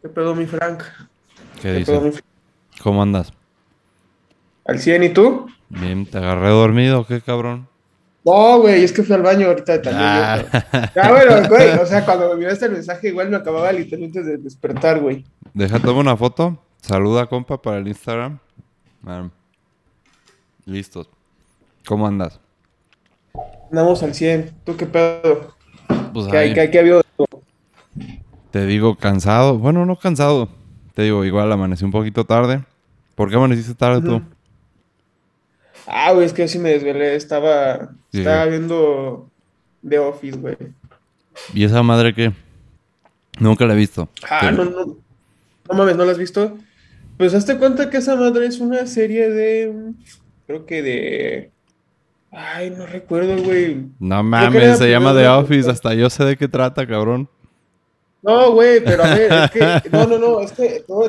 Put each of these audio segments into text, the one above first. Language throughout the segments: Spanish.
¿Qué pedo, mi Frank? ¿Qué ¿Qué pedo, dice? mi Frank? ¿Cómo andas? ¿Al 100 y tú? Bien, ¿te agarré dormido? ¿Qué cabrón? No, güey, es que fui al baño ahorita también yo, Ah. cabrón. Ah, bueno, güey, o sea, cuando me enviaste el mensaje igual me acababa literalmente de despertar, güey. Deja, toma una foto. Saluda, compa, para el Instagram. Ah, listos. ¿Cómo andas? Andamos al 100. ¿Tú qué pedo? Pues ¿Qué hay? ahí, ¿Qué ha habido? te digo cansado. Bueno, no cansado. Te digo, igual amanecí un poquito tarde. ¿Por qué amaneciste tarde tú? Ujú. Ah, güey, es que yo sí me desvelé. Estaba, ¿Qué- estaba viendo The Office, güey. ¿Y esa madre qué? Nunca la he visto. Ah, no, no. No mames, ¿no lo has visto? Pues hazte cuenta que esa madre es una serie de. Creo que de. Ay, no recuerdo, güey. No Creo que mames, era se primero llama de The una Office. productora. Hasta yo sé de qué trata, cabrón. No, güey, pero a ver, es que, no, no, no, es que, no,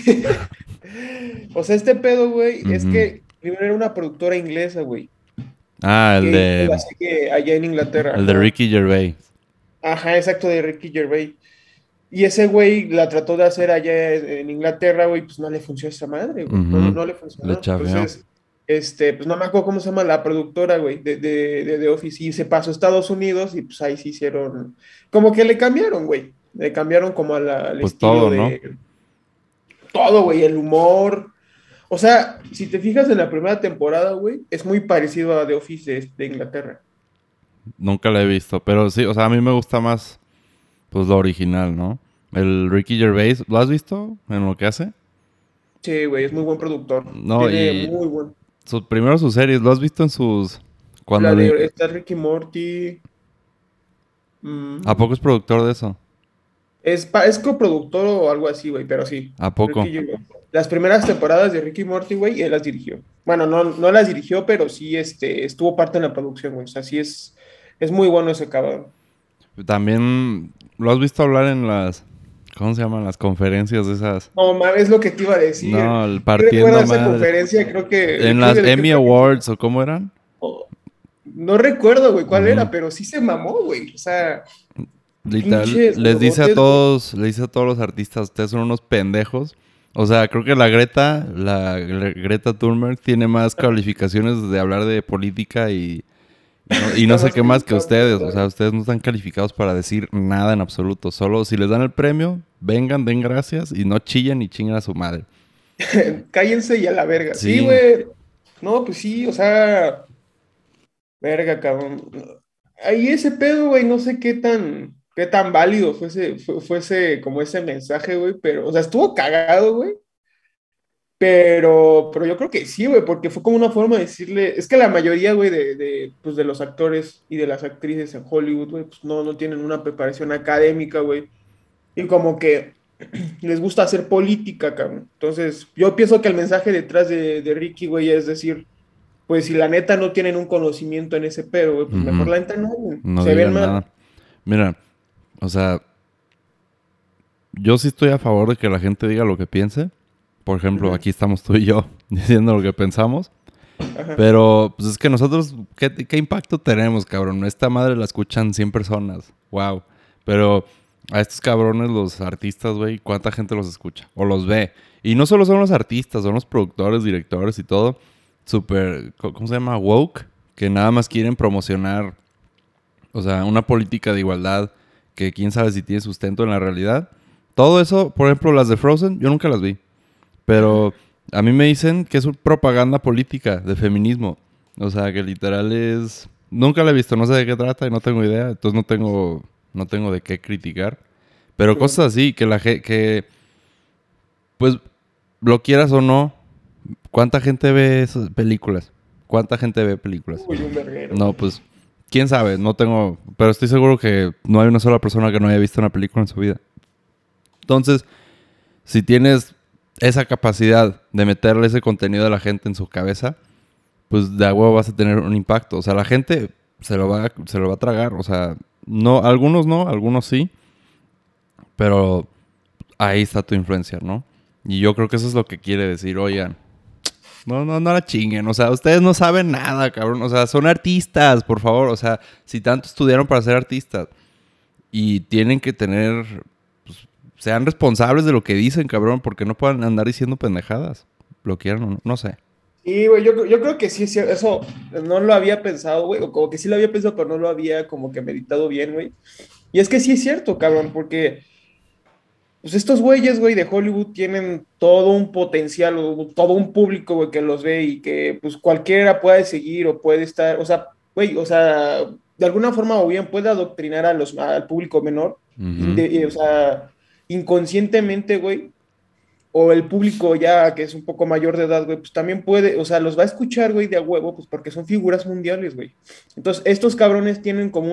o sea, este pedo, güey, es Ujú. que primero era una productora inglesa, güey, Ah, que hizo la serie allá en Inglaterra, el de ajá, Ricky Gervais. ajá, exacto, de Ricky Gervais, y ese güey la trató de hacer allá en Inglaterra, güey, pues no le funcionó esa madre, güey, no, no, Ujú. no le Le funcionó, chafeó. entonces, pues no me acuerdo cómo se llama la productora, güey, de The Office, y se pasó a Estados Unidos, y pues ahí se hicieron, como que le cambiaron, güey, le cambiaron como al Pues estilo todo, ¿no? de todo, güey, el humor. O sea, si te fijas en la primera temporada, güey, es muy parecido a The Office de Inglaterra. Nunca la he visto, pero sí, o sea, a mí me gusta más, pues, lo original, ¿no? El Ricky Gervais, ¿lo has visto en lo que hace? Sí, güey, es muy buen productor. No, Tiene y muy buen. primero sus series, ¿lo has visto en sus... cuando La le... de está Ricky Morty. ¿A mm, poco es productor de eso? es coproductor o algo así, güey, pero sí. ¿A poco? Ricky Gervais. Las primeras temporadas de Ricky Morty, güey, él las dirigió. Bueno, no, no las dirigió, pero sí estuvo parte en la producción, güey. O sea, sí es muy bueno ese cabrón. También, ¿lo has visto hablar en las... ¿cómo se llaman? Las conferencias de esas... No, mames, es lo que te iba a decir. no, el Sí recuerdo partiendo esa madres. conferencia, creo que, En creo las que de qué Emmy fue que Awards, ¿o cómo eran? no recuerdo, güey, cuál Ujú. era, pero sí se mamó, güey. O sea, Literal, pinches huevotes, güey. les dice a todos los artistas, ustedes son unos pendejos. O sea, creo que la Greta Thunberg tiene más calificaciones de hablar de política y no Está sé más qué más que calificado que ustedes. O sea, esta. ustedes no están calificados para decir nada en absoluto. Solo si les dan el premio, vengan, den gracias y no chillen y chingan a su madre. Cállense y a la verga. Sí, Sí, güey. No, pues sí, o sea, verga, cabrón. Ahí ese pedo, güey, no sé qué tan válido fuese como ese mensaje, güey, pero, o sea, estuvo cagado, güey. Pero yo creo que sí, güey, porque fue como una forma de decirle, es que la mayoría, güey, pues de los actores y de las actrices en Hollywood, güey, pues no tienen una preparación académica, güey, y como que les gusta hacer política, cabrón. Entonces, yo pienso que el mensaje detrás de Ricky, güey, es decir, pues si la neta no tienen un conocimiento en ese pedo, güey, pues mejor ujú, la neta no, güey. no Se ven digan mal. nada. Mira, o sea, yo sí estoy a favor de que la gente diga lo que piense. Por ejemplo, Ujú. aquí estamos tú y yo diciendo lo que pensamos. Ajá. Pero, pues es que nosotros, ¿qué impacto tenemos, cabrón? Esta madre la escuchan 100 personas. Wow. Pero a estos cabrones, los artistas, güey, ¿cuánta gente los escucha? O los ve. Y no solo son los artistas, son los productores, directores y todo. Súper, ¿cómo se llama? Woke. Que nada más quieren promocionar, o sea, una política de igualdad que quién sabe si tiene sustento en la realidad. Todo eso, por ejemplo, las de Frozen, yo nunca las vi. Pero a mí me dicen que es propaganda política de feminismo. O sea, que literal es... Nunca la he visto, no sé de qué trata y no tengo idea. Entonces no tengo de qué criticar. Pero Sí. cosas así, que pues lo quieras o no, ¿cuánta gente ve esas películas? ¿Cuánta gente ve películas? Uy, un verguero, No, güey. pues, quién sabe, no tengo... Pero estoy seguro que no hay una sola persona que no haya visto una película en su vida. Entonces, si tienes esa capacidad de meterle ese contenido a la gente en su cabeza, pues de a huevo vas a tener un impacto. O sea, la gente se lo va a tragar. O sea, no, algunos sí, pero ahí está tu influencia, ¿no? Y yo creo que eso es lo que quiere decir, oigan, no la chinguen. O sea, ustedes no saben nada, cabrón. O sea, son artistas, por favor. O sea, si tanto estudiaron para ser artistas y tienen que tener sean responsables de lo que dicen, cabrón, porque no puedan andar diciendo pendejadas. Lo quieran o no, no sé. Sí, güey, yo creo que sí, eso no lo había pensado, güey, o como que sí lo había pensado, pero no lo había como que meditado bien, güey. Y es que sí es cierto, cabrón, porque pues estos güeyes, güey, de Hollywood tienen todo un potencial, o todo un público, güey, que los ve y que pues cualquiera puede seguir o puede estar, o sea, güey, o sea, de alguna forma o bien puede adoctrinar al público menor, Ujú. o sea, inconscientemente, güey, o el público ya que es un poco mayor de edad, güey, pues también puede, o sea, los va a escuchar, güey, de a huevo, pues porque son figuras mundiales, güey. Entonces, estos cabrones tienen como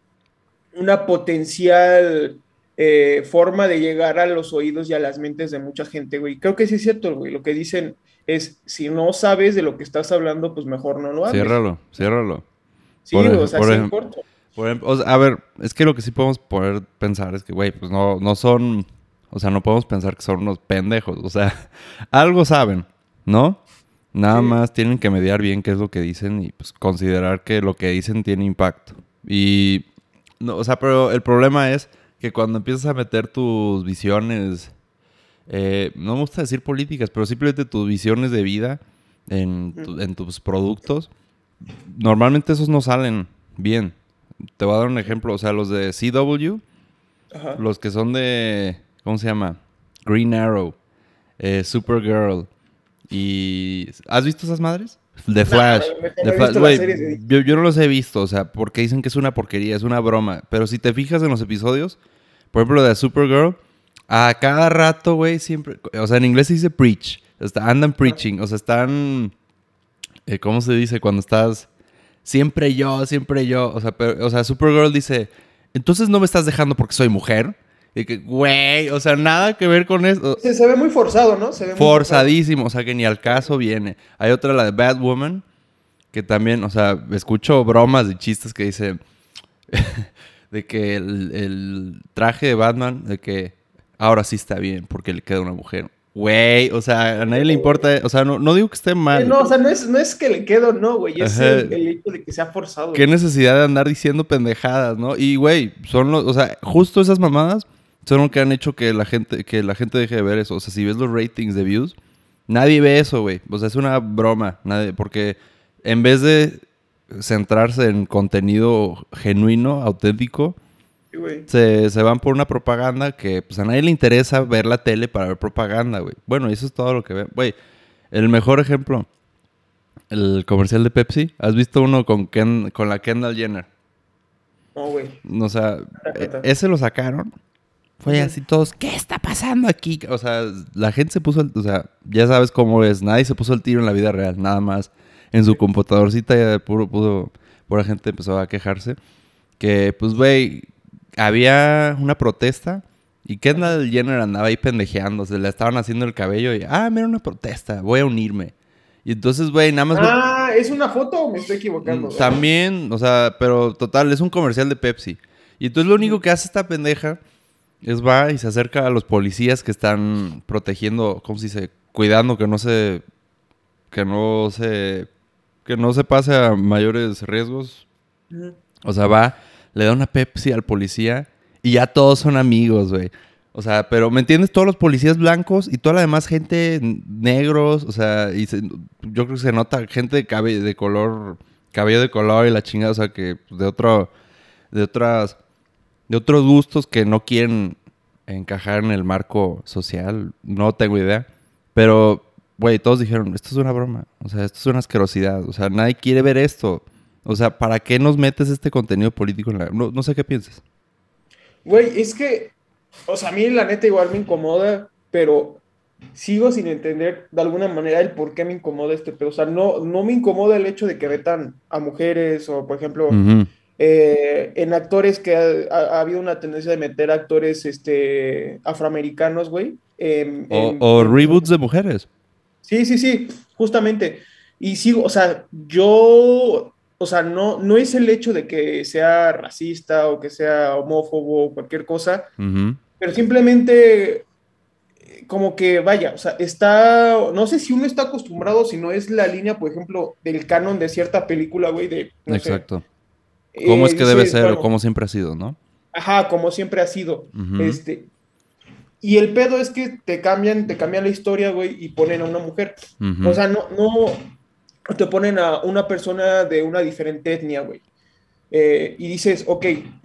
una potencial forma de llegar a los oídos y a las mentes de mucha gente, güey. Creo que sí es cierto, güey. Lo que dicen es, si no sabes de lo que estás hablando, pues mejor no lo hables. Ciérralo, ciérralo. Sí, Por, güey, o ej- sea, por, sí ej- importa. por ejemplo, o sea, a ver, es que lo que sí podemos poder pensar es que, güey, pues no son, o sea, no podemos pensar que son unos pendejos, o sea, algo saben, ¿no? Nada Sí, más tienen que mediar bien qué es lo que dicen y pues considerar que lo que dicen tiene impacto. Y, no, o sea, pero el problema es que cuando empiezas a meter tus visiones, no me gusta decir políticas, pero simplemente tus visiones de vida en tus productos, normalmente esos no salen bien. Te voy a dar un ejemplo. O sea, los de CW, ajá. los que son de, ¿cómo se llama? Green Arrow, Supergirl. Y... ¿Has visto esas madres? The Nah, Flash. güey, The me he Flash, visto las güey, series de DC. yo no los he visto, o sea, porque dicen que es una porquería, es una broma. Pero si te fijas en los episodios, por ejemplo, de Supergirl, a cada rato, güey, siempre... O sea, en inglés se dice preach. Andan preaching, o sea, están... ¿cómo se dice? Cuando estás... Siempre yo, siempre yo. O sea, pero, o sea, Supergirl dice, entonces no me estás dejando porque soy mujer. Y que, güey, o sea, nada que ver con eso. Se ve muy forzado, ¿no? Se ve muy forzado. Forzadísimo, o sea, que ni al caso viene. Hay otra, la de Batwoman, que también, o sea, escucho bromas y chistes que dice de que el traje de Batman, de que ahora sí está bien porque le queda una mujer. Güey, o sea, a nadie le importa, o sea, no digo que esté mal. No, o sea, no es que le quedo, no, güey. Es Ajá. el hecho de que sea forzado, Qué güey. necesidad de andar diciendo pendejadas, ¿no? Y, güey, son los, o sea, justo esas mamadas son lo que han hecho que la gente deje de ver eso. O sea, si ves los ratings de views, nadie ve eso, güey. O sea, es una broma, nadie, porque en vez de centrarse en contenido genuino, auténtico, Sí, güey. se van por una propaganda que, pues, a nadie le interesa ver la tele para ver propaganda, güey. Bueno, y eso es todo lo que ven. Güey, el mejor ejemplo, el comercial de Pepsi. ¿Has visto uno con la Kendall Jenner? No, güey. O sea, La neta. ese lo sacaron. Fue Ujú. así todos, ¿qué está pasando aquí? O sea, la gente se puso, o sea, ya sabes cómo es. Nadie se puso el tiro en la vida real, nada más. En su computadorcita ya pura gente empezó a quejarse. Que, pues, güey, había una protesta y Ajá. Kendall Jenner andaba ahí pendejeando. Se le estaban haciendo el cabello y, mira una protesta, voy a unirme. Y entonces, güey, nada más Ah, ¿es una foto o me estoy equivocando, güey? también, o sea, pero total, es un comercial de Pepsi. Y entonces lo único Ujú. que hace esta pendeja es va y se acerca a los policías que están protegiendo, ¿cómo se dice? Cuidando que no se, que no se pase a mayores riesgos. Ujú. O sea, va, le da una Pepsi al policía y ya todos son amigos, güey. O sea, pero ¿me entiendes? Todos los policías blancos y toda la demás gente negros, o sea, yo creo que se nota gente de cabello de color, cabello de color y la chingada, o sea, que de otras, de otros gustos que no quieren encajar en el marco social, no tengo idea. Pero, güey, todos dijeron, esto es una broma, o sea, esto es una asquerosidad, o sea, nadie quiere ver esto. O sea, ¿para qué nos metes este contenido político en la... No sé qué piensas. Güey, es que, o sea, a mí la neta igual me incomoda, pero sigo sin entender de alguna manera el por qué me incomoda este pedo. O sea, no me incomoda el hecho de que metan a mujeres o, por ejemplo, Ujú. en actores que ha habido una tendencia de meter actores afroamericanos, güey. O reboots de mujeres. Sí, sí, sí, justamente. Y sigo, o sea, o sea, no es el hecho de que sea racista o que sea homófobo o cualquier cosa, Ujú. pero simplemente como que vaya, o sea, no sé si uno está acostumbrado, si no es la línea, por ejemplo, del canon de cierta película, güey, no sé, Exacto. ¿Cómo es que debe dices, ser o bueno, cómo siempre ha sido, no? ajá, como siempre ha sido, Ujú. este, y el pedo es que te cambian la historia, güey, y ponen a una mujer. O Ujú. sea, te ponen a una persona de una diferente etnia, güey. Y dices, ok,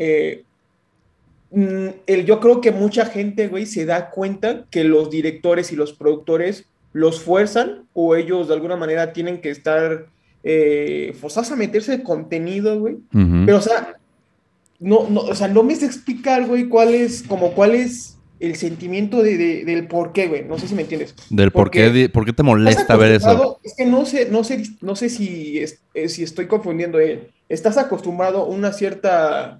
yo creo que mucha gente, güey, se da cuenta que los directores y los productores los fuerzan o ellos de alguna manera tienen que estar forzados a meterse de contenido, güey. Ujú. Pero, o sea, o sea, no me sé explicar, güey, cuál es el sentimiento del por qué, güey. No sé si me entiendes. Del Porque por qué te estás molesta ver eso. acostumbrado, es que no sé si, si estoy confundiendo. Estás acostumbrado a una cierta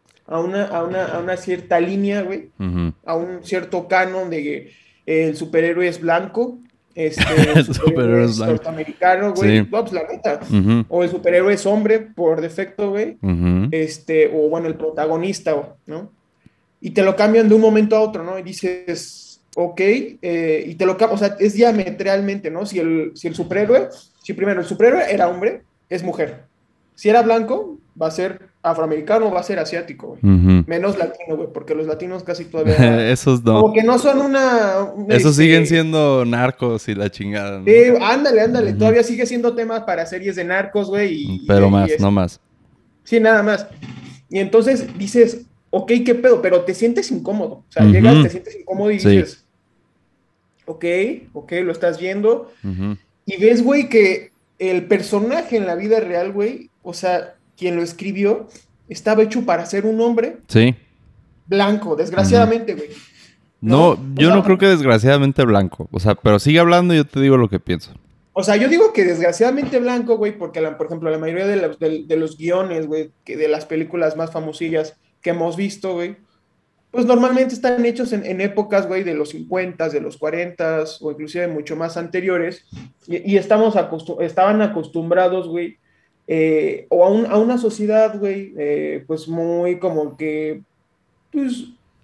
a una cierta línea, güey, Ujú. a un cierto canon de que el superhéroe es blanco, el superhéroe Superhéroes es blancos. norteamericano, Sí. güey, no, pues la neta, Ujú. o el superhéroe es hombre por defecto, güey, Ujú. o bueno, el protagonista, ¿no? Y te lo cambian de un momento a otro, ¿no? Y dices, ok, y te lo cambian, o sea, es diametralmente, ¿no? Si el superhéroe, si primero el superhéroe era hombre, es mujer. Si era blanco, va a ser afroamericano, va a ser asiático, güey. Ujú. Menos latino, güey, porque los latinos casi todavía, Esos no. como que no son Esos siguen siendo narcos y la chingada, ¿no? ándale, ándale, Ujú. todavía sigue siendo tema para series de narcos, güey, Pero más, no más. sí, nada más. Y entonces dices, ok, ¿qué pedo? Pero te sientes incómodo. O sea, llegas, Ujú. te sientes incómodo y Sí. dices, ok, ok, lo estás viendo. Ujú. Y ves, güey, que el personaje en la vida real, güey, o sea, quien lo escribió, estaba hecho para ser un hombre Sí. blanco, Ujú. desgraciadamente, güey. No, ¿No? yo no creo que desgraciadamente blanco. O sea, pero sigue hablando y yo te digo lo que pienso. Yo digo que desgraciadamente blanco, güey, porque, por ejemplo, la mayoría de los guiones, güey, que de las películas más famosillas que hemos visto, güey, pues normalmente están hechos en épocas, güey, de los 50, de los 40 o inclusive mucho más anteriores, y estaban acostumbrados, güey, o a una sociedad, güey, pues muy como que, pues,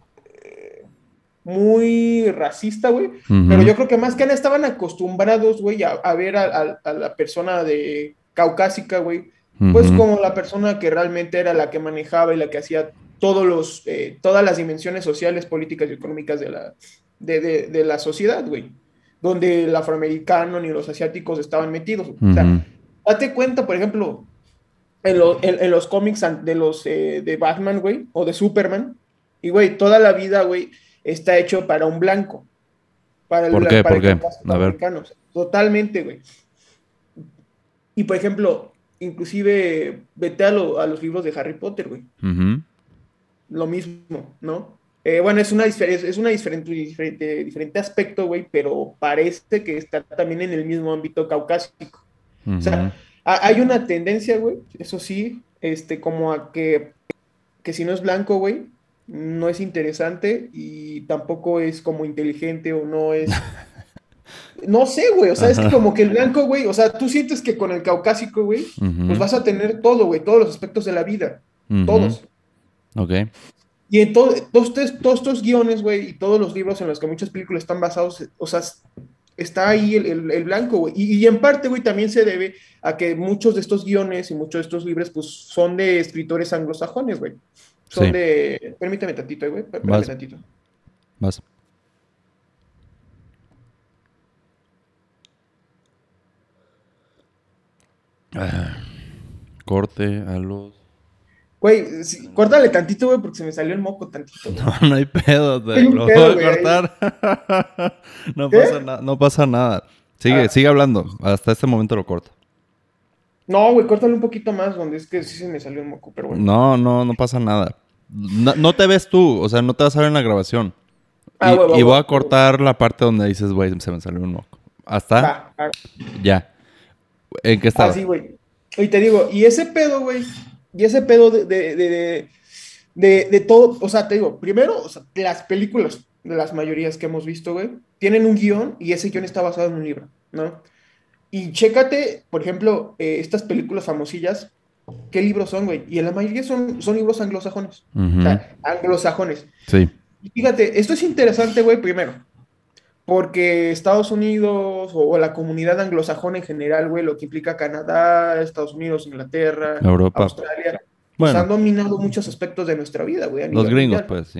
muy racista, güey, pero Ujú. yo creo que más que nada estaban acostumbrados, güey, a ver a la persona de caucásica, güey, pues Ujú. como la persona que realmente era la que manejaba y la que hacía todas las dimensiones sociales, políticas y económicas de la sociedad, güey, donde el afroamericano ni los asiáticos estaban metidos. O sea, Ujú. date cuenta, por ejemplo, en los cómics de Batman, güey, o de Superman, y, güey, toda la vida, güey, está hecho para un blanco, ¿Por qué? para ¿Por el qué? caucásico A ver. americano, o sea, totalmente, güey. Y, por ejemplo, inclusive, vete a los libros de Harry Potter, güey, Ujú. lo mismo, ¿no? Bueno, es una diferente aspecto, güey, pero parece que está también en el mismo ámbito caucásico. O Ujú. sea, hay una tendencia, güey, eso sí, como a que si no es blanco, güey, no es interesante y tampoco es como inteligente o no es, no sé, güey, o sea, es que Ajá. como que el blanco, güey, o sea, tú sientes que con el caucásico, güey, pues Ujú. vas a tener todo, güey, todos los aspectos de la vida, Ujú. todos. Ok. Y en todos estos guiones, güey, y todos los libros en los que muchas películas están basados, o sea, está ahí el blanco, güey. Y en parte, güey, también se debe a que muchos de estos guiones y muchos de estos libros, pues, son de escritores anglosajones, güey. Son Sí. de... Permíteme tantito, güey, espérame Vas. tantito. Vas. Ah, corte a los... Güey, sí, córtale tantito, güey, porque se me salió el moco tantito, güey. No, no hay pedo, Hay un lo voy pedo, a güey, ahí. cortar. No pasa ¿Qué? nada, no pasa nada. Sigue, Ah, sigue hablando. Hasta este momento lo corto. no, güey, córtale un poquito más, donde es que sí se me salió el moco, pero bueno. No, no, no pasa nada. No, no te ves tú, o sea, no te vas a ver en la grabación. Güey, va, Y voy güey, a cortar la parte donde dices, güey, se me salió un moco. Hasta va, va. ya. ¿En qué estaba? Así, güey. Y te digo, y ese pedo, güey, y ese pedo de todo, o sea, te digo, primero, o sea, las películas de las mayorías que hemos visto, güey, tienen un guión y ese guión está basado en un libro, ¿no? Y chécate, por ejemplo, estas películas famosillas, ¿qué libros son, güey? Y en la mayoría son libros anglosajones, o Ujú. sea, anglosajones. Sí. Y fíjate, esto es interesante, güey, primero, porque Estados Unidos o la comunidad anglosajona en general, güey, lo que implica Canadá, Estados Unidos, Inglaterra, Europa. Australia, pues Bueno, han dominado muchos aspectos de nuestra vida, güey, a los nivel gringos, mundial. pues sí.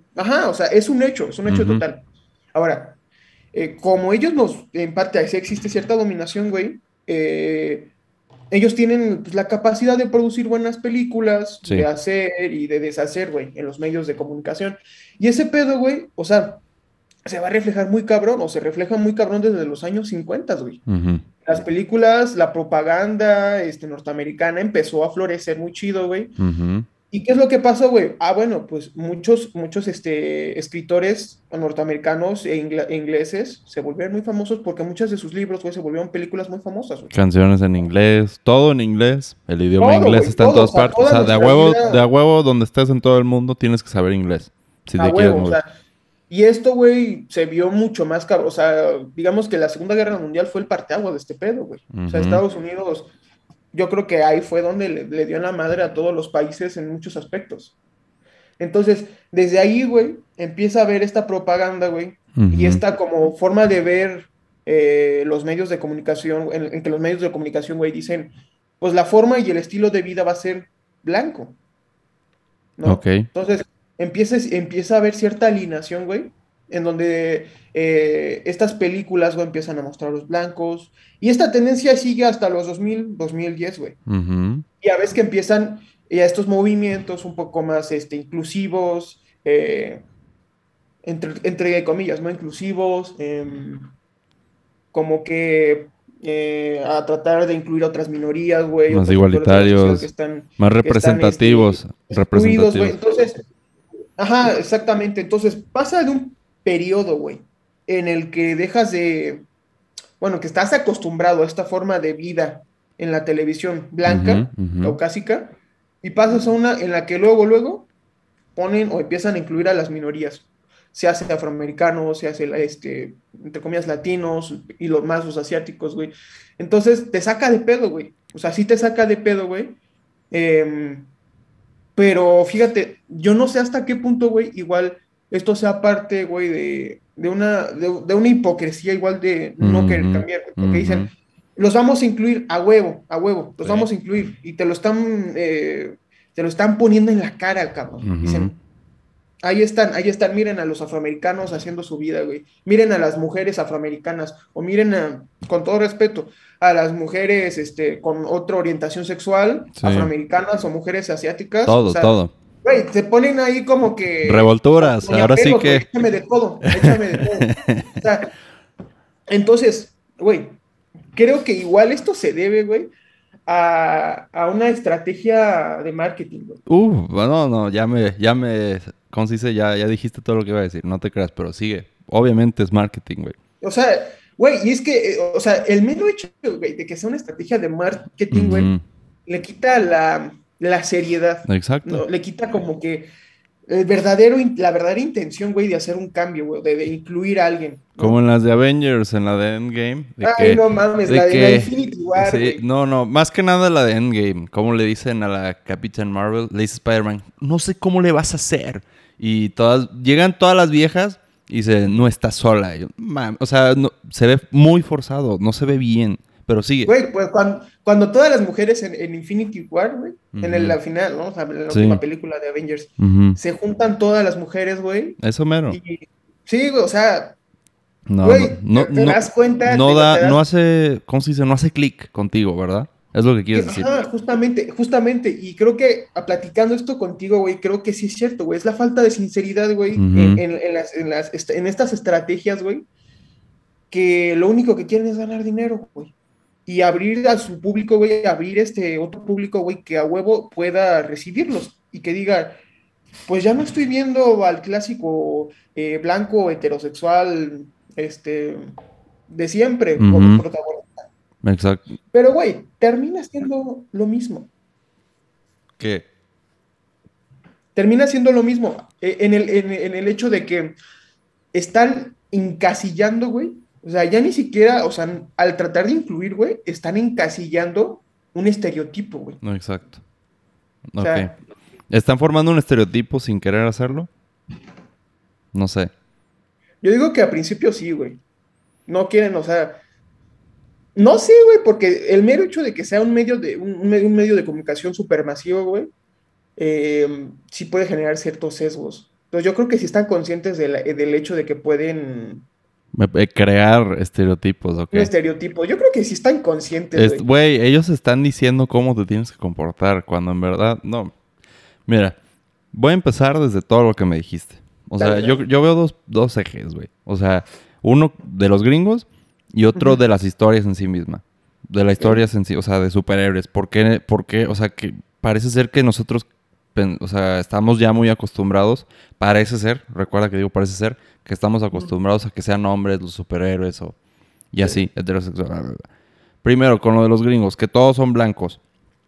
Ajá, o sea, es un hecho Ujú. total. Ahora, como ellos nos, en parte, ahí sí existe cierta dominación, güey, ellos tienen pues, la capacidad de producir buenas películas, de Sí, hacer y de deshacer, güey, en los medios de comunicación. Y ese pedo, güey, o sea, se va a reflejar muy cabrón, o se refleja muy cabrón desde los años 50, güey. ujú, Las películas, la propaganda norteamericana empezó a florecer muy chido, güey. ujú. ¿Y qué es lo que pasó, güey? Ah, bueno, pues muchos escritores norteamericanos e ingleses se volvieron muy famosos porque muchos de sus libros, güey, se volvieron películas muy famosas, güey. Canciones en inglés, todo en inglés. El idioma Todo, inglés güey, está en todo, o todas sea, partes. O toda sea, nuestra de a vida huevo, donde estés en todo el mundo, tienes que saber inglés. Si a te quieres huevo, o mover. sea, y esto, güey, se vio mucho más cabrón, o sea, digamos que la Segunda Guerra Mundial fue el parteaguas de este pedo, güey. O sea, Ujú. Estados Unidos, yo creo que ahí fue donde le dio en la madre a todos los países en muchos aspectos. Entonces, desde ahí, güey, empieza a ver esta propaganda, güey, y Ujú. esta como forma de ver los medios de comunicación, en que los medios de comunicación, güey, dicen, pues la forma y el estilo de vida va a ser blanco, Ok. ¿no? Entonces, empieza a haber cierta alineación, güey, en donde estas películas, güey, empiezan a mostrar los blancos, y esta tendencia sigue hasta los 2010, güey. Ujú. Y a veces que empiezan ya estos movimientos un poco más inclusivos, entre comillas, ¿no? Inclusivos, como que a tratar de incluir a otras minorías, güey, Más otros sectores de la sociedad igualitarios, más que están representativos. excluidos, güey. Representativos. Entonces, ajá, exactamente. Entonces, pasa de un periodo, güey, en el que dejas de, bueno, que estás acostumbrado a esta forma de vida en la televisión Ujú, blanca, ujú. caucásica, y pasas a una en la que luego ponen o empiezan a incluir a las minorías, se hace afroamericanos, se hace, entre comillas, latinos y los más los asiáticos, güey. Entonces te saca de pedo, güey. O sea, sí te saca de pedo, güey. Em, pero fíjate, yo no sé hasta qué punto, güey, igual esto sea parte, güey, de una hipocresía igual de no querer Ujú, cambiar, güey, porque ujú. dicen, los vamos a incluir a huevo, los Sí. vamos a incluir y te lo están poniendo en la cara, cabrón. Ujú. Dicen, ahí están, miren a los afroamericanos haciendo su vida, güey. Miren a las mujeres afroamericanas, o miren con todo respeto, a las mujeres con otra orientación sexual, Sí. afroamericanas o mujeres asiáticas. O Todo, sea, todo. güey, se ponen ahí como Revolturas, Doña ahora sí Pelos, güey, que. échame de todo, échame de todo. O sea, entonces, güey, creo que igual esto se debe, güey, a una estrategia de marketing, güey. Bueno, no, ¿cómo se dice? Ya dijiste todo lo que iba a decir, no te creas, pero sigue. Obviamente es marketing, güey. O sea, güey, y es que, o sea, el mero hecho, güey, de que sea una estrategia de marketing, güey, Ujú. le quita la seriedad, Exacto. ¿no? Le quita como que la verdadera intención, güey, de hacer un cambio, güey, de incluir a alguien, Como en ¿no? las de Avengers, en la de Endgame, Ay, no mames, de la que, Infinity War, sí, güey. no, más que nada la de Endgame, como le dicen a la Capitán Marvel, le dice Spider-Man, no sé cómo le vas a hacer. Y llegan todas las viejas y dicen, no estás sola. Y yo, o sea, se ve muy forzado, no se ve bien, pero sigue. Güey, pues cuando todas las mujeres en Infinity War, güey, Ujú. la final, ¿no? O sea, en la Sí. última película de Avengers, Ujú. se juntan todas las mujeres, güey, Eso mero. y sí, güey, o sea, No, no, güey, no, te no, das cuenta, te no digo, da, te no das. hace, ¿cómo se dice? No hace clic contigo, ¿verdad? Es lo que quieres decir. Ajá, justamente, y creo que platicando esto contigo, güey, creo que sí es cierto, güey, es la falta de sinceridad, güey, Ujú. en estas estrategias, güey, que lo único que quieren es ganar dinero, güey, y abrir a su público, güey, abrir este otro público, güey, que a huevo pueda recibirlos y que diga, pues ya no estoy viendo al clásico blanco heterosexual, de siempre como Ujú. protagonista, Exacto. pero, güey, termina siendo lo mismo. ¿Qué? Termina siendo lo mismo en el hecho de que están encasillando, güey. O sea, ya ni siquiera, o sea, al tratar de incluir, güey, están encasillando un estereotipo, güey. O No, exacto. Ok. sea, ¿Están formando un estereotipo sin querer hacerlo? No sé. yo digo que a principio sí, güey. No quieren, o sea, no sé, güey, porque el mero hecho de que sea un medio de comunicación supermasivo, güey, sí puede generar ciertos sesgos. Entonces yo creo que sí están conscientes del hecho de que pueden Crear estereotipos, ¿ok? un estereotipo. Yo creo que sí están conscientes, güey. Güey, ellos están diciendo cómo te tienes que comportar, cuando en verdad, no. Mira, voy a empezar desde todo lo que me dijiste. O sea, Dale, dale. yo veo dos ejes, güey. O sea, uno de los gringos y otro Ujú. de las historias en sí misma. De las Ok. historias en sí, o sea, de superhéroes. ¿Por qué? Porque, o sea, que parece ser que nosotros, o sea, estamos ya muy acostumbrados. Parece ser, recuerda que digo parece ser, que estamos Ujú. acostumbrados a que sean hombres los superhéroes o y Sí. así, heterosexual. Bla, bla, bla. Primero, con lo de los gringos, que todos son blancos.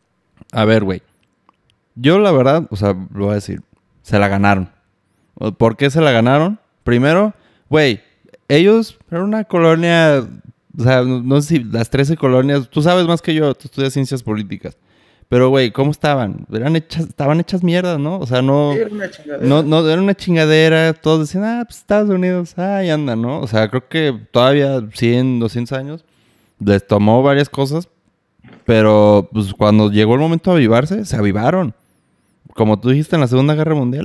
A ver, güey. Yo la verdad, o sea, lo voy a decir, se la ganaron. ¿Por qué se la ganaron? Primero, güey, ellos eran una colonia, o sea, no sé si las 13 colonias, tú sabes más que yo, tú estudias ciencias políticas. Pero, güey, ¿cómo estaban? Estaban hechas mierdas, ¿no? O sea, Sí, no, era una no, chingadera. no, era una chingadera. Todos decían, pues Estados Unidos, ahí anda, ¿no? O sea, creo que todavía 100, 200 años les tomó varias cosas, pero pues cuando llegó el momento de avivarse, se avivaron. Como tú dijiste en la Segunda Guerra Mundial.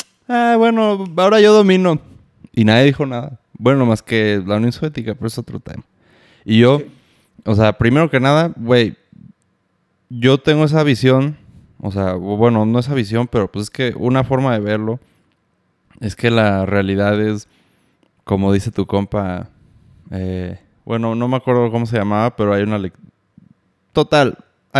Bueno, ahora yo domino. Y nadie dijo nada. Bueno, más que la Unión Soviética, pero es otro tema. Y yo, Sí. o sea, primero que nada, güey, yo tengo esa visión. O sea, bueno, no esa visión, pero pues es que una forma de verlo es que la realidad es, como dice tu compa, bueno, no me acuerdo cómo se llamaba, pero hay una... Total,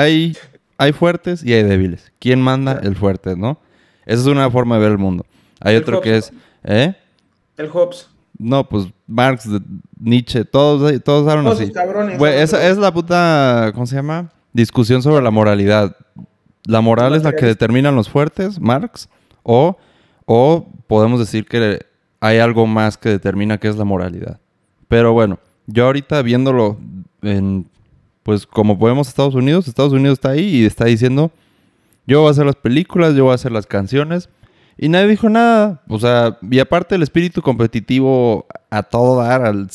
hay fuertes y hay débiles. ¿Quién manda? Claro. El fuerte, ¿no? Esa es una forma de ver el mundo. Hay El otro Hobbes, que es, ¿no? ¿eh? El Hobbes. No, pues Marx, Nietzsche, todos hablan Todos esos así. cabrones Güey, hablan de esa lo es mismo. la puta, ¿cómo se llama? Discusión sobre la Ma- moralidad. La Los moral es la que materialistas. determinan los fuertes, Marx, o, o podemos decir que hay algo más que determina qué es la moralidad. Pero bueno, yo ahorita viéndolo en, pues como podemos Estados Unidos está ahí y está diciendo, yo voy a hacer las películas, yo voy a hacer las canciones. Y nadie dijo nada. O sea, y aparte el espíritu competitivo a todo dar, al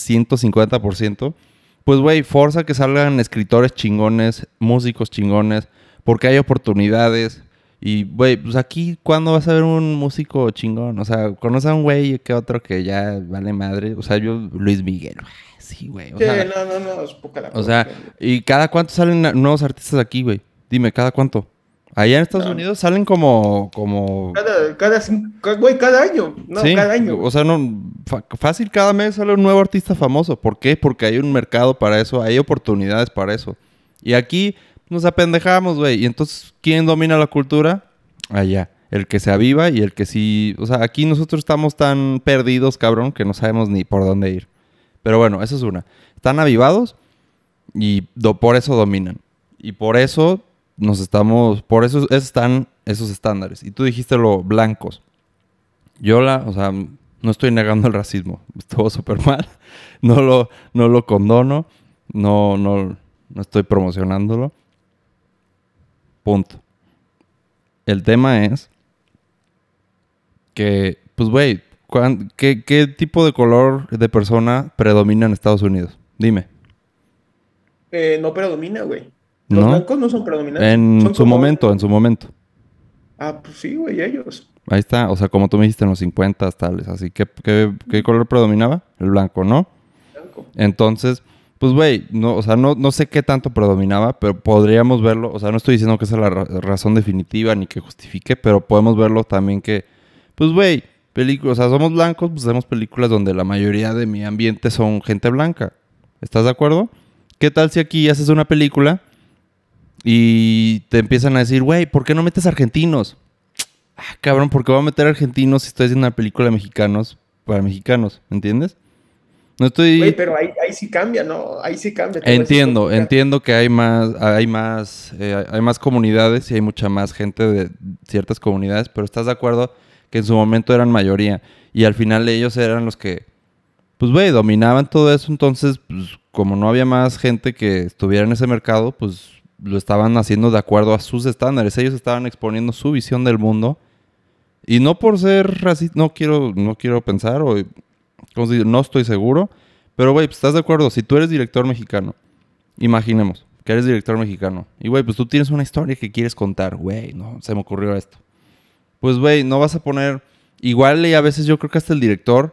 150%, pues, güey, forza que salgan escritores chingones, músicos chingones, porque hay oportunidades. Y, güey, pues aquí, ¿cuándo vas a ver un músico chingón? O sea, conoce a un güey que otro que ya vale madre. O sea, yo, Luis Miguel, güey, sí, güey. Sí, no, no, no, es poca la O sea, producción, güey. ¿y cada cuánto salen nuevos artistas aquí, güey? Dime, ¿cada cuánto? Allá en Estados No, no. Unidos salen como, Güey, cada año. No, sí, cada año, o güey. sea, no, fácil cada mes sale un nuevo artista famoso. ¿Por qué? Porque hay un mercado para eso, hay oportunidades para eso. Y aquí nos apendejamos, güey. Y entonces, ¿quién domina la cultura? Allá. El que se aviva y el que sí. O sea, aquí nosotros estamos tan perdidos, cabrón, que no sabemos ni por dónde ir. Pero bueno, esa es una. Están avivados y por eso dominan. Y por eso por eso están esos estándares. Y tú dijiste lo blancos. O sea, no estoy negando el racismo. Estuvo súper mal. No lo condono. No estoy promocionándolo. Punto. El tema es que, pues, güey, ¿qué tipo de color de persona predomina en Estados Unidos? Dime, No predomina, güey. Los ¿no? blancos no son predominantes. Son como En su un... momento. Ah, pues sí, güey, ellos. Ahí está, o sea, como tú me dijiste en los 50 tales, así. ¿Qué color predominaba? El blanco, ¿no? Blanco. Entonces, pues, güey, no, o sea, no sé qué tanto predominaba, pero podríamos verlo, o sea, no estoy diciendo que esa es la razón definitiva ni que justifique, pero podemos verlo también que, pues, güey, películas, o sea, somos blancos, pues hacemos películas donde la mayoría de mi ambiente son gente blanca. ¿Estás de acuerdo? ¿Qué tal si aquí haces una película y te empiezan a decir, güey, ¿por qué no metes argentinos? Cabrón, ¿por qué voy a meter argentinos si estoy haciendo una película de mexicanos para mexicanos? ¿Entiendes? No Güey, estoy... pero ahí sí cambia, ¿no? Ahí sí cambia, te voy a decir por Entiendo, qué cambia. entiendo que hay más comunidades y hay mucha más gente de ciertas comunidades, pero ¿estás de acuerdo que en su momento eran mayoría? Y al final ellos eran los que, pues, güey, dominaban todo eso. Entonces, pues, como no había más gente que estuviera en ese mercado, pues lo estaban haciendo de acuerdo a sus estándares. Ellos estaban exponiendo su visión del mundo. Y no por ser racista, no quiero pensar, o, ¿cómo se dice? No estoy seguro. Pero, güey, pues, ¿estás de acuerdo? Si tú eres director mexicano, imaginemos que eres director mexicano. Y, güey, pues tú tienes una historia que quieres contar. Güey, no, se me ocurrió esto. Pues, güey, no vas a poner igual y a veces yo creo que hasta el director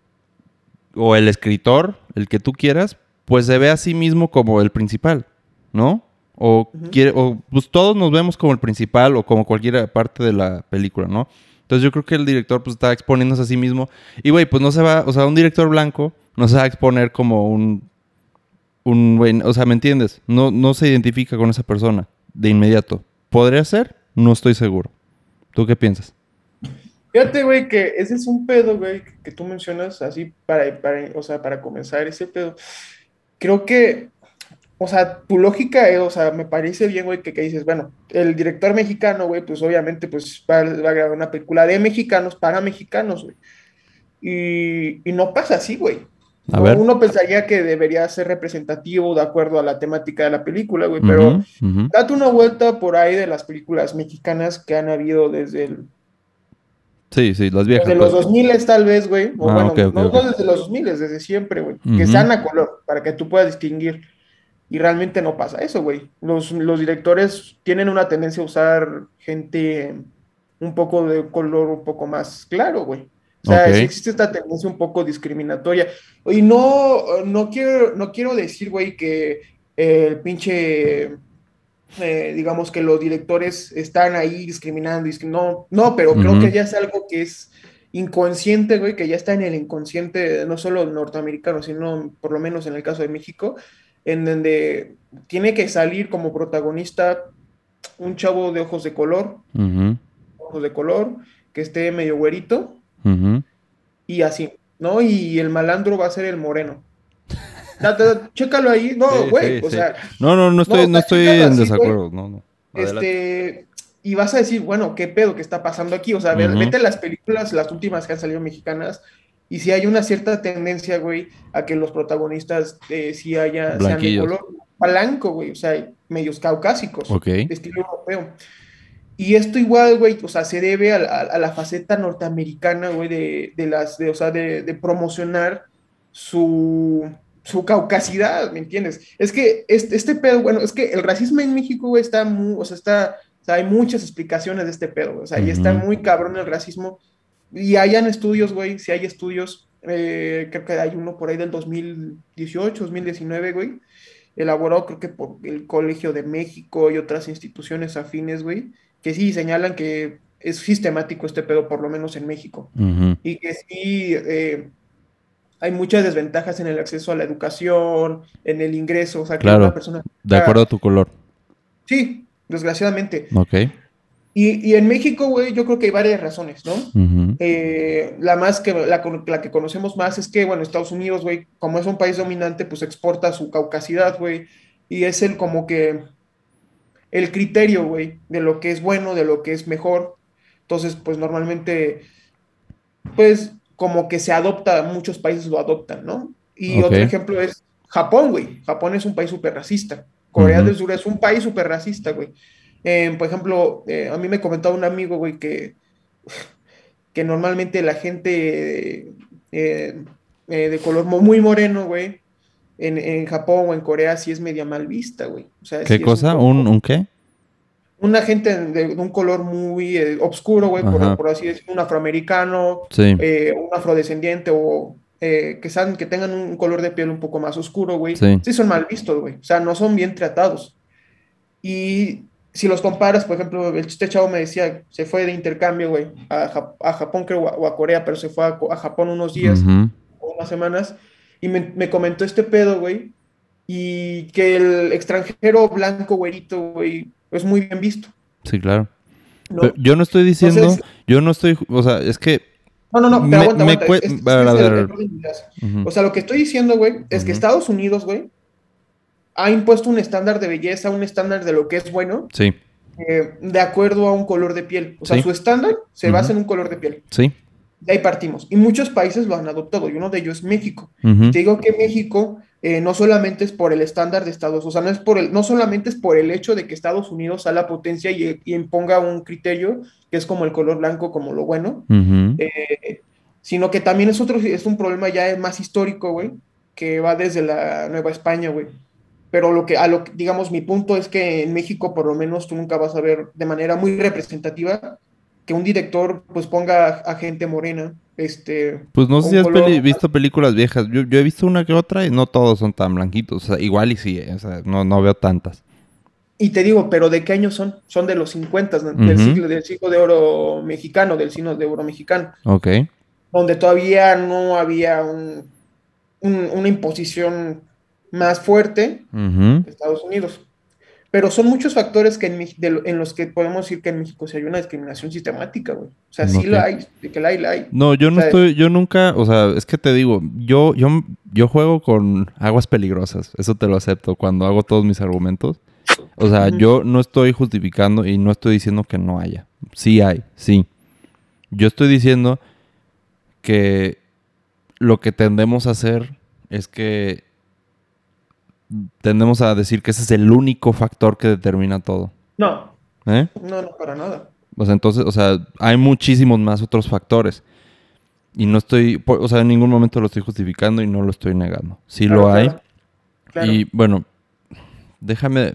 o el escritor, el que tú quieras, pues se ve a sí mismo como el principal, ¿no? O Ujú. quiere, o pues todos nos vemos como el principal o como cualquier parte de la película, ¿no? Entonces yo creo que el director pues está exponiéndose a sí mismo. Y güey, pues no se va, o sea, un director blanco no se va a exponer como un güey, o sea, ¿me entiendes? No, no se identifica con esa persona de inmediato. ¿Podría ser? No estoy seguro. ¿Tú qué piensas? Fíjate, güey, que ese es un pedo, güey, que tú mencionas así o sea, para comenzar ese pedo. Creo que, o sea, tu lógica, o sea, me parece bien, güey, que dices, bueno, el director mexicano, güey, pues obviamente, pues va a grabar una película de mexicanos para mexicanos, güey. Y no pasa así, güey. A No, ver. uno pensaría que debería ser representativo de acuerdo a la temática de la película, güey, pero Ujú, ujú. date una vuelta por ahí de las películas mexicanas que han habido Sí, sí, las viejas, desde los pues. 2000 tal vez, güey, o Ah, bueno, ok, ok, no, ok. no desde los 2000, desde siempre, güey, que Ujú, sean a color, para que tú puedas distinguir. Y realmente no pasa eso, güey. Los directores tienen una tendencia a usar gente un poco de color un poco más claro, güey. O ok. sea, sí existe esta tendencia un poco discriminatoria. Y no quiero decir, güey, que el pinche, digamos que los directores están ahí discriminando, no, no, pero creo que Ujú, ya es algo que es inconsciente, güey, que ya está en el inconsciente, no solo norteamericano, sino por lo menos en el caso de México, en donde tiene que salir como protagonista un chavo de ujú, ojos de color, que esté medio güerito ujú. y así, ¿no? Y el malandro va a ser el moreno. Chécalo ahí, no, Sí, güey, sí, o sí. sea, No, no, no no, estoy, o no sea, estoy chécalo en así, güey. desacuerdo. No, no. Adelante. Y vas a decir, bueno, ¿qué pedo que está pasando aquí? O sea, Ujú. vete a las películas, las últimas que han salido mexicanas, y si hay una cierta tendencia, güey, a que los protagonistas sean de Blanquillos. color blanco, güey, o sea, medios caucásicos, Ok. de estilo europeo. Y esto igual, güey, o sea, se debe a la faceta norteamericana, güey, o sea, de promocionar su caucasidad, ¿me entiendes? Es que este pedo, bueno, es que el racismo en México, güey, está muy, o sea, hay muchas explicaciones de este pedo, güey, o sea, y está Ujú. muy cabrón el racismo. Y hayan estudios, güey, si hay estudios, creo que hay uno por ahí del 2018, 2019, güey, elaborado creo que por el Colegio de México y otras instituciones afines, güey, que sí señalan que es sistemático este pedo, por lo menos en México, Ujú. y que sí hay muchas desventajas en el acceso a la educación, en el ingreso, o sea, que una Claro. persona... De acuerdo a tu color. Sí, desgraciadamente. Ok. Y en México, güey, yo creo que hay varias razones, ¿no? Ujú. La que conocemos más es que, bueno, Estados Unidos, güey, como es un país dominante, pues exporta su caucasidad, güey, y es el como que el criterio, güey, de lo que es bueno, de lo que es mejor. Entonces, pues normalmente, pues como que se adopta, muchos países lo adoptan, ¿no? Y Ok. otro ejemplo es Japón, güey. Japón es un país súper racista. Corea Ujú. del Sur es un país súper racista, güey. Por ejemplo, a mí me comentaba un amigo, güey, que normalmente la gente de color muy moreno, güey, en Japón o en Corea sí es media mal vista, güey. O sea, ¿Qué sí es un cosa? poco ¿Un qué? una gente de un color muy oscuro, güey, Ajá. por así decirlo, un afroamericano, Sí. un afrodescendiente o que tengan un color de piel un poco más oscuro, güey, Sí. sí son mal vistos, güey. O sea, no son bien tratados. Y si los comparas, por ejemplo, este chavo me decía, se fue de intercambio, güey, a Japón, creo, o a Corea, pero se fue a Japón unos días Ujú. o unas semanas, y me comentó este pedo, güey, y que el extranjero blanco, güerito, güey, es muy bien visto. Sí, claro. Pero ¿No? yo no estoy diciendo, Entonces, yo no estoy, o sea, es que no, pero aguanta, me aguanta. cue... Es A que ver, a es el ver. orden de ideas. Ujú, O sea, lo que estoy diciendo, güey, es que ujú. Estados Unidos, güey, ha impuesto un estándar de belleza, un estándar de lo que es bueno, Sí, de acuerdo a un color de piel. O sea, sí, su estándar se basa ujú, en un color de piel. sí, De ahí partimos. Y muchos países lo han adoptado, y uno de ellos es México. Y ujú, te digo que México no solamente es por el estándar de Estados, o sea, no solamente es por el hecho de que Estados Unidos sea la potencia y imponga un criterio que es como el color blanco, como lo bueno, ujú. sino que también es un problema ya más histórico, güey, que va desde la Nueva España, güey. Pero digamos, mi punto es que en México, por lo menos, tú nunca vas a ver de manera muy representativa que un director pues ponga a gente morena, Pues no sé si con has color. visto películas viejas. Yo he visto una que otra y no todos son tan blanquitos. O sea, igual y sí, o sea, no veo tantas. Y te digo, pero ¿de qué años son? Son de los 50, ¿no? Ujú. Del siglo de oro mexicano, del siglo de oro mexicano, Ok. donde todavía no había una imposición más fuerte Ujú. que Estados Unidos. Pero son muchos factores que en los que podemos decir que en México sí hay una discriminación sistemática, güey. O sea, sí Ok. la hay, de que la hay. No, yo O no sea, estoy, yo nunca, o sea, es que te digo, yo juego con aguas peligrosas, eso te lo acepto cuando hago todos mis argumentos. O sea, ujú, yo no estoy justificando y no estoy diciendo que no haya. Sí hay, sí. Yo estoy diciendo que lo que tendemos a hacer es que tendemos a decir que ese es el único factor que determina todo. no, ¿Eh? no, para nada. O sea, entonces, o sea, hay muchísimos más otros factores. Y no estoy, o sea, en ningún momento lo estoy justificando y no lo estoy negando. Sí Claro, lo hay. claro, Y claro. bueno, déjame,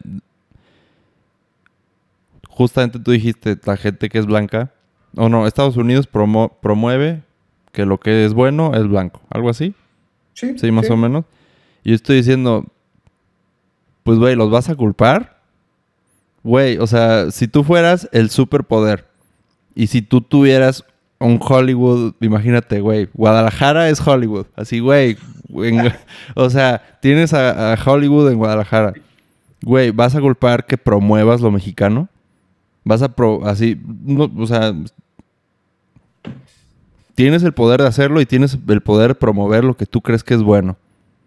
justamente tú dijiste, la gente que es blanca, o no, Estados Unidos promueve que lo que es bueno es blanco. Algo así, Sí, sí, más o sí. menos. Y yo estoy diciendo, pues güey, ¿los vas a culpar? Güey, o sea, si tú fueras el superpoder y si tú tuvieras un Hollywood, imagínate, güey, Guadalajara es Hollywood, así, güey, o sea, tienes a Hollywood en Guadalajara, güey, ¿vas a culpar que promuevas lo mexicano? Vas a así, no, o sea, tienes el poder de hacerlo y tienes el poder de promover lo que tú crees que es bueno.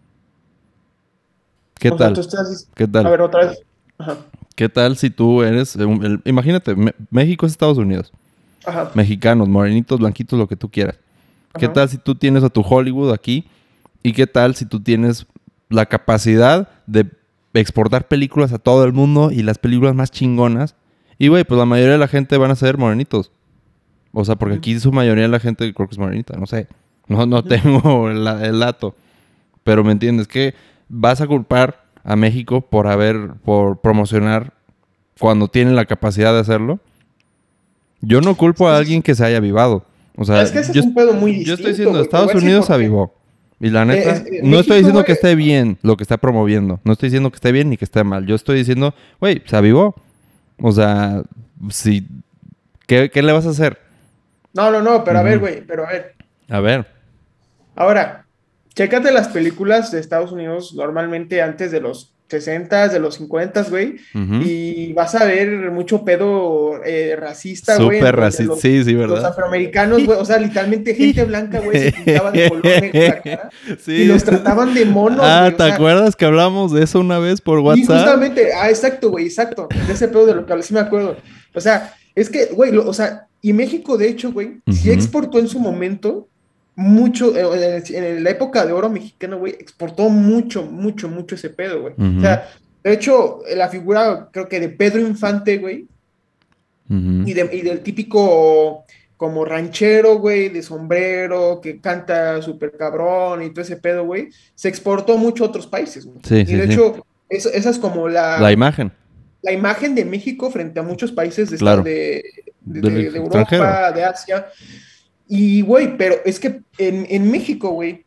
¿Qué O sea, tú tal? estás... ¿Qué A tal? ver, otra vez. Ajá, ¿Qué tal si tú eres, imagínate, México es Estados Unidos, ajá, mexicanos, morenitos, blanquitos, lo que tú quieras. ¿Qué ajá. tal si tú tienes a tu Hollywood aquí? ¿Y qué tal si tú tienes la capacidad de exportar películas a todo el mundo y las películas más chingonas? Y, güey, pues la mayoría de la gente van a ser morenitos. O sea, porque Ujú, aquí su mayoría de la gente creo que es morenita, no sé. No ujú. tengo el dato. Pero me entiendes que vas a culpar a México por promocionar cuando tiene la capacidad de hacerlo. Yo no culpo a alguien que se haya avivado. O sea, Es que ese es un pedo muy yo estoy distinto, diciendo, güey. Te voy Estados a decir Unidos se por qué. avivó. Y la neta, no estoy México, diciendo güey. que esté bien lo que está promoviendo. No estoy diciendo que esté bien ni que esté mal. Yo estoy diciendo, güey, se avivó. O sea, si, ¿qué le vas a hacer? No, pero a ver, Ujú. güey, pero a ver. A ver. Ahora, chécate las películas de Estados Unidos normalmente antes de los 60, de los 50, güey, Ujú. y vas a ver mucho pedo racista, güey, en Súper donde racista. Sí, sí, los ¿verdad? afroamericanos, güey, o sea, literalmente gente blanca, güey, se pintaba de color negro la cara y Sí. los trataban de monos, Ah, güey, o ¿te sea, acuerdas que hablamos de eso una vez por y WhatsApp? justamente, exacto, güey, exacto, de ese pedo de lo que hablé, sí me acuerdo. O sea, es que, güey, o sea, y México, de hecho, güey, sí Ujú. exportó en su momento mucho, en la época de oro mexicano, güey, exportó mucho ese pedo, güey. O Ujú. sea, de hecho, la figura, creo que de Pedro Infante, güey, Ujú. y del típico como ranchero, güey, de sombrero, que canta súper cabrón y todo ese pedo, güey, se exportó mucho a otros países, güey. Sí, Y sí, de sí. hecho, esa es como La imagen, la imagen de México frente a muchos países claro. Del de extranjero. Europa, de Asia. Y, güey, pero es que en México, güey,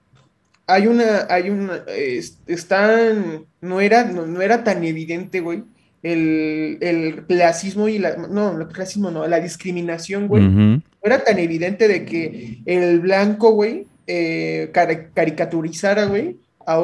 no era tan evidente, güey, el clasismo y no, el clasismo no, la discriminación, güey, no Ujú. era tan evidente de que el blanco, güey, caricaturizara, güey,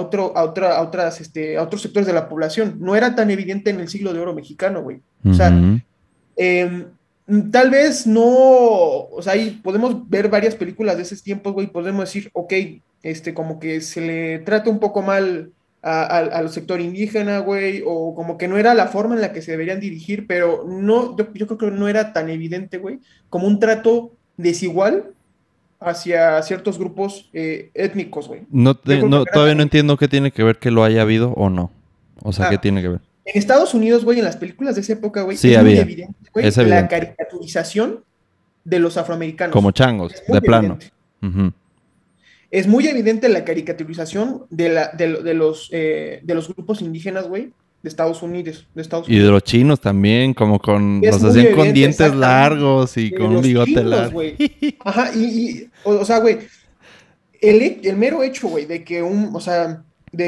a otros sectores de la población. No era tan evidente en el siglo de oro mexicano, güey. O sea, Ujú. eh, tal vez no, o sea, ahí podemos ver varias películas de esos tiempos, güey, podemos decir, ok, como que se le trata un poco mal al sector indígena, güey, o como que no era la forma en la que se deberían dirigir, pero no, yo creo que no era tan evidente, güey, como un trato desigual hacia ciertos grupos étnicos, güey. Yo creo que no era Todavía tan no evidente. entiendo qué tiene que ver que lo haya habido o no. O sea, ¿qué Ah, tiene que ver? en Estados Unidos, güey, en las películas de esa época, güey, Sí, es muy había. evidente, Es güey, la evidente. caricaturización de los Como afroamericanos. changos, Es muy de plano. evidente. Ujú. Es muy evidente la caricaturización de los grupos indígenas, güey, de Estados Unidos, de Estados Y de Unidos. los chinos también, como Y es los muy hacían con evidente, dientes exactamente. largos y con un Los bigote chinos, largo. güey. Ajá, o sea, güey, el mero hecho, güey, de que o sea,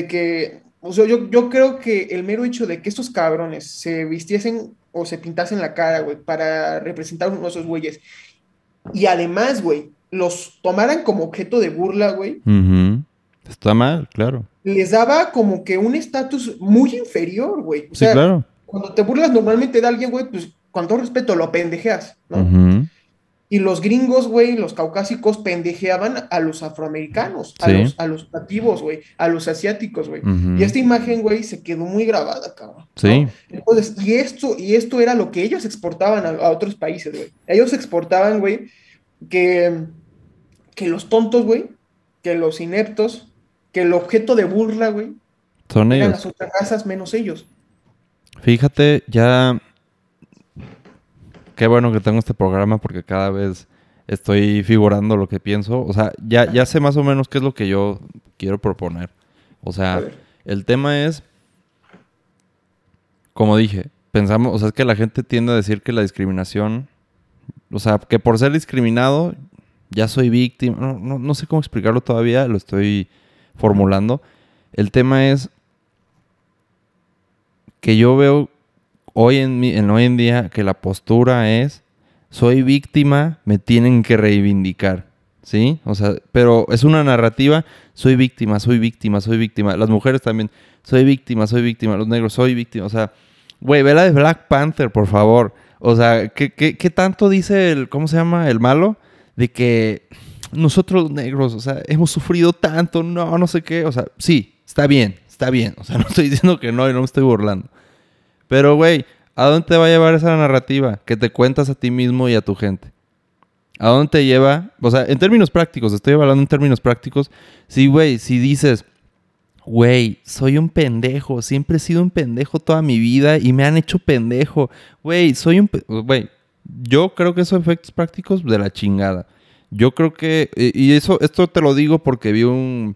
yo creo que el mero hecho de que estos cabrones se vistiesen o se pintasen la cara, güey, para representar uno de esos güeyes, y además, güey, los tomaran como objeto de burla, güey, Ujú. Está mal, claro. les daba como que un estatus muy inferior, güey. O Sí, sea, claro. cuando te burlas normalmente de alguien, güey, pues con todo respeto lo pendejeas, ¿no? Ujú. Y los gringos, güey, los caucásicos pendejeaban a los afroamericanos, Sí. a los nativos, güey, a los asiáticos, güey. Y Ujú. esta imagen, güey, se quedó muy grabada, cabrón, ¿no? Sí. Entonces, y esto era lo que ellos exportaban a otros países, güey. Ellos exportaban, güey, que, que los tontos, güey, que los ineptos, que el objeto de burla, güey, Son eran ellos. las otras razas menos ellos. Fíjate, ya qué bueno que tengo este programa porque cada vez estoy figurando lo que pienso. O sea, ya sé más o menos qué es lo que yo quiero proponer. O A sea, ver, el tema es, como dije, pensamos, o sea, es que la gente tiende a decir que la discriminación, o sea, que por ser discriminado ya soy víctima. No sé cómo explicarlo todavía, lo estoy formulando. El tema es que yo veo hoy en día que la postura es soy víctima, me tienen que reivindicar, ¿sí? O sea, pero es una narrativa, soy víctima, soy víctima, soy víctima. Las mujeres también, soy víctima, los negros, soy víctima. O sea, güey, ve la de Black Panther, por favor. O sea, ¿qué tanto dice cómo se llama, el malo? De que nosotros los negros, o sea, hemos sufrido tanto, no sé qué. O sea, sí, está bien, está bien. O sea, no estoy diciendo que no y no me estoy burlando. Pero, güey, ¿a dónde te va a llevar esa narrativa que te cuentas a ti mismo y a tu gente? ¿A dónde te lleva? O sea, en términos prácticos, estoy hablando en términos prácticos. Sí, güey, si dices, güey, soy un pendejo, siempre he sido un pendejo toda mi vida y me han hecho pendejo. Güey, Güey, yo creo que esos efectos prácticos de la chingada. Yo creo que, esto te lo digo porque vi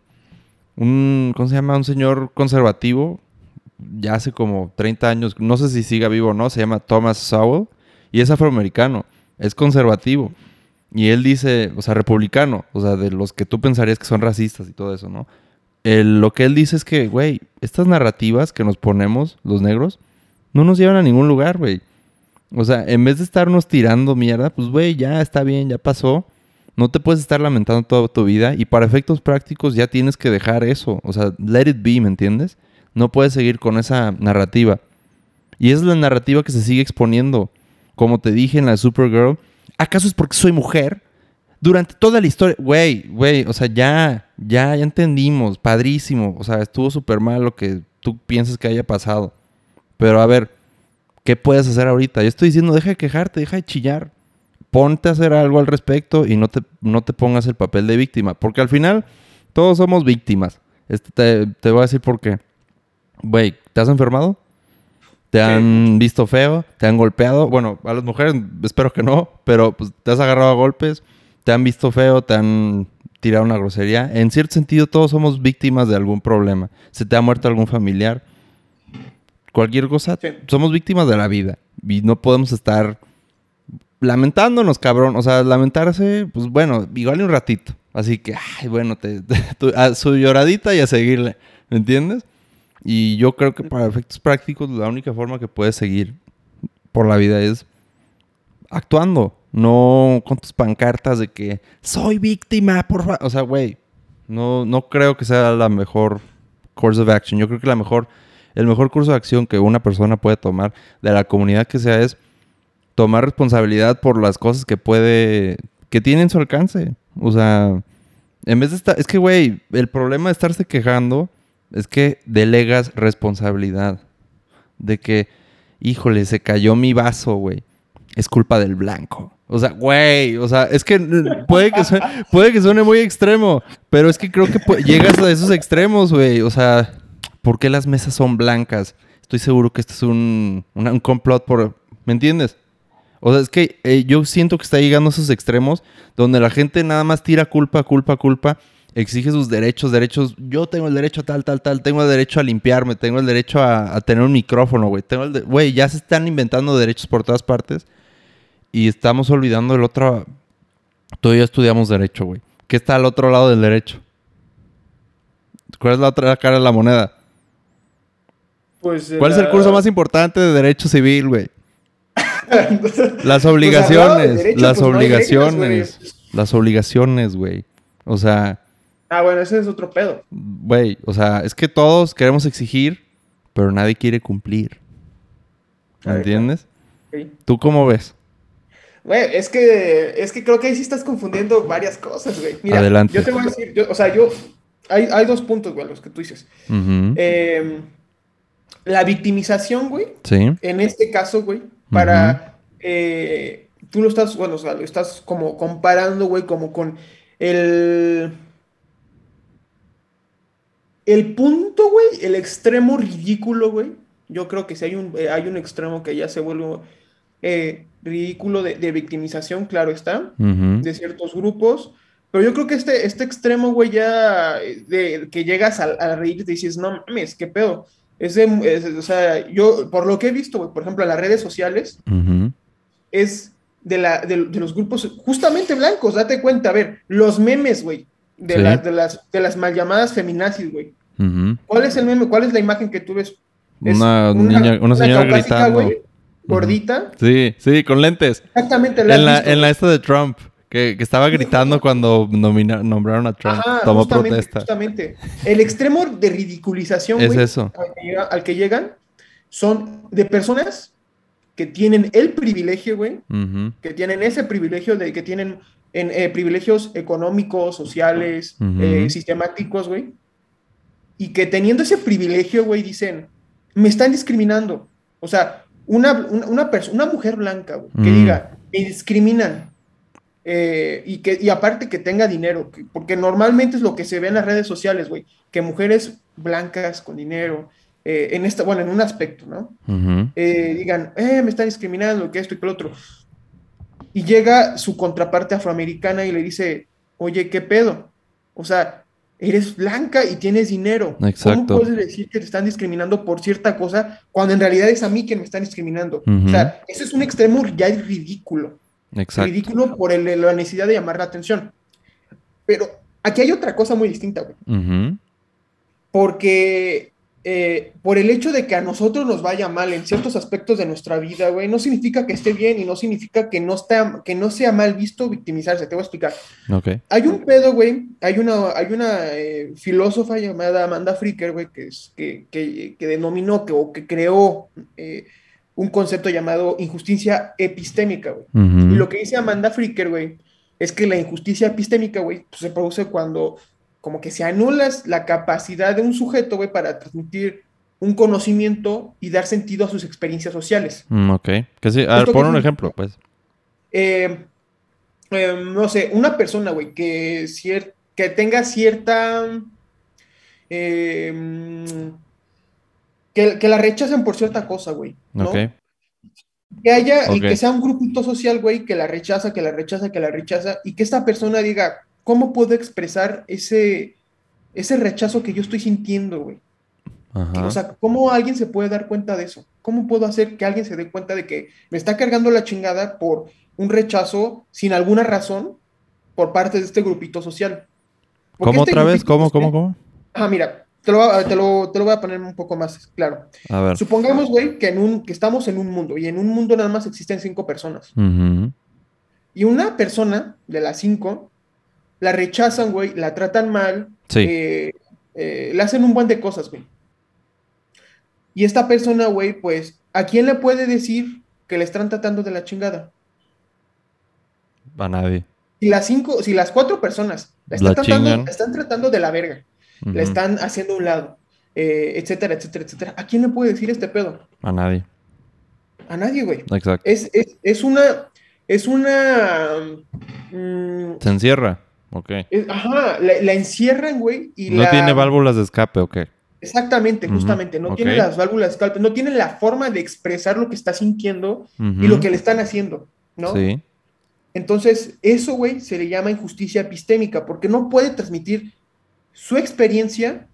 ¿cómo se llama? Un señor conservativo ya hace como 30 años, no sé si siga vivo o no, se llama Thomas Sowell y es afroamericano, es conservativo. Y él dice, o sea, republicano, o sea, de los que tú pensarías que son racistas y todo eso, ¿no? Lo que él dice es que, güey, estas narrativas que nos ponemos, los negros, no nos llevan a ningún lugar, güey. O sea, en vez de estarnos tirando mierda, pues, güey, ya está bien, ya pasó. No te puedes estar lamentando toda tu vida y para efectos prácticos ya tienes que dejar eso. O sea, let it be, ¿me entiendes? No puedes seguir con esa narrativa. Y es la narrativa que se sigue exponiendo. Como te dije en la de Supergirl, ¿acaso es porque soy mujer? Durante toda la historia, güey, o sea, ya entendimos, padrísimo. O sea, estuvo súper mal lo que tú piensas que haya pasado. Pero a ver, ¿qué puedes hacer ahorita? Yo estoy diciendo, deja de quejarte, deja de chillar. Ponte a hacer algo al respecto y no te pongas el papel de víctima. Porque al final, todos somos víctimas. Te voy a decir por qué. Güey, ¿te has enfermado? ¿Te sí, mucho. han visto feo? ¿Te han golpeado? Bueno, a las mujeres espero que no, pero pues te has agarrado a golpes, te han visto feo, te han tirado una grosería. En cierto sentido, todos somos víctimas de algún problema. Se te ha muerto algún familiar, cualquier cosa, Sí, somos víctimas de la vida. Y no podemos estar lamentándonos, cabrón. O sea, lamentarse, pues bueno, igual y un ratito. Así que, ay, bueno, a su lloradita y a seguirle. ¿Me entiendes? Y yo creo que para efectos prácticos la única forma que puedes seguir por la vida es actuando, no con tus pancartas de que soy víctima, por favor. O sea, güey, no creo que sea la mejor course of action. Yo creo que el mejor curso de acción que una persona puede tomar de la comunidad que sea es tomar responsabilidad por las cosas que tiene en su alcance. O sea, en vez de estar, es que, güey, el problema de estarse quejando es que delegas responsabilidad. De que, híjole, se cayó mi vaso, güey. Es culpa del blanco. O sea, güey, o sea, es que puede que suene muy extremo, pero es que creo que llegas a esos extremos, güey. O sea, ¿por qué las mesas son blancas? Estoy seguro que esto es un complot ¿me entiendes? O sea, es que yo siento que está llegando a esos extremos donde la gente nada más tira culpa, culpa, culpa exige sus derechos. Yo tengo el derecho a tal. Tengo el derecho a limpiarme. Tengo el derecho a tener un micrófono, güey. Güey, ya se están inventando derechos por todas partes. Y estamos olvidando el otro... Tú y yo estudiamos derecho, güey. ¿Qué está al otro lado del derecho? ¿Cuál es la otra cara de la moneda? Pues ¿Cuál es el curso más importante de derecho civil, güey? Las Pues al lado del obligaciones. derecho, Las pues no hay reglas, güey. obligaciones. Las obligaciones, güey. O sea... Bueno, ese es otro pedo. Güey, o sea, es que todos queremos exigir, pero nadie quiere cumplir. ¿Me A ver, claro. entiendes? Ok. ¿Tú cómo ves? Güey, es que creo que ahí sí estás confundiendo varias cosas, güey. Mira, yo Adelante. te voy a decir, hay dos puntos, güey, los que tú dices. Ujú. Eh, la victimización, güey, Sí. en este caso, güey, Ujú. tú lo estás, bueno, o sea, lo estás como comparando, güey, como con el, el punto, güey, el extremo ridículo, güey. Yo creo que si hay un extremo que ya se vuelve ridículo de victimización, claro está, Ujú. de ciertos grupos. Pero yo creo que este extremo, güey, ya de que llegas a reír y te dices, no mames, qué pedo. O sea, yo, por lo que he visto, güey, por ejemplo, en las redes sociales, Ujú. es de los grupos justamente blancos, date cuenta, a ver, los memes, güey, de Sí. las, de las, de las mal llamadas feminazis, güey. Ujú. ¿Cuál es el meme? ¿Cuál es la imagen que tú ves? Es Una una, niña, una una señora caucásica, gritando. güey, Ujú. gordita. Sí, sí, con lentes. Exactamente, la has En visto, la güey. esta de Trump, que estaba Sí, gritando cuando nombraron a Trump. ajá, Tomó justamente, protesta. justamente. El extremo de ridiculización, Es güey, eso. al que llegan, son de personas que tienen el privilegio, güey, Ujú. que tienen ese privilegio de que tienen privilegios económicos, sociales, Ujú. sistemáticos, güey, y que teniendo ese privilegio, güey, dicen, me están discriminando. O sea, una mujer blanca, güey, que Mm. diga, me discriminan, y aparte que tenga dinero, porque normalmente es lo que se ve en las redes sociales, güey, que mujeres blancas con dinero, bueno, en un aspecto, ¿no? Ujú. Digan, me están discriminando, que esto y que lo otro. Y llega su contraparte afroamericana y le dice, oye, ¿qué pedo? O sea, eres blanca y tienes dinero. ¿Cómo Exacto. puedes decir que te están discriminando por cierta cosa cuando en realidad es a mí quien me están discriminando? O Ujú. sea, eso es un extremo ya ridículo. Exacto. Ridículo por la necesidad de llamar la atención. Pero aquí hay otra cosa muy distinta, güey. Ujú. Porque por el hecho de que a nosotros nos vaya mal en ciertos aspectos de nuestra vida, güey, no significa que esté bien y no significa que no sea mal visto victimizarse. Te voy a explicar. Ok. Hay un pedo, güey. Hay una filósofa llamada Amanda Fricker, güey, que denominó o que creó un concepto llamado injusticia epistémica, güey. Y Ujú. lo que dice Amanda Fricker, güey, es que la injusticia epistémica, güey, pues, se produce cuando como que se anula la capacidad de un sujeto, güey, para transmitir un conocimiento y dar sentido a sus experiencias sociales. Ok. Que sí. A ver, ¿Esto qué pon un ejemplo, significa? pues. Eh, no sé, una persona, güey, que tenga cierta, eh, mm, que la rechacen por cierta cosa, güey, Ok. ¿no? Que haya y que Ok. sea un grupito social, güey, que la rechaza, que la rechaza, que la rechaza, y que esta persona diga, ¿cómo puedo expresar ese rechazo que yo estoy sintiendo, güey? O Ajá. sea, ¿cómo alguien se puede dar cuenta de eso? ¿Cómo puedo hacer que alguien se dé cuenta de que me está cargando la chingada por un rechazo sin alguna razón por parte de este grupito social? Porque ¿Cómo este otra vez? grupito social, ¿Cómo? mira, te lo voy a poner un poco más claro. A ver. Supongamos, güey, que estamos en un mundo y en un mundo nada más existen 5 personas. Ujú. Y una persona de las 5 la rechazan, güey, la tratan mal, Sí. le hacen un buen de cosas, güey. Y esta persona, güey, pues, ¿a quién le puede decir que le están tratando de la chingada? A nadie. Si las 4 personas La chingan. están tratando de la verga, la Ujú. están haciendo a un lado, etcétera, etcétera, etcétera, ¿a quién le puede decir este pedo? A nadie. A nadie, güey. Exacto. Es una, mm, Se encierra. Ok. ajá, la encierran, güey, y No tiene válvulas de escape, ok. exactamente, Ujú. justamente, no Ok. tiene las válvulas de escape, no tiene la forma de expresar lo que está sintiendo y lo Ujú. que le están haciendo, ¿no? Sí. Entonces, eso, güey, se le llama injusticia epistémica, porque no puede transmitir, su experiencia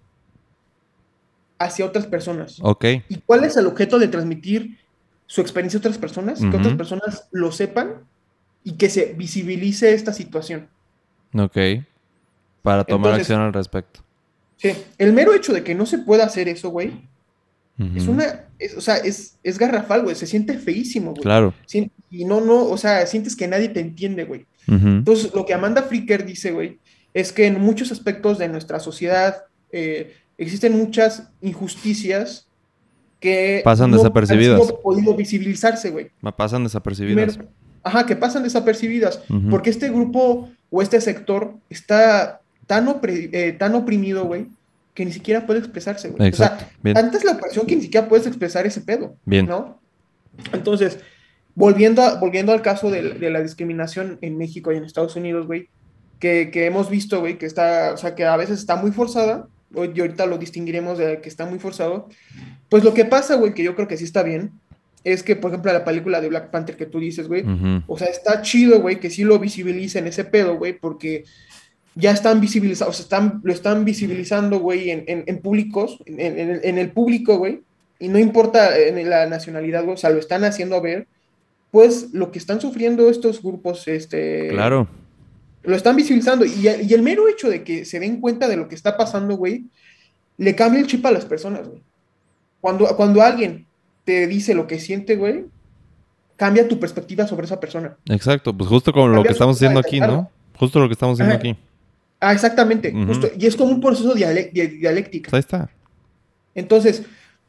hacia otras personas. Ok. ¿Y cuál es el objeto de transmitir su experiencia a otras personas? Que otras Ujú. personas lo sepan y que se visibilice esta situación. Ok. Para tomar Entonces, acción al respecto. sí, el mero hecho de que no se pueda hacer eso, güey, Ujú. o sea, es garrafal, güey, se siente feísimo, güey. Claro. Y no, o sea, sientes que nadie te entiende, güey. Ujú. Entonces, lo que Amanda Fricker dice, güey, es que en muchos aspectos de nuestra sociedad existen muchas injusticias que Pasan no han desapercibidas. sido podido visibilizarse, güey. Pasan Primero, desapercibidas. ajá, que pasan desapercibidas, Ujú. porque este grupo o este sector está tan oprimido, güey, que ni siquiera puede expresarse, güey. O Exacto. sea, Bien. tanta es la opresión que ni siquiera puedes expresar ese pedo, Bien. ¿no? Entonces, volviendo al caso de la discriminación en México y en Estados Unidos, güey, que hemos visto, güey, que está, o sea, que a veces está muy forzada, y ahorita lo distinguiremos de que está muy forzado, pues lo que pasa, güey, que yo creo que sí está bien, es que, por ejemplo, la película de Black Panther que tú dices, güey, Ujú. o sea, está chido, güey, que sí lo visibilicen ese pedo, güey, porque ya están visibilizados, o sea, lo están visibilizando, güey, en públicos, en el público, güey, y no importa en la nacionalidad, güey, o sea, lo están haciendo ver, pues lo que están sufriendo estos grupos, Claro. lo están visibilizando, y el mero hecho de que se den cuenta de lo que está pasando, güey, le cambia el chip a las personas, güey. Cuando alguien te dice lo que siente, güey, cambia tu perspectiva sobre esa persona. Exacto. Pues justo como lo que Cambia su estamos forma haciendo de aquí, tratarlo. ¿no? Justo lo que estamos haciendo Ajá. aquí. Ah, exactamente, justo. Ujú. Y es como un proceso de Pues dialéctica. ahí está. Entonces,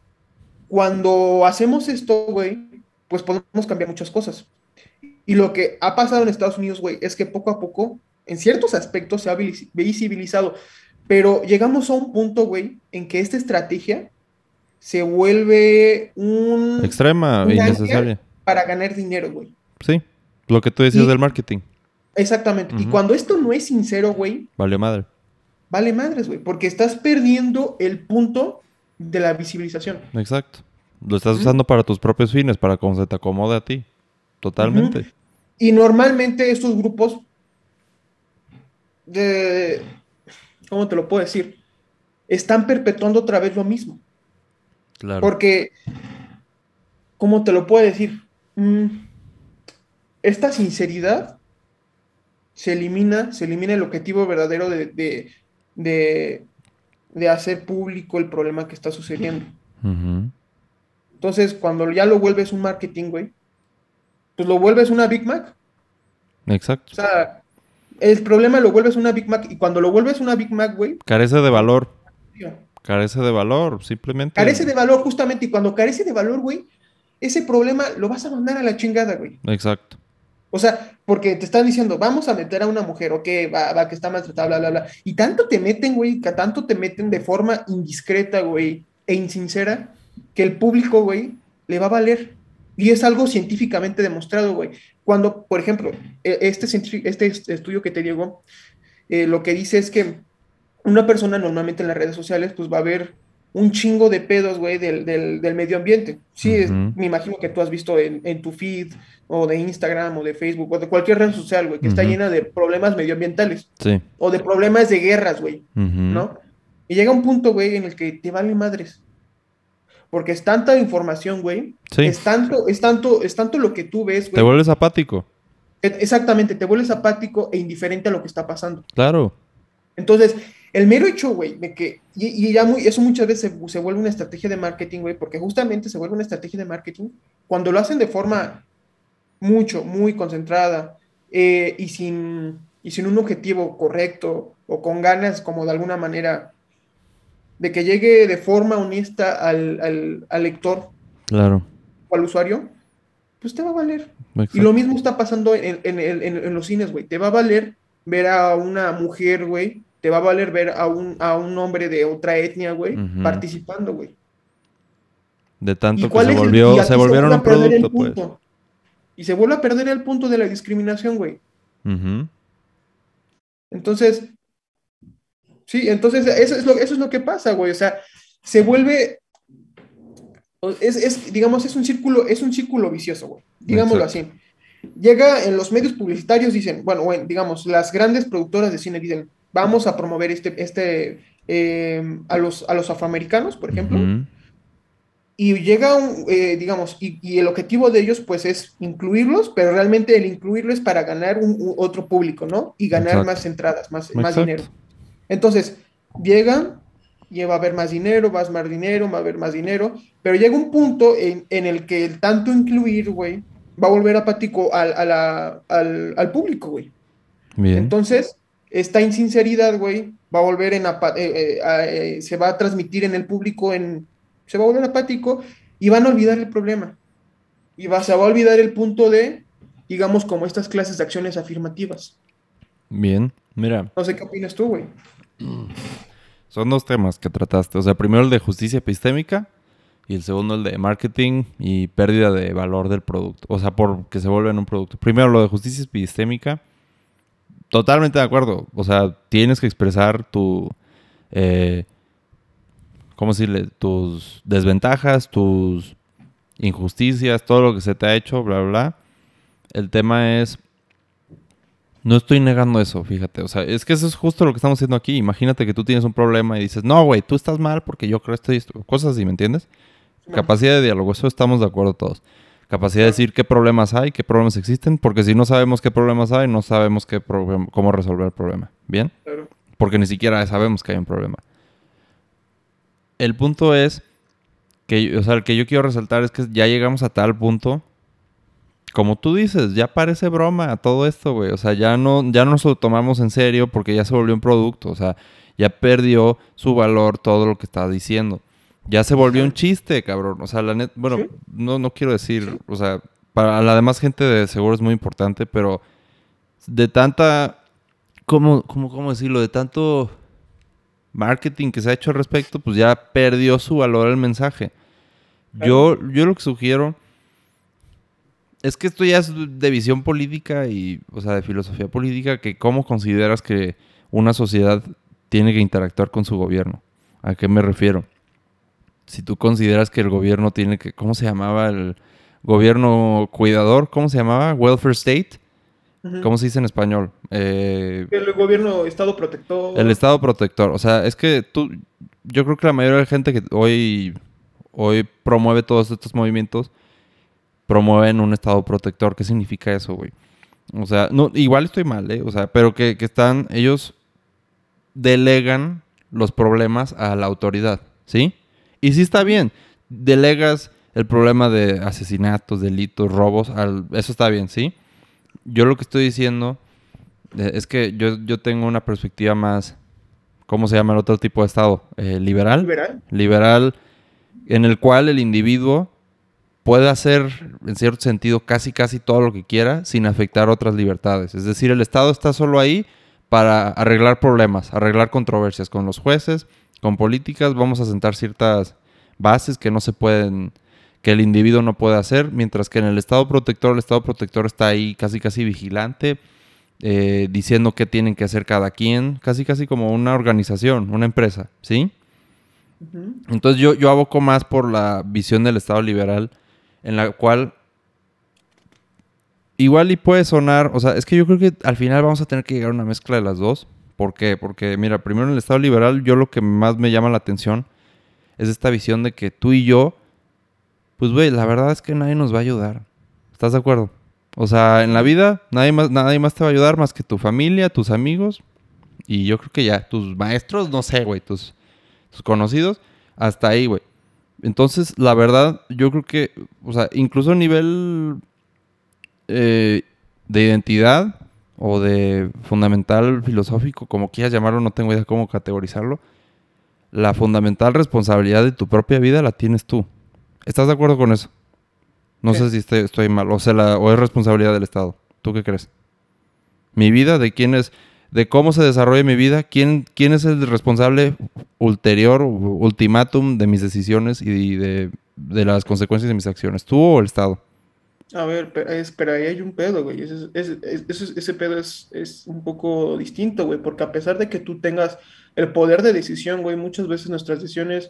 cuando hacemos esto, güey, pues podemos cambiar muchas cosas. Y lo que ha pasado en Estados Unidos, güey, es que poco a poco, en ciertos aspectos, se ha visibilizado. Pero llegamos a un punto, güey, en que esta estrategia se vuelve Extrema, un ancla innecesaria. para ganar dinero, güey. Sí. Lo que tú decías del Y marketing. exactamente. Y Ujú. cuando esto no es sincero, güey, Valió madre. vale madres, güey, porque estás perdiendo el punto de la visibilización. Exacto. Lo estás Ujú, usando para tus propios fines, para cómo se te acomode a ti. ujú. Totalmente. Y normalmente estos grupos de, ¿cómo te lo puedo decir? Están perpetuando otra vez lo mismo. Claro. Porque, ¿cómo te lo puedo decir? Mm, esta sinceridad se elimina el objetivo verdadero de, de hacer público el problema que está sucediendo. Ujú. Entonces, cuando ya lo vuelves un marketing, güey, pues lo vuelves una Big Mac. Exacto. O sea, el problema lo vuelves una Big Mac y cuando lo vuelves una Big Mac, güey, Carece de no, valor. tío, Carece de valor. Simplemente. carece de valor justamente y cuando carece de valor, güey, ese problema lo vas a mandar a la chingada, güey. Exacto. O sea, porque te están diciendo, vamos a meter a una mujer, ok, va, que está maltratada, bla, bla, bla. Y tanto te meten, güey, que tanto te meten de forma indiscreta, güey, e insincera, que el público, güey, le va a valer. Y es algo científicamente demostrado, güey. Cuando, por ejemplo, este estudio que te digo, lo que dice es que una persona normalmente en las redes sociales, pues va a ver un chingo de pedos, güey, del medio ambiente. Sí, Ujú. me imagino que tú has visto en tu feed o de Instagram o de Facebook o de cualquier red social, güey, que está Ujú. llena de problemas medioambientales Sí. o de problemas de guerras, güey, Ujú. ¿no? Y llega un punto, güey, en el que te vale madres, porque es tanta información, güey, Sí. es tanto lo que tú ves, Te güey, vuelves apático. exactamente, te vuelves apático e indiferente a lo que está pasando. Claro. Entonces, el mero hecho, güey, de que, y ya eso muchas veces se vuelve una estrategia de marketing, güey, porque justamente se vuelve una estrategia de marketing cuando lo hacen de forma muy concentrada y sin un objetivo correcto o con ganas como de alguna manera de que llegue de forma honesta al lector Claro. o al usuario, pues te va a valer. Y lo Exacto. mismo está pasando en los cines, güey. Te va a valer ver a una mujer, güey. Te va a valer ver a un hombre de otra etnia, güey, Ujú. participando, güey. De ¿Y tanto que cuál es y se aquí se volvieron vuelve un a perder producto, el pues. punto. Y se vuelve a perder el punto de la discriminación, güey. Ujú. Entonces, sí, entonces eso es lo que pasa, güey. O sea, se vuelve, digamos, es un círculo vicioso, güey. Digámoslo Exacto. así. Llega en los medios publicitarios, dicen, bueno, digamos, las grandes productoras de cine dicen, vamos a promover a los afroamericanos, por ejemplo, Ujú. y llega digamos, y el objetivo de ellos pues es incluirlos, pero realmente el incluirlo es para ganar otro público, ¿no? Y ganar Exacto. más entradas, más Exacto. dinero. Entonces, llegan, y va a haber más dinero, más dinero, va a haber más dinero, pero llega un punto en el que el tanto incluir, güey, va a volver apático al público, güey. Bien. Entonces, esta insinceridad, güey, va a volver se va a transmitir en el público, se va a volver apático y van a olvidar el problema. Se va a olvidar el punto de, digamos, como estas clases de acciones afirmativas. Bien. Mira, No sé qué opinas tú, güey. son dos temas que trataste. O sea, primero el de justicia epistémica y el segundo el de marketing y pérdida de valor del producto. O sea, porque se vuelve en un producto. Primero lo de justicia epistémica. Totalmente de acuerdo. O sea, tienes que expresar eh, ¿cómo decirle? Tus desventajas, tus injusticias, todo lo que se te ha hecho, bla, bla, bla. El tema es, no estoy negando eso, fíjate. O sea, es que eso es justo lo que estamos haciendo aquí. Imagínate que tú tienes un problema y dices, no, güey, tú estás mal porque yo creo esto y esto. Cosas así, ¿me entiendes? Simón, Capacidad de diálogo, eso estamos de acuerdo todos. Capacidad de claro, decir qué problemas hay, qué problemas existen, porque si no sabemos qué problemas hay, no sabemos cómo resolver el problema. ¿Bien? claro. Porque ni siquiera sabemos que hay un problema. El punto es que, o sea, el que yo quiero resaltar es que ya llegamos a tal punto, como tú dices, ya parece broma todo esto, güey. O sea, ya no nos lo tomamos en serio porque ya se volvió un producto. O sea, ya perdió su valor todo lo que está diciendo. Ya se volvió un Claro. chiste, cabrón. O sea, la net, bueno, Sí, no quiero decir, o sea, para la demás gente de seguro es muy importante, pero de tanta, cómo decirlo? De tanto marketing que se ha hecho al respecto, pues ya perdió su valor el mensaje. claro. Yo lo que sugiero es que esto ya es de visión política y, o sea, de filosofía política, que cómo consideras que una sociedad tiene que interactuar con su gobierno. ¿A qué me refiero? Si tú consideras que el gobierno tiene que, ¿cómo se llamaba el gobierno cuidador? ¿Cómo se llamaba? Welfare State. Ujú. ¿Cómo se dice en español? El gobierno, Estado El protector. Estado protector. O sea, es que yo creo que la mayoría de la gente que hoy promueve todos estos movimientos, promueven un Estado protector. ¿Qué significa eso, güey? O sea, no, igual estoy mal, ¿eh? O sea, pero que ellos delegan los problemas a la autoridad, ¿sí? Y sí está Ujú. bien, delegas el problema de asesinatos, delitos, robos, eso está bien, ¿sí? Yo lo que estoy diciendo es que yo tengo una perspectiva más, ¿cómo se llama el otro tipo de Estado? Liberal. Liberal. Liberal, en el cual el individuo puede hacer, en cierto sentido, casi todo lo que quiera sin afectar otras libertades. Es decir, el Estado está solo ahí para arreglar problemas, arreglar controversias con los jueces, con políticas. Vamos a sentar ciertas bases que no se pueden, que el individuo no puede hacer, mientras que en el Estado protector está ahí casi vigilante, diciendo qué tienen que hacer cada quien, casi como una organización, una empresa, ¿sí? Ujú. Entonces yo aboco más por la visión del Estado liberal, en la cual igual y puede sonar, o sea, es que yo creo que al final vamos a tener que llegar a una mezcla de las dos. ¿Por qué? Porque, mira, primero en el Estado liberal, yo lo que más me llama la atención es esta visión de que tú y yo, pues, güey, la verdad es que nadie nos va a ayudar. ¿Estás de acuerdo? O sea, en la Ujú. vida nadie más te va a ayudar más que tu familia, tus amigos y yo creo que ya, tus maestros, no sé, güey, tus conocidos, hasta ahí, güey. Entonces, la verdad, yo creo que, o sea, incluso a nivel eh, de identidad o de fundamental filosófico, como quieras llamarlo, no tengo idea cómo categorizarlo, la fundamental responsabilidad de tu propia vida la tienes tú. ¿Estás de acuerdo con eso? No sé Sí. si estoy mal, o sea, o es responsabilidad del Estado. ¿Tú qué crees? Mi vida, de quién es, de cómo se desarrolla mi vida, quién es el responsable ulterior, ultimátum de mis decisiones y de las consecuencias de mis acciones, tú o el Estado. A ver, pero ahí hay un pedo, güey. Ese pedo es un poco distinto, güey, porque a pesar de que tú tengas el poder de decisión, güey, muchas veces nuestras decisiones,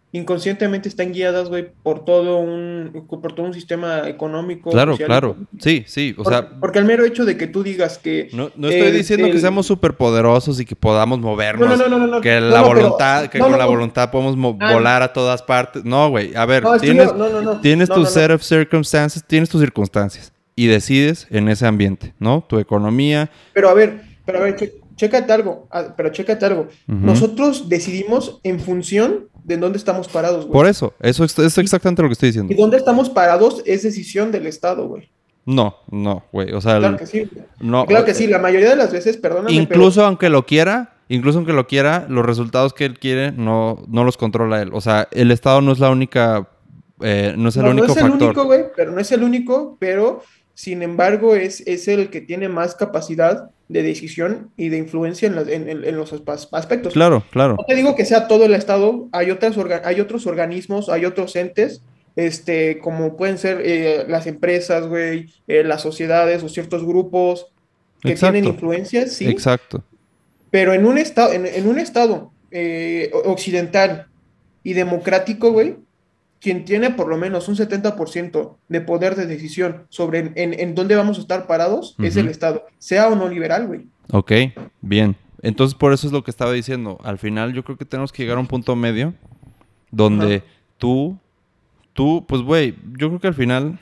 inconscientemente están guiadas, güey, por todo un sistema económico, Claro, social y claro. político. Sí, sí. O sea, Porque el mero hecho de que tú digas que no estoy diciendo que seamos súper poderosos y que podamos no, no, movernos, no, no, no, no, que no, la no, pero, voluntad, que no, con no, la no, voluntad podemos ah, volar a todas partes. No, güey. A ver, no, es que yo, no, no, no, tienes no, tu no, set no. of circumstances, tienes tus circunstancias y decides en ese ambiente, ¿no? Tu economía. Pero a ver, chécate algo, pero chécate algo. Ujú. Nosotros decidimos en función de dónde estamos parados, Por güey. eso, eso es Y, exactamente lo que estoy diciendo. y dónde estamos parados es decisión del Estado, güey. No, no, güey. O sea, Claro que sí. no. Claro que sí, la mayoría de las veces, perdóname, pero Incluso aunque lo quiera, los resultados que él quiere no los controla él. O sea, el Estado no es la única, no es el no, no único es el factor. único, güey, pero no es el único, pero sin embargo es el que tiene más capacidad de decisión y de influencia en los aspectos. Claro, claro. No te digo que sea todo el Estado, hay otros organismos, hay otros entes, como pueden ser las empresas, güey, las sociedades o ciertos grupos que tienen Exacto, influencia, sí, exacto. pero en un estado occidental y democrático, güey, quien tiene por lo menos un 70% de poder de decisión sobre en dónde vamos a estar parados es el Ujú. Estado, sea o no liberal, güey. Ok, bien. Entonces, por eso es lo que estaba diciendo. Al final, yo creo que tenemos que llegar a un punto medio donde Ajá. tú, pues, güey, yo creo que al final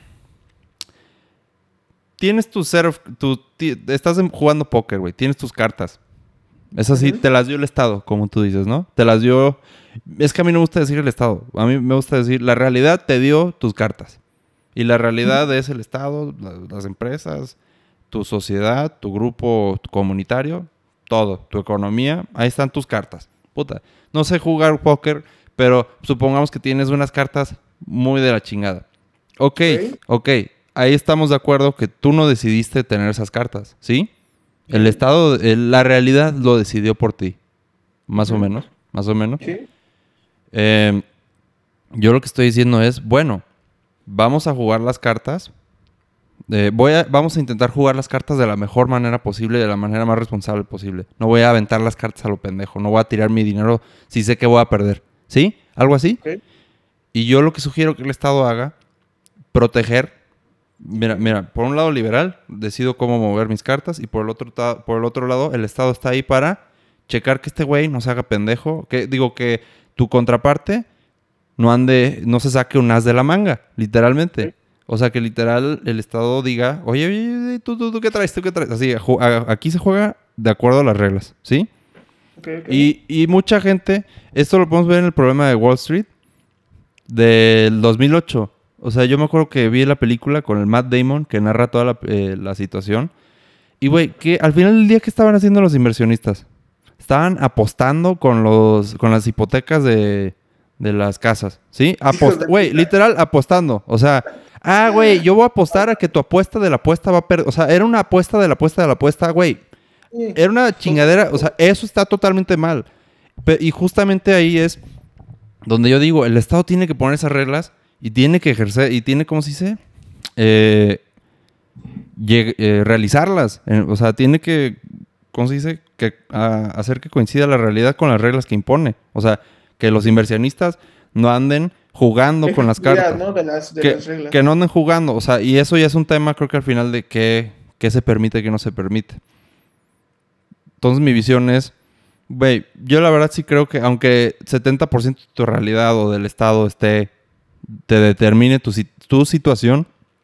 tienes tu set of, estás jugando póker, güey. Tienes tus cartas. Es así, Ujú. te las dio el Estado, como tú dices, ¿no? Te las dio. Es que a mí no me gusta decir el Estado. A mí me gusta decir, la realidad te dio tus cartas. Y la realidad es el Estado, las empresas, tu sociedad, tu grupo comunitario, todo, tu economía. Ahí están tus cartas. Puta, no sé jugar póker, pero supongamos que tienes unas cartas muy de la chingada. Ok, Ok, ok. Ahí estamos de acuerdo que tú no decidiste tener esas cartas, ¿sí? El sí. Estado, la realidad lo decidió por ti. Más o Ujú. menos, más o menos. Sí. Eh, yo lo que estoy diciendo es, bueno, vamos a jugar las cartas. Vamos a intentar jugar las cartas de la mejor manera posible, de la manera más responsable posible. No voy a aventar las cartas a lo pendejo. No voy a tirar mi dinero si sé que voy a perder. ¿Sí? ¿Algo así? Ok. Y yo lo que sugiero que el Estado haga, proteger. Mira, por un lado liberal, decido cómo mover mis cartas y por el otro lado el Estado está ahí para checar que este güey no se haga pendejo, que digo que tu contraparte no se saque un as de la manga, literalmente. Ok, O sea, que literal el Estado diga, oye, oye, ¿tú qué traes? ¿Tú qué traes? Así, aquí se juega de acuerdo a las reglas, ¿sí? ok, ok. Y mucha gente, esto lo podemos ver en el problema de Wall Street, del 2008. O sea, yo me acuerdo que vi la película con el Matt Damon que narra toda la situación. Y, güey, que al final del día, ¿qué estaban haciendo los inversionistas? Estaban apostando con las hipotecas de las casas, ¿sí? Hijos de Güey, puta. literal apostando. O sea, güey, yo voy a apostar a que tu apuesta de la apuesta va a perder. O sea, era una apuesta de la apuesta de la apuesta, güey. Sí. Era una chingadera. O sea, eso está totalmente mal. Y justamente ahí es donde yo digo, el Estado tiene que poner esas reglas y tiene que ejercer, y tiene, ¿cómo se dice? Eh, realizarlas. O sea, tiene que, ¿cómo se dice? Que hacer que coincida la realidad con las reglas que impone. O sea, que los inversionistas no anden jugando con las Efectividad, cartas. ¿no? De las reglas. Que no anden jugando. O sea, y eso ya es un tema, creo que al final de qué se permite y qué no se permite. Entonces mi visión es, güey, yo la verdad sí creo que aunque 70% de tu realidad o del estado te determine tu situación,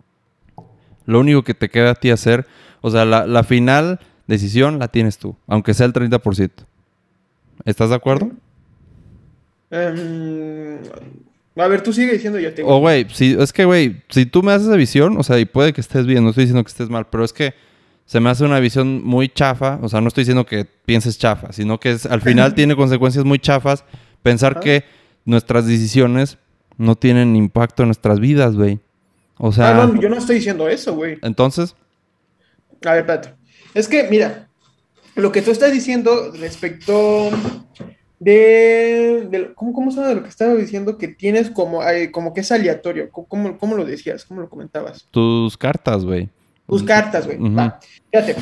lo único que te queda a ti hacer, o sea, la final decisión la tienes tú, aunque sea el 30%. ¿Estás de acuerdo? Ujú. Em, a ver, tú sigue diciendo, ya te digo O, si. güey, es que, güey, si tú me haces esa visión, o sea, y puede que estés bien, no estoy diciendo que estés mal, pero es que se me hace una visión muy chafa, o sea, no estoy diciendo que pienses chafa, sino que al final tiene consecuencias muy chafas pensar Ajá. que nuestras decisiones no tienen impacto en nuestras vidas, güey. O Ah, sea, no, yo no estoy diciendo eso, güey. entonces, A ver, espérate. Es que, mira, lo que tú estás diciendo respecto ¿cómo se llama de lo que estaba diciendo? Que tienes como que es aleatorio. ¿Cómo lo decías? ¿Cómo lo comentabas? tus cartas, güey. Tus cartas, güey. Ujú, Va. Fíjate,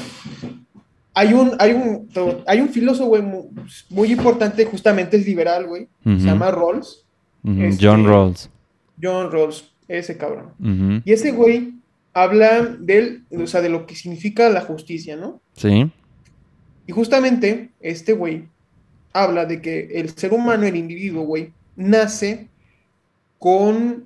hay un filósofo, güey, muy importante, justamente es liberal, güey. Se ujú. llama Rawls. Ujú. John este, Rawls. John Rawls, ese cabrón. Ujú. Y ese güey habla o sea, de lo que significa la justicia, ¿no? Sí. Y justamente este güey habla de que el ser humano, el individuo, güey, nace con,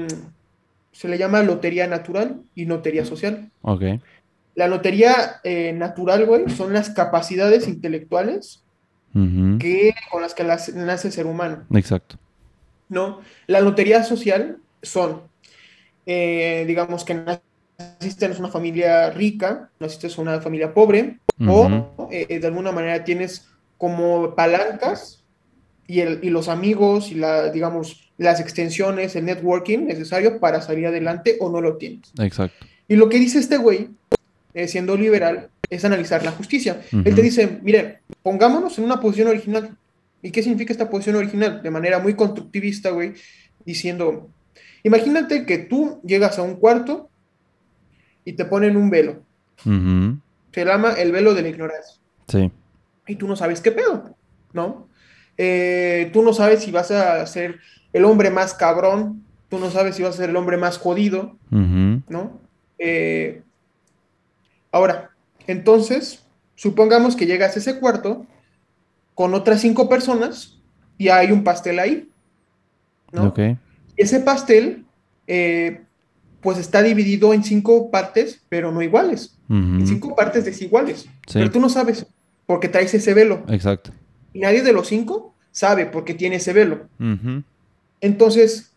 se le llama lotería natural y lotería social. Ok. La lotería natural, güey, son las capacidades intelectuales Ujú. con las que nace el ser humano, Exacto. ¿no? La lotería social son, digamos que naciste en una familia rica, naciste en una familia pobre, Ujú. o de alguna manera tienes como palancas y los amigos y digamos, las extensiones, el networking necesario para salir adelante o no lo tienes. Exacto. Y lo que dice este güey, siendo liberal, es analizar la justicia. Él te Ujú. dice, miren, pongámonos en una posición original. ¿Y qué significa esta posición original? De manera muy constructivista, güey, diciendo, imagínate que tú llegas a un cuarto y te ponen un velo. Ujú. Se llama el velo de la ignorancia. Sí. Y tú no sabes qué pedo, ¿no? Tú no sabes si vas a ser el hombre más cabrón, tú no sabes si vas a ser el hombre más jodido, Ujú. ¿no? Eh, Ahora, entonces, supongamos que llegas a ese cuarto con otras 5 personas y hay un pastel ahí, Ok. ¿no? Y ese pastel, eh, pues está dividido en 5 partes, pero no iguales, en Ujú. 5 partes desiguales, pero Sí. tú no sabes porque traes ese velo Exacto. y nadie de los 5 sabe porque tiene ese velo. Ujú. Entonces,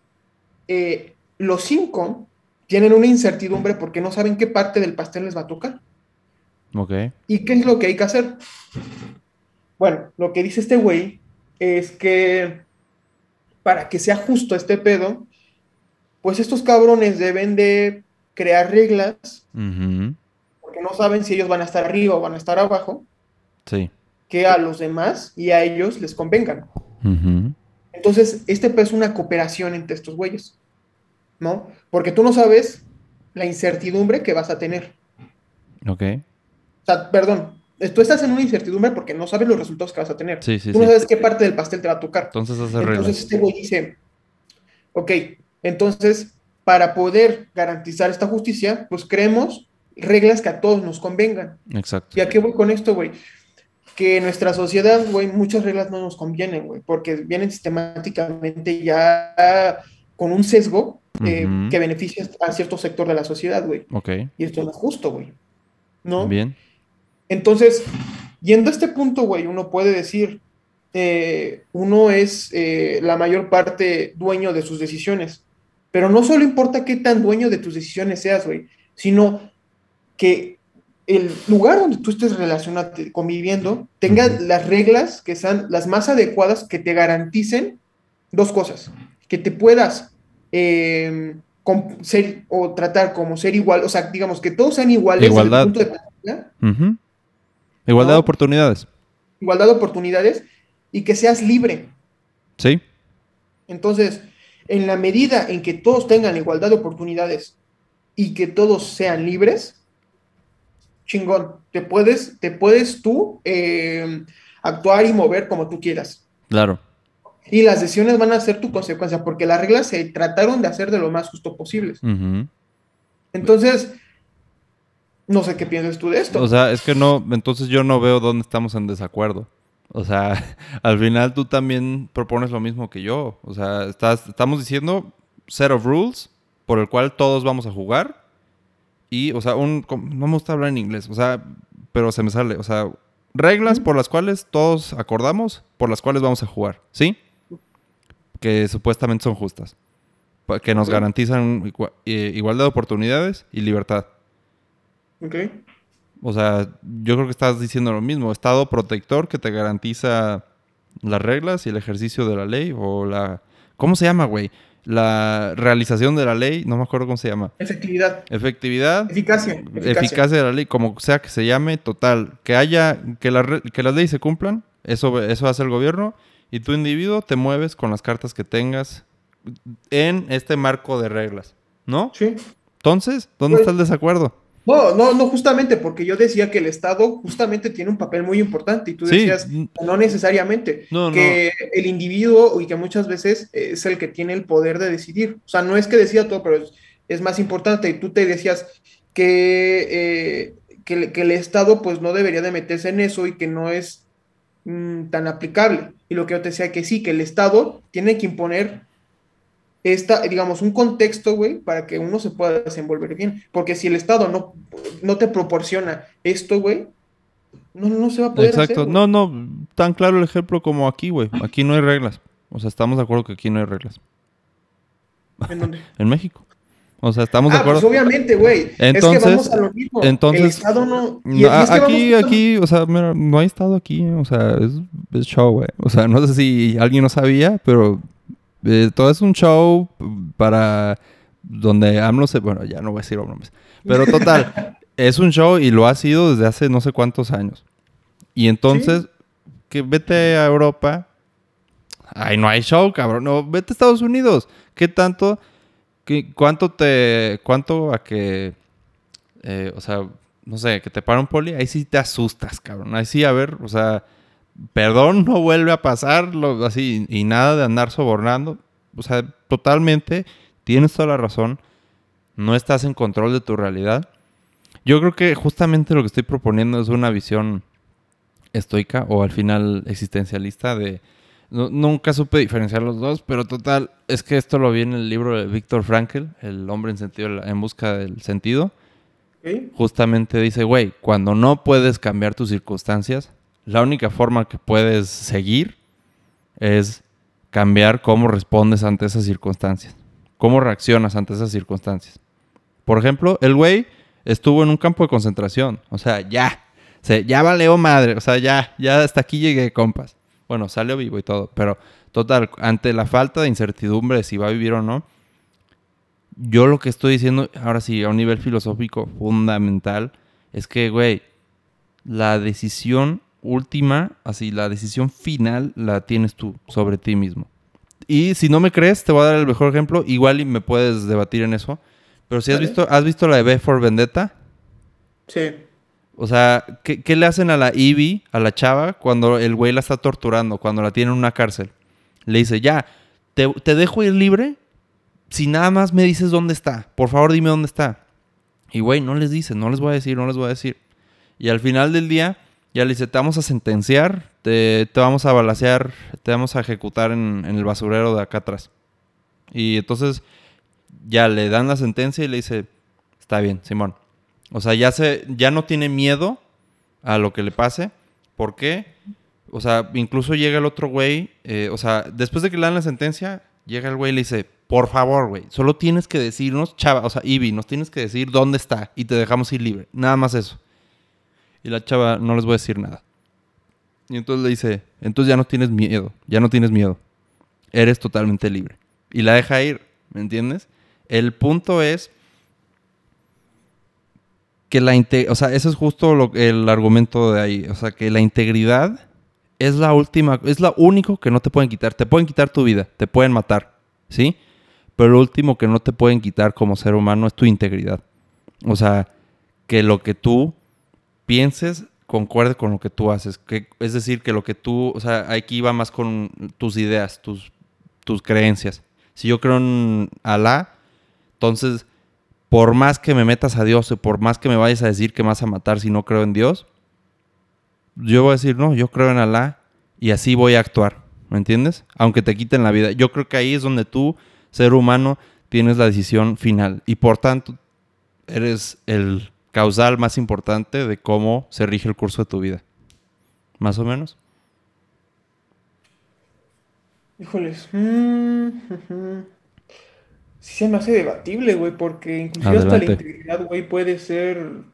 los 5 tienen una incertidumbre porque no saben qué parte del pastel les va a tocar. Ok. ¿Y qué es lo que hay que hacer? Bueno, lo que dice este güey es que para que sea justo este pedo, pues estos cabrones deben de crear reglas, Ujú. porque no saben si ellos van a estar arriba o van a estar abajo, Sí. que a los demás y a ellos les convengan. Ujú. Entonces, este pedo es una cooperación entre estos güeyes, ¿no? Porque tú no sabes la incertidumbre que vas a tener. Ok. O sea, perdón, tú estás en una incertidumbre porque no sabes los resultados que vas a tener. Sí, sí, Tú no sí. sabes qué parte del pastel te va a tocar. Entonces hace Entonces, reglas. este güey dice, ok, entonces, para poder garantizar esta justicia, pues creemos reglas que a todos nos convengan. Exacto. ¿Y a qué voy con esto, güey? Que en nuestra sociedad, güey, muchas reglas no nos convienen, güey, porque vienen sistemáticamente ya con un sesgo Ujú. que beneficia a cierto sector de la sociedad, güey. Ok. Y esto no es justo, güey, ¿no? Bien. Entonces, yendo a este punto, güey, uno puede decir, uno es la mayor parte dueño de sus decisiones, pero no solo importa qué tan dueño de tus decisiones seas, güey, sino que el lugar donde tú estés relacionado, conviviendo, tenga Ujú. las reglas que sean las más adecuadas que te garanticen 2 cosas, que te puedas ser o tratar como ser igual, o sea, digamos que todos sean iguales desde tu Igualdad. punto de vista, Ujú. Igualdad de ¿no? oportunidades. Igualdad de oportunidades y que seas libre. Sí. Entonces, en la medida en que todos tengan igualdad de oportunidades y que todos sean libres, chingón, te puedes tú actuar y mover como tú quieras. Claro. Y las decisiones van a ser tu consecuencia, porque las reglas se trataron de hacer de lo más justo posible. Ujú. Entonces, no sé qué piensas tú de O esto. sea, es que no, entonces yo no veo dónde estamos en desacuerdo. O sea, al final tú también propones lo mismo que yo. O sea, estamos diciendo set of rules por el cual todos vamos a jugar. Y, o sea, no me gusta hablar en inglés, o sea, pero se me sale. O sea, reglas ¿Mm? por las cuales todos acordamos, por las cuales vamos a jugar, ¿sí? Que supuestamente son justas. Que nos Ok, garantizan igualdad de oportunidades y libertad. ok, O sea, yo creo que estás diciendo lo mismo. Estado protector que te garantiza las reglas y el ejercicio de la ley o la... ¿Cómo se llama, güey? La realización de la ley, no me acuerdo cómo se llama. efectividad, Efectividad, eficacia, eficacia. eficacia de la ley, como sea que se llame, total. Que las leyes se cumplan, eso hace el gobierno. Y tu individuo te mueves con las cartas que tengas en este marco de reglas, ¿no? Sí, Entonces, ¿dónde está pues, el desacuerdo? No, justamente, porque yo decía que el Estado justamente tiene un papel muy importante y tú Sí, decías que no necesariamente, no, no, que el individuo y que muchas veces es el que tiene el poder de decidir. O sea, no es que decida todo, pero es más importante. Y tú te decías que el Estado pues no debería de meterse en eso y que no es tan aplicable. Y lo que yo te decía que sí, que el Estado tiene que imponer digamos, un contexto, güey, para que uno se pueda desenvolver bien. Porque si el Estado no te proporciona esto, güey, no se va a poder hacer, exacto. güey. No, no, tan claro el ejemplo como aquí, güey. Aquí no hay reglas. O sea, estamos de acuerdo que aquí no hay reglas. ¿En dónde? En México. O sea, estamos de Pues acuerdo. obviamente, güey. Es que Entonces, vamos a lo mismo. El entonces, Estado no. Y es que vamos justamente. aquí, o sea, mira, no hay estado aquí, o sea, es show, güey. O sea, no sé si alguien no sabía, pero todo es un show para donde AMLO se... Bueno, ya no voy a decir nombres. Pero total, es un show y lo ha sido desde hace no sé cuántos años. Y Sí, entonces, que vete a Europa. Ay, no hay show, cabrón. No, vete a Estados Unidos. ¿Qué tanto? ¿Cuánto a que o sea, no sé, que te para un poli, ahí sí te asustas, cabrón. Ahí sí, a ver, o sea, perdón, no vuelve a pasar, así, y nada de andar sobornando. O sea, totalmente, tienes toda la razón. No estás en control de tu realidad. Yo creo que justamente lo que estoy proponiendo es una visión estoica o al final existencialista de... nunca supe diferenciar los dos, pero total, es que esto lo vi en el libro de Viktor Frankl, El hombre en busca del sentido. ok. Justamente dice, güey, cuando no puedes cambiar tus circunstancias, la única forma que puedes seguir es cambiar cómo respondes ante esas circunstancias, cómo reaccionas ante esas circunstancias. Por ejemplo, el güey estuvo en un campo de concentración, o sea, ya valió madre, o sea, ya hasta aquí llegué, compas. Bueno, salió vivo y todo, pero total, ante la falta de incertidumbre de si va a vivir o no, yo lo que estoy diciendo, ahora sí, a un nivel filosófico fundamental, es que, güey, la decisión última, así, la decisión final la tienes tú sobre ti mismo. Y si no me crees, te voy a dar el mejor ejemplo, igual y me puedes debatir en eso. Pero si Dale. has visto la de V for Vendetta, Sí. o sea, ¿qué le hacen a la Ivy, a la chava, cuando el güey la está torturando, cuando la tiene en una cárcel? Le dice, ya, te dejo ir libre si nada más me dices dónde está. Por favor, dime dónde está. Y güey, no les dice, no les voy a decir, no les voy a decir. Y al final del día, ya le dice, te vamos a sentenciar, te vamos a balacear, te vamos a ejecutar en el basurero de acá atrás. Y entonces ya le dan la sentencia y le dice, está bien, Simón. O sea, ya no tiene miedo a lo que le pase. ¿Por qué? O sea, incluso llega el otro güey, o sea, después de que le dan la sentencia, llega el güey y le dice, por favor, güey, solo tienes que decirnos, chava, o sea, Ivy, nos tienes que decir dónde está y te dejamos ir libre. Nada más eso. Y la chava, no les voy a decir nada. Y entonces le dice, entonces ya no tienes miedo, ya no tienes miedo. Eres totalmente libre. Y la deja ir, ¿me entiendes? El punto es que o sea, eso es justo el argumento de ahí. O sea, que la integridad es la última, es lo único que no te pueden quitar. Te pueden quitar tu vida, te pueden matar, ¿sí? Pero lo último que no te pueden quitar como ser humano es tu integridad. O sea, que lo que tú pienses concuerde con lo que tú haces. Es decir, que lo que tú, o sea, aquí va más con tus ideas, tus creencias. Si yo creo en Alá, entonces, por más que me metas a Dios o por más que me vayas a decir que me vas a matar si no creo en Dios, yo voy a decir, no, yo creo en Alá y así voy a actuar, ¿me entiendes? Aunque te quiten la vida. Yo creo que ahí es donde tú, ser humano, tienes la decisión final y por tanto eres el causal más importante de cómo se rige el curso de tu vida. Más o menos. Híjoles. Ujú. Sí se me hace debatible, güey, porque inclusive hasta la Adelante. integridad, güey, puede ser.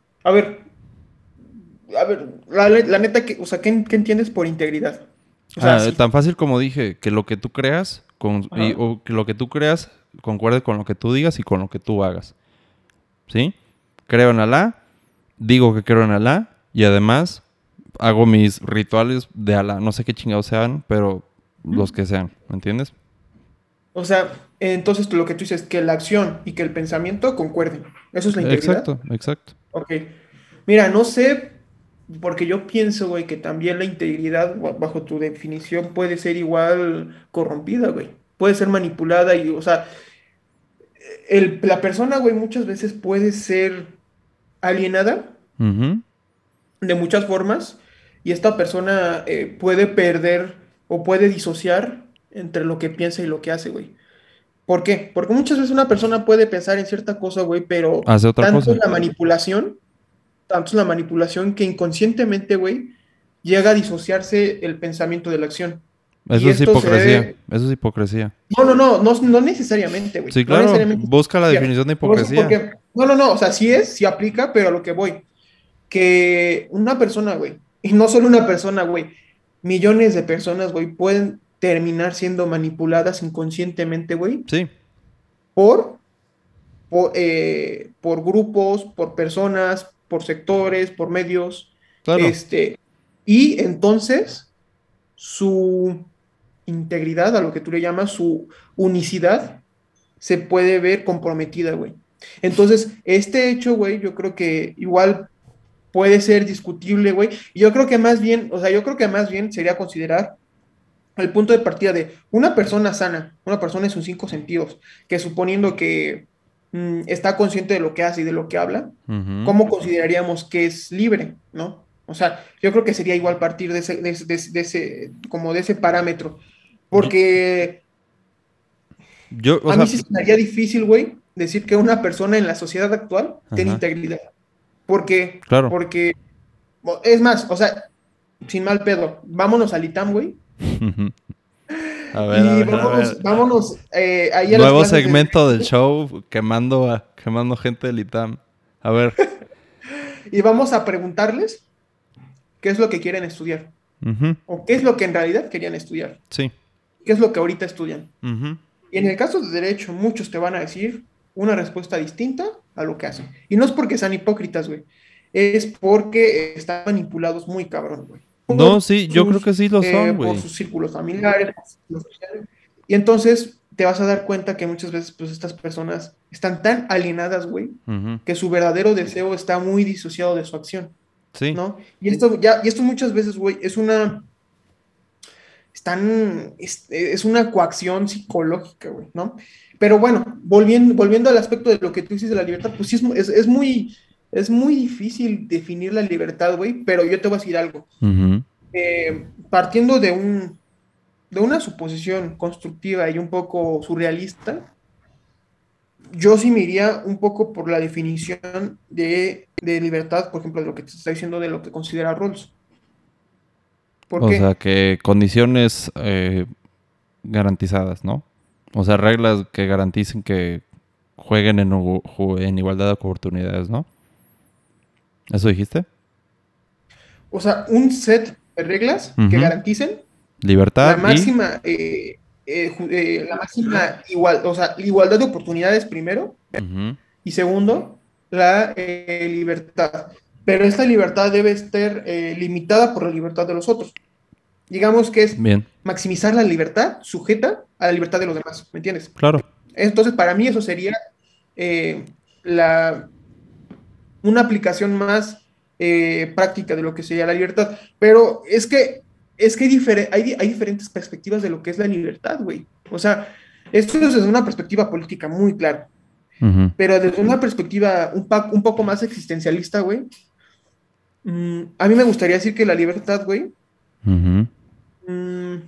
A ver, la neta, o sea, ¿qué entiendes por integridad? O sea, sí. Tan fácil como dije, que lo que tú creas, Ajá. o que lo que tú creas concuerde con lo que tú digas y con lo que tú hagas. ¿Sí? Creo en Alá, digo que creo en Alá y además hago mis rituales de Alá. No sé qué chingados sean, pero los Ujú. que sean, ¿me entiendes? O sea, entonces lo que tú dices, que la acción y que el pensamiento concuerden. ¿Eso es la integridad? Exacto, exacto. Ok. Mira, no sé, porque yo pienso, güey, que también la integridad, bajo tu definición, puede ser igual corrompida, güey. Puede ser manipulada y, o sea, la persona, güey, muchas veces puede ser alienada Ujú. de muchas formas y esta persona puede perder o puede disociar entre lo que piensa y lo que hace, güey. ¿Por qué? Porque muchas veces una persona puede pensar en cierta cosa, güey, pero Hace otra tanto es cosa. la manipulación, tanto es la manipulación que inconscientemente, güey, llega a disociarse el pensamiento de la acción. Y Eso es esto se hipocresía. debe... Eso es hipocresía. No necesariamente, güey. Sí, No claro. necesariamente es Busca la hipocresía. definición de Te voy a decir por hipocresía. qué. O sea, sí aplica, pero a lo que voy. Que una persona, güey, y no solo una persona, güey, millones de personas, güey, pueden terminar siendo manipuladas inconscientemente, güey, Sí, por, por grupos, por personas, por sectores, por medios, claro. este, y entonces su integridad, a lo que tú le llamas su unicidad, se puede ver comprometida, güey. Entonces, este hecho, güey, yo creo que igual puede ser discutible, güey. Y yo creo que más bien, o sea, yo creo que más bien sería considerar el punto de partida de una persona sana, una persona en sus cinco sentidos, que suponiendo que está consciente de lo que hace y de lo que habla, Ujú. ¿cómo consideraríamos que es libre, no? O sea, yo creo que sería igual partir como de ese parámetro, Yo, porque o a mí sea, sí se me haría difícil, güey, decir que una persona en la sociedad actual tiene ajá, integridad. ¿Por qué? claro. Porque, es más, o sea, sin mal pedo, vámonos al ITAM, güey, A ver, a y ver, a ver. vámonos ahí a las Nuevo clases de... segmento del show quemando gente del ITAM. A ver. Y vamos a preguntarles qué es lo que quieren estudiar, Ujú. o qué es lo que en realidad querían estudiar, Sí. qué es lo que ahorita estudian. Ujú. Y en el caso de derecho, muchos te van a decir una respuesta distinta a lo que hacen. Y no es porque sean hipócritas, güey, es porque están manipulados muy cabrón, güey, No, sí, yo creo que sí lo son, por güey. sus círculos familiares, por sus círculos sociales. Y entonces te vas a dar cuenta que muchas veces pues estas personas están tan alienadas, güey, Ujú. que su verdadero deseo está muy disociado de su acción, Sí. ¿no? Y esto muchas veces, güey, es una coacción psicológica, güey, ¿no? Pero bueno, volviendo al aspecto de lo que tú dices de la libertad, pues sí es muy difícil definir la libertad, güey, pero yo te voy a decir algo. Ujú. Partiendo de una suposición constructiva y un poco surrealista, yo sí me iría un poco por la definición de libertad, por ejemplo, de lo que te está diciendo de lo que considera Rawls. ¿Por O sea, qué? que condiciones garantizadas, ¿no? O sea, reglas que garanticen que jueguen en igualdad de oportunidades, ¿no? ¿Eso dijiste? O sea, un set de reglas que Ujú. garanticen la Libertad y... máxima, la máxima o sea, la igualdad de oportunidades primero Ujú. y segundo, la libertad. Pero esta libertad debe estar limitada por la libertad de los otros. Digamos que es Bien, maximizar la libertad sujeta a la libertad de los demás, ¿me entiendes? claro. Entonces, para mí eso sería eh, la, una aplicación más práctica de lo que sería la libertad. Pero es que hay diferentes perspectivas de lo que es la libertad, güey. O sea, esto es desde una perspectiva política muy clara, Ujú. pero desde una perspectiva un poco más existencialista, güey, a mí me gustaría decir que la libertad, güey, Ujú. mm,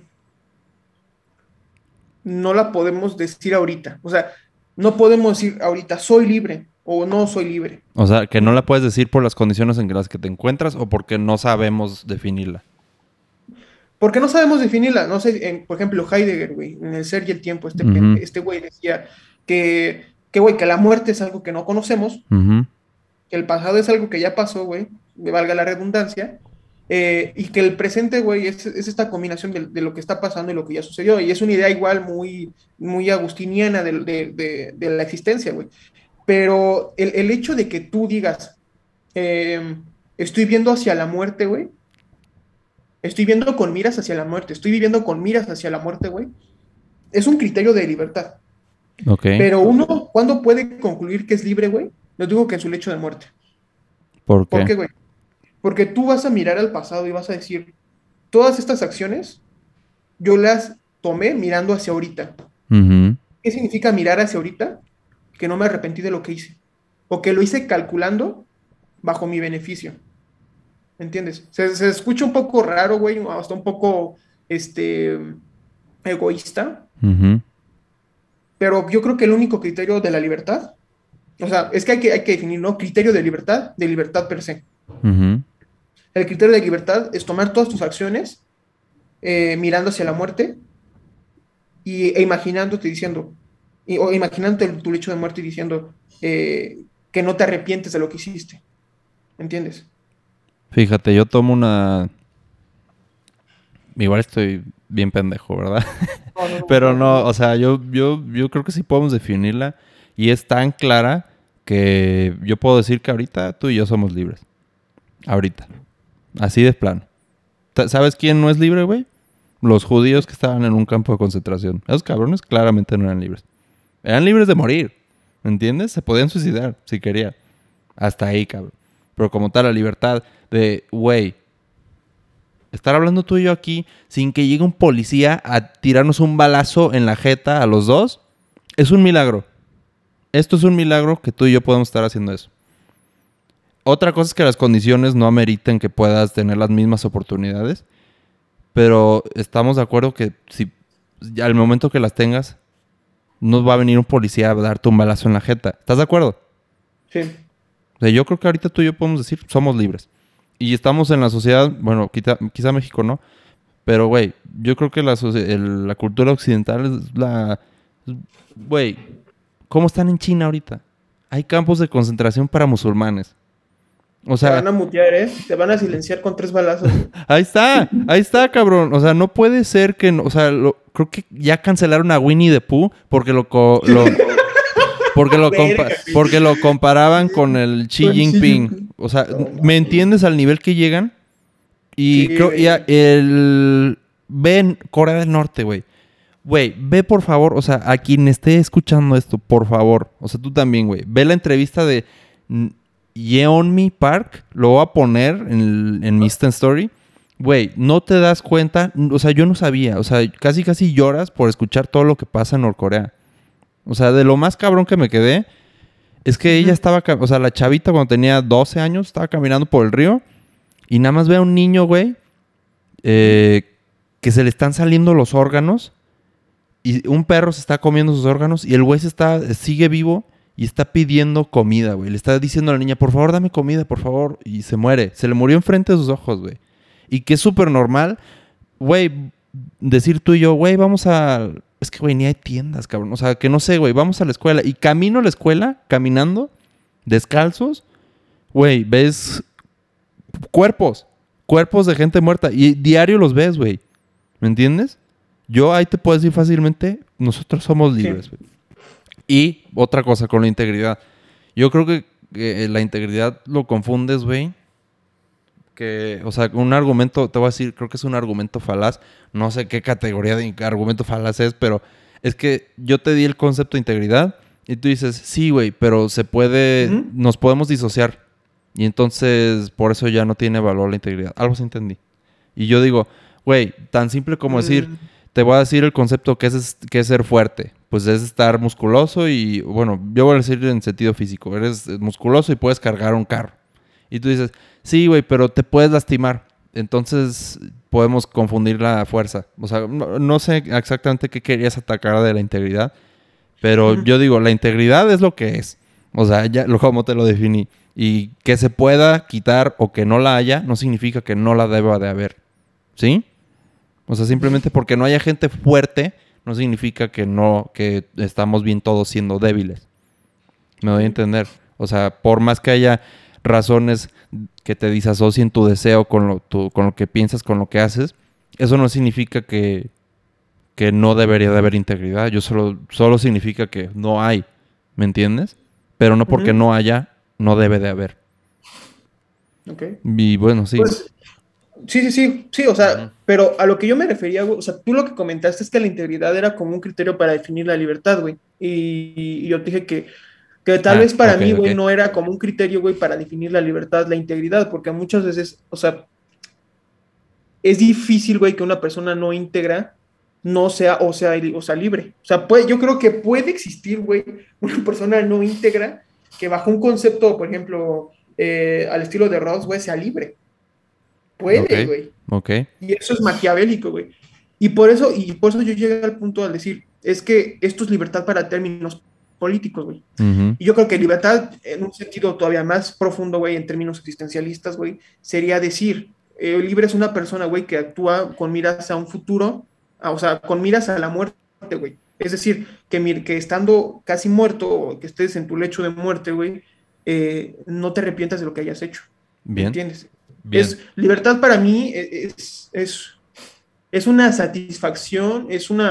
no la podemos decir ahorita. O sea, no podemos decir ahorita soy libre o no soy libre. O sea, que no ¿No? la puedes decir por las condiciones en las que te encuentras o porque no sabemos definirla. Porque no sabemos definirla. No sé, por ejemplo, Heidegger, güey, en El ser y el tiempo, Ujú. este güey decía güey, que la muerte es algo que no conocemos, Ujú. que el pasado es algo que ya pasó, güey, me valga la redundancia, y que el presente, güey, es esta combinación de lo que está pasando y lo que ya sucedió. Y es una idea igual muy agustiniana de la existencia, güey. Pero el hecho de que tú digas, estoy viendo hacia la muerte, güey, estoy viendo con miras hacia la muerte, estoy viviendo con miras hacia la muerte, güey, es un criterio de libertad. Ok. Pero uno, ¿cuándo puede concluir que es libre, güey? Lo digo que en su lecho de muerte. ¿Por ¿Por qué? qué, güey? Porque tú vas a mirar al pasado y vas a decir, todas estas acciones yo las tomé mirando hacia ahorita. Ujú. ¿Qué significa mirar hacia ahorita? Que no me arrepentí de lo que hice. O que lo hice calculando bajo mi beneficio. ¿Entiendes? Se escucha un poco raro, güey, hasta un poco este, egoísta, Ujú. pero yo creo que el único criterio de la libertad, o sea, es que hay que definir, ¿no? Criterio de libertad per se. Ujú. El criterio de libertad es tomar todas tus acciones mirando hacia la muerte e imaginándote diciendo, o imaginándote tu lecho de muerte y diciendo que no te arrepientes de lo que hiciste. ¿Entiendes? Fíjate, yo tomo una... Igual estoy bien pendejo, ¿verdad? No, no, no, Pero no, no, no. o sea, yo creo que sí podemos definirla y es tan clara que yo puedo decir que ahorita tú y yo somos libres. Ahorita. Así de plano. ¿Sabes quién no es libre, güey? Los judíos que estaban en un campo de concentración. Esos cabrones claramente no eran libres. Eran libres de morir. ¿Me entiendes? Se podían suicidar si querían. Hasta ahí, cabrón. Pero como tal, la libertad de, güey, estar hablando tú y yo aquí sin que llegue un policía a tirarnos un balazo en la jeta a los dos, es un milagro. Esto es un milagro que tú y yo podemos estar haciendo eso. Otra cosa es que las condiciones no ameriten que puedas tener las mismas oportunidades, pero estamos de acuerdo que si al momento que las tengas, no va a venir un policía a darte un balazo en la jeta. ¿Estás de acuerdo? Sí. O sea, yo creo que ahorita tú y yo podemos decir, somos libres. Y estamos en la sociedad, bueno, quizá México no, pero, güey, yo creo que la cultura occidental es la... Güey, ¿cómo están en China ahorita? Hay campos de concentración para musulmanes. O Te sea, van a mutear, ¿eh? Te van a silenciar con 3 balazos, güey. ahí está, cabrón. O sea, no puede ser que... O sea, creo que ya cancelaron a Winnie the Pooh porque Verga, güey. porque lo comparaban con el Xi Con Xi Jinping. Jinping. O sea, No ¿me mames. entiendes al nivel que llegan? Y Sí, creo, güey. ve en Corea del Norte, güey. Güey, ve por favor, o sea, a quien esté escuchando esto, por favor. O sea, tú también, güey. Ve la entrevista de Yeonmi Park. Lo voy a poner en mi Insta Story. Güey, no te das cuenta. O sea, yo no sabía. O sea, casi casi lloras por escuchar todo lo que pasa en Norcorea. O sea, de lo más cabrón que me quedé es que ella Ujú. estaba, o sea, la chavita cuando tenía 12 años estaba caminando por el río y nada más ve a un niño, güey, que se le están saliendo los órganos y un perro se está comiendo sus órganos y el güey sigue vivo y está pidiendo comida, güey. Le está diciendo a la niña, por favor, dame comida, por favor. Y se muere. Se le murió enfrente de sus ojos, güey. Y que es súper normal, güey, decir tú y yo, güey, vamos a... Es que, güey, ni hay tiendas, cabrón. O sea, que no sé, güey, vamos a la escuela. Y camino a la escuela, caminando, descalzos, güey, ves cuerpos. Cuerpos de gente muerta. Y diario los ves, güey. ¿Me entiendes? Yo ahí te puedo decir fácilmente, nosotros somos libres, Sí. güey. Y otra cosa con la integridad. Yo creo que la integridad lo confundes, güey. Que, o sea, un argumento, te voy a decir, creo que es un argumento falaz. No sé qué categoría de argumento falaz es, pero es que yo te di el concepto de integridad y tú dices, sí, güey, pero se puede, Ujú. nos podemos disociar. Y entonces, por eso ya no tiene valor la integridad. Algo se entendí. Y yo digo, güey, tan simple como decir, Mm, te voy a decir el concepto que es ser fuerte. Pues es estar musculoso y, bueno, yo voy a decir en sentido físico. Eres musculoso y puedes cargar un carro. Y tú dices, sí, güey, pero te puedes lastimar. Entonces podemos confundir la fuerza. O sea, no sé exactamente qué querías atacar de la integridad, pero ujú. yo digo, la integridad es lo que es. O sea, ya como te lo definí. Y que se pueda quitar o que no la haya, no significa que no la deba de haber. ¿Sí? O sea, simplemente porque no haya gente fuerte, no significa que no, que estamos bien todos siendo débiles. Me doy a Sí. entender. O sea, por más que haya razones que te disasocien tu deseo con lo que piensas, con lo que haces, eso no significa que no debería de haber integridad. Solo significa que no hay. ¿Me entiendes? Pero no porque Ujú. no haya, no debe de haber. Ok. Y bueno, sí. Pues sí, o Ujú. sea, pero a lo que yo me refería, güey, o sea, tú lo que comentaste es que la integridad era como un criterio para definir la libertad, güey. Y yo te dije que tal Ah, vez para ok, mí, ok. güey, no era como un criterio, güey, para definir la libertad, la integridad, porque muchas veces, o sea, es difícil, güey, que una persona no íntegra no sea, o sea, libre. O sea, yo creo que puede existir, güey, una persona no íntegra que bajo un concepto, por ejemplo, al estilo de Ross, güey, sea libre. Ok, Puede, güey. ok. Y eso es maquiavélico, güey. Y por eso yo llegué al punto al decir, es que esto es libertad para términos políticos, güey. Ujú. Y yo creo que libertad, en un sentido todavía más profundo, güey, en términos existencialistas, güey, sería decir, libre es una persona, güey, que actúa con miras a un futuro, o sea, con miras a la muerte, güey. Es decir, que estando casi muerto o que estés en tu lecho de muerte, güey, no te arrepientas de lo que hayas hecho. ¿Me Bien, entiendes? bien. Libertad para mí es una satisfacción,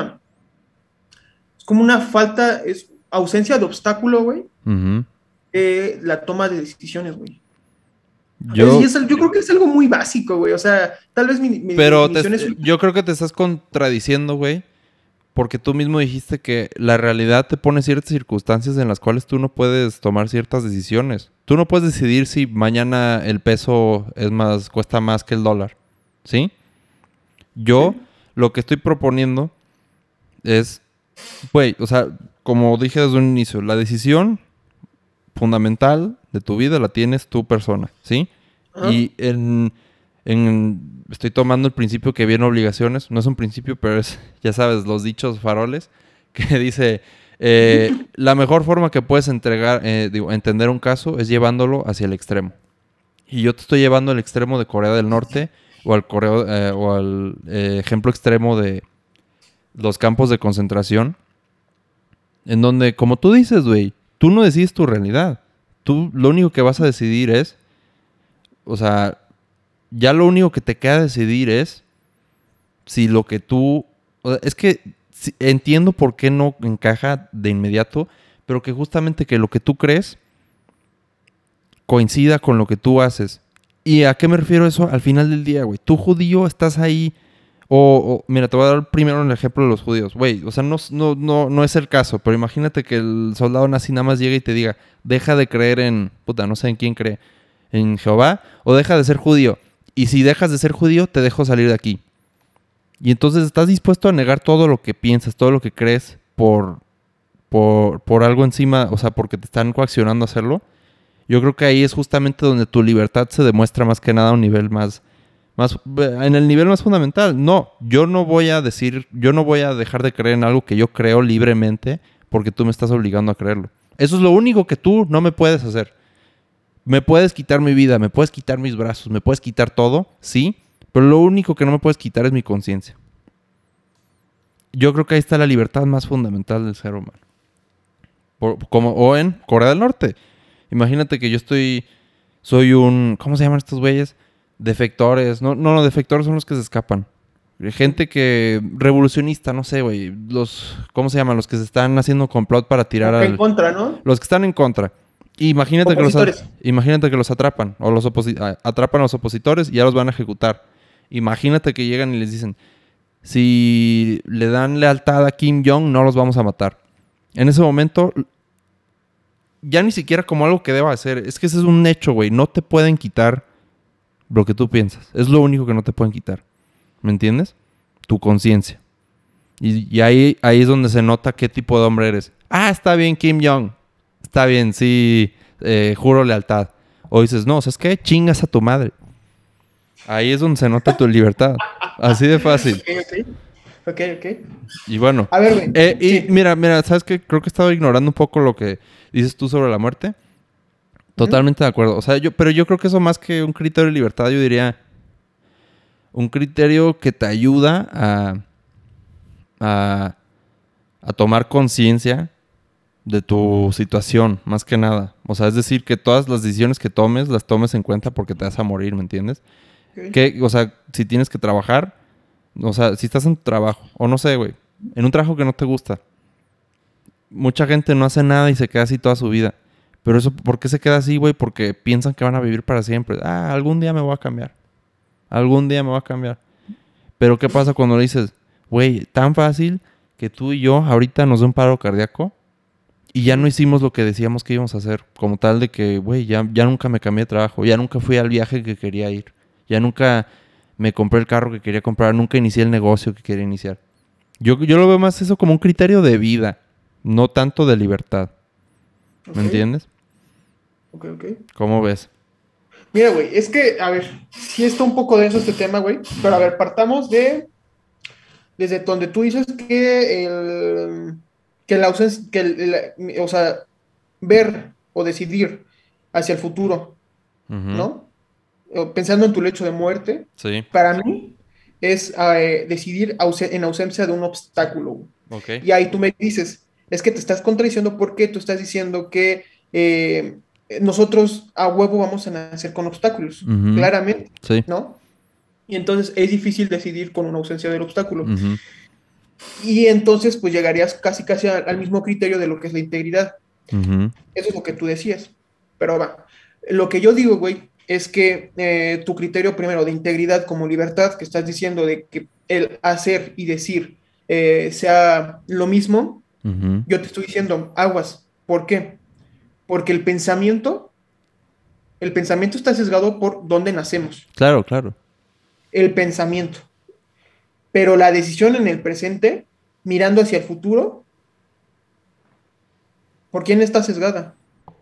es como una falta, es ausencia de obstáculo, güey, Ujú. la toma de decisiones, güey. Yo, Yo creo que es algo muy básico, güey. O sea, tal vez mi pero definición es... yo creo que te estás contradiciendo, güey, porque tú mismo dijiste que la realidad te pone ciertas circunstancias en las cuales tú no puedes tomar ciertas decisiones. Tú no puedes decidir si mañana el peso es más, cuesta más que el dólar, ¿sí? Yo Sí, lo que estoy proponiendo es, güey, o sea, como dije desde un inicio, la decisión fundamental de tu vida la tienes tu persona, ¿sí? ajá. Y estoy tomando el principio que viene obligaciones, no es un principio, pero es, ya sabes, los dichos faroles, que dice, la mejor forma que puedes entender un caso es llevándolo hacia el extremo. Y yo te estoy llevando al extremo de Corea del Norte o al ejemplo extremo de los campos de concentración, en donde, como tú dices, güey, tú no decides tu realidad. Tú lo único que vas a decidir es, o sea, ya lo único que te queda decidir es si lo que tú... O sea, es que entiendo por qué no encaja de inmediato, pero que justamente que lo que tú crees coincida con lo que tú haces. ¿Y a qué me refiero eso? Al final del día, güey. Tú judío estás ahí. Mira, te voy a dar primero el ejemplo de los judíos. Güey, o sea, no es el caso, pero imagínate que el soldado nazi nada más llega y te diga, deja de creer en, puta, no sé en quién cree, en Jehová, o deja de ser judío. Y si dejas de ser judío, te dejo salir de aquí. Y entonces estás dispuesto a negar todo lo que piensas, todo lo que crees por algo encima, o sea, porque te están coaccionando a hacerlo. Yo creo que ahí es justamente donde tu libertad se demuestra más que nada a un nivel en el nivel más fundamental. No, yo no voy a decir, yo no voy a dejar de creer en algo que yo creo libremente porque tú me estás obligando a creerlo. Eso es lo único que tú no me puedes hacer. Me puedes quitar mi vida, me puedes quitar mis brazos, me puedes quitar todo, sí, pero lo único que no me puedes quitar es mi conciencia. Yo creo que ahí está la libertad más fundamental del ser humano. O en Corea del Norte. Imagínate que soy un, ¿cómo se llaman estos güeyes? Defectores. No, defectores son los que se escapan. Gente que, revolucionista, no sé, güey. ¿Cómo se llaman? Los que se están haciendo complot para tirar Como que en al... contra, ¿no? Los que están en contra. Opositores. Imagínate que los atrapan. O atrapan a los opositores y ya los van a ejecutar. Imagínate que llegan y les dicen, si le dan lealtad a Kim Jong, no los vamos a matar. En ese momento, ya ni siquiera como algo que deba hacer. Es que ese es un hecho, güey. No te pueden quitar lo que tú piensas. Es lo único que no te pueden quitar. ¿Me entiendes? Tu conciencia. Y ahí es donde se nota qué tipo de hombre eres. Ah, está bien, Kim Jong. Está bien, sí, juro lealtad. O dices, no, ¿sabes qué? Chingas a tu madre. Ahí es donde se nota tu libertad. Así de fácil. Ok, ok. Ok, ok. Y bueno. A ver, güey. Y Sí. mira, ¿sabes qué? Creo que he estado ignorando un poco lo que dices tú sobre la muerte. Ujú. Totalmente de acuerdo. O sea, pero yo creo que eso más que un criterio de libertad, yo diría un criterio que te ayuda a, a tomar conciencia de tu situación, más que nada. O sea, es decir, que todas las decisiones que tomes, las tomes en cuenta porque te vas a morir, ¿me entiendes? Ok. O sea, si tienes que trabajar, o sea, si estás en tu trabajo, o no sé, güey, en un trabajo que no te gusta, mucha gente no hace nada y se queda así toda su vida. Pero eso, ¿por qué se queda así, güey? Porque piensan que van a vivir para siempre. Ah, algún día me voy a cambiar. Algún día me va a cambiar. Pero ¿qué pasa cuando le dices, güey, tan fácil que tú y yo ahorita nos da un paro cardíaco y ya no hicimos lo que decíamos que íbamos a hacer? Como tal de que, güey, ya nunca me cambié de trabajo, ya nunca fui al viaje que quería ir, ya nunca me compré el carro que quería comprar, nunca inicié el negocio que quería iniciar. Yo lo veo más eso como un criterio de vida, no tanto de libertad. ¿Me Ok, entiendes? ok, ok. ¿Cómo ves? Mira, güey, es que, a ver, sí está un poco denso este tema, güey, pero a ver, partamos desde donde tú dices que la ausencia, o sea, ver o decidir hacia el futuro, Ujú. ¿no? O pensando en tu lecho de muerte, Sí, para mí es decidir en ausencia de un obstáculo, güey. ok. Y ahí tú me dices, es que te estás contradiciendo porque tú estás diciendo que nosotros a huevo vamos a nacer con obstáculos, Ujú. claramente, Sí. ¿no? Y entonces es difícil decidir con una ausencia del obstáculo. Ujú. Y entonces pues llegarías casi casi al mismo criterio de lo que es la integridad. Ujú. Eso es lo que tú decías. Pero va, lo que yo digo, güey, es que tu criterio primero de integridad como libertad, que estás diciendo de que el hacer y decir sea lo mismo, Ujú. yo te estoy diciendo aguas. ¿Por qué? Porque el pensamiento está sesgado por dónde nacemos, Claro, claro. el pensamiento. Pero la decisión en el presente, mirando hacia el futuro, ¿por quién está sesgada?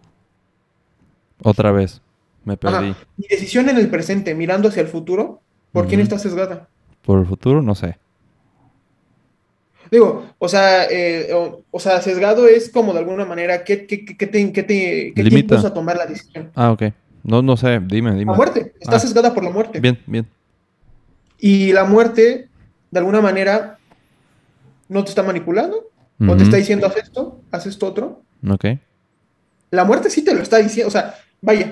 Otra vez. Me perdí. Ajá, mi decisión en el presente, mirando hacia el futuro, ¿por quién Ujú. está sesgada? Por el futuro, no sé. Digo, o sea, sesgado es como de alguna manera, ¿qué te Limita. impuso a tomar la decisión? Ah, ok. No, no sé. Dime, La dime. muerte, está Ah, sesgada por la muerte. bien, bien. Y la muerte, de alguna manera, no te está manipulando o te está Ujú. diciendo, haz esto otro. Ok. La muerte sí te lo está diciendo, o sea, vaya,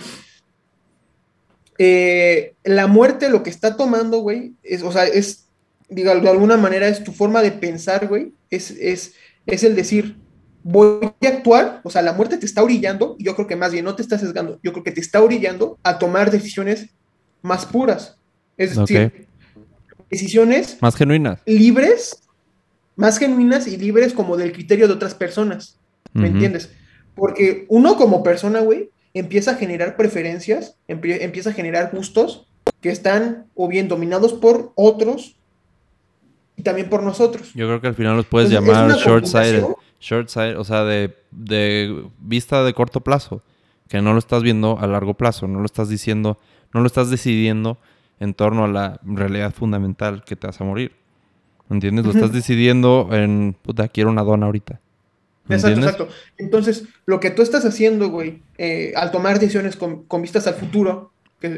la muerte lo que está tomando, güey, o sea, diga, de alguna manera es tu forma de pensar, güey, es el decir, voy a actuar, o sea, la muerte te está orillando, y yo creo que más bien no te está sesgando, yo creo que te está orillando a tomar decisiones más puras, es Ok. decir, decisiones Más genuinas. libres, más genuinas y libres como del criterio de otras personas, ¿me Ujú. entiendes? Porque uno como persona, güey, empieza a generar preferencias, empieza a generar gustos que están o bien dominados por otros y también por nosotros. Yo creo que al final los puedes Entonces, es llamar una short-sighted. combinación. Short-sighted, o sea, de vista de corto plazo. Que no lo estás viendo a largo plazo. No lo estás diciendo, no lo estás decidiendo en torno a la realidad fundamental que te vas a morir. ¿Me entiendes? Lo estás Ujú. decidiendo en, puta, quiero una dona ahorita. ¿Me Exacto, entiendes? exacto. Entonces, lo que tú estás haciendo, güey, al tomar decisiones con vistas al futuro,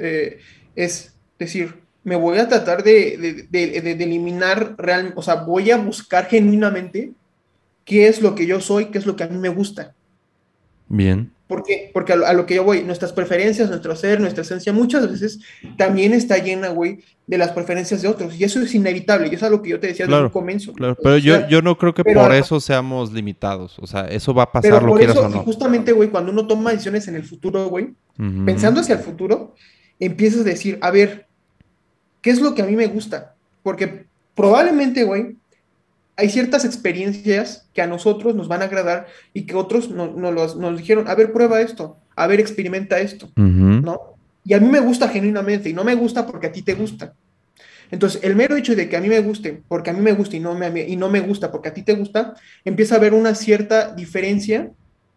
es decir, me voy a tratar de eliminar o sea, voy a buscar genuinamente qué es lo que yo soy, qué es lo que a mí me gusta. Bien. ¿Por qué? Porque a lo que yo voy, nuestras preferencias, nuestro ser, nuestra esencia, muchas veces también está llena, güey, de las preferencias de otros. Y eso es inevitable, y eso es lo que yo te decía desde un Claro, comienzo, claro. la Pero yo, sociedad. yo no creo que Pero por eso seamos limitados. O sea, eso va a pasar, Pero lo por quieras eso, o y no. justamente, güey, cuando uno toma decisiones en el futuro, güey, Ujú. pensando hacia el futuro, empiezas a decir, a ver, ¿qué es lo que a mí me gusta? Porque probablemente, güey, hay ciertas experiencias que a nosotros nos van a agradar y que otros nos dijeron, a ver, prueba esto, a ver, experimenta esto, Ujú. ¿no? Y a mí me gusta genuinamente y no me gusta porque a ti te gusta. Entonces, el mero hecho de que a mí me guste, porque a mí me gusta y no me gusta porque a ti te gusta, empieza a haber una cierta diferencia,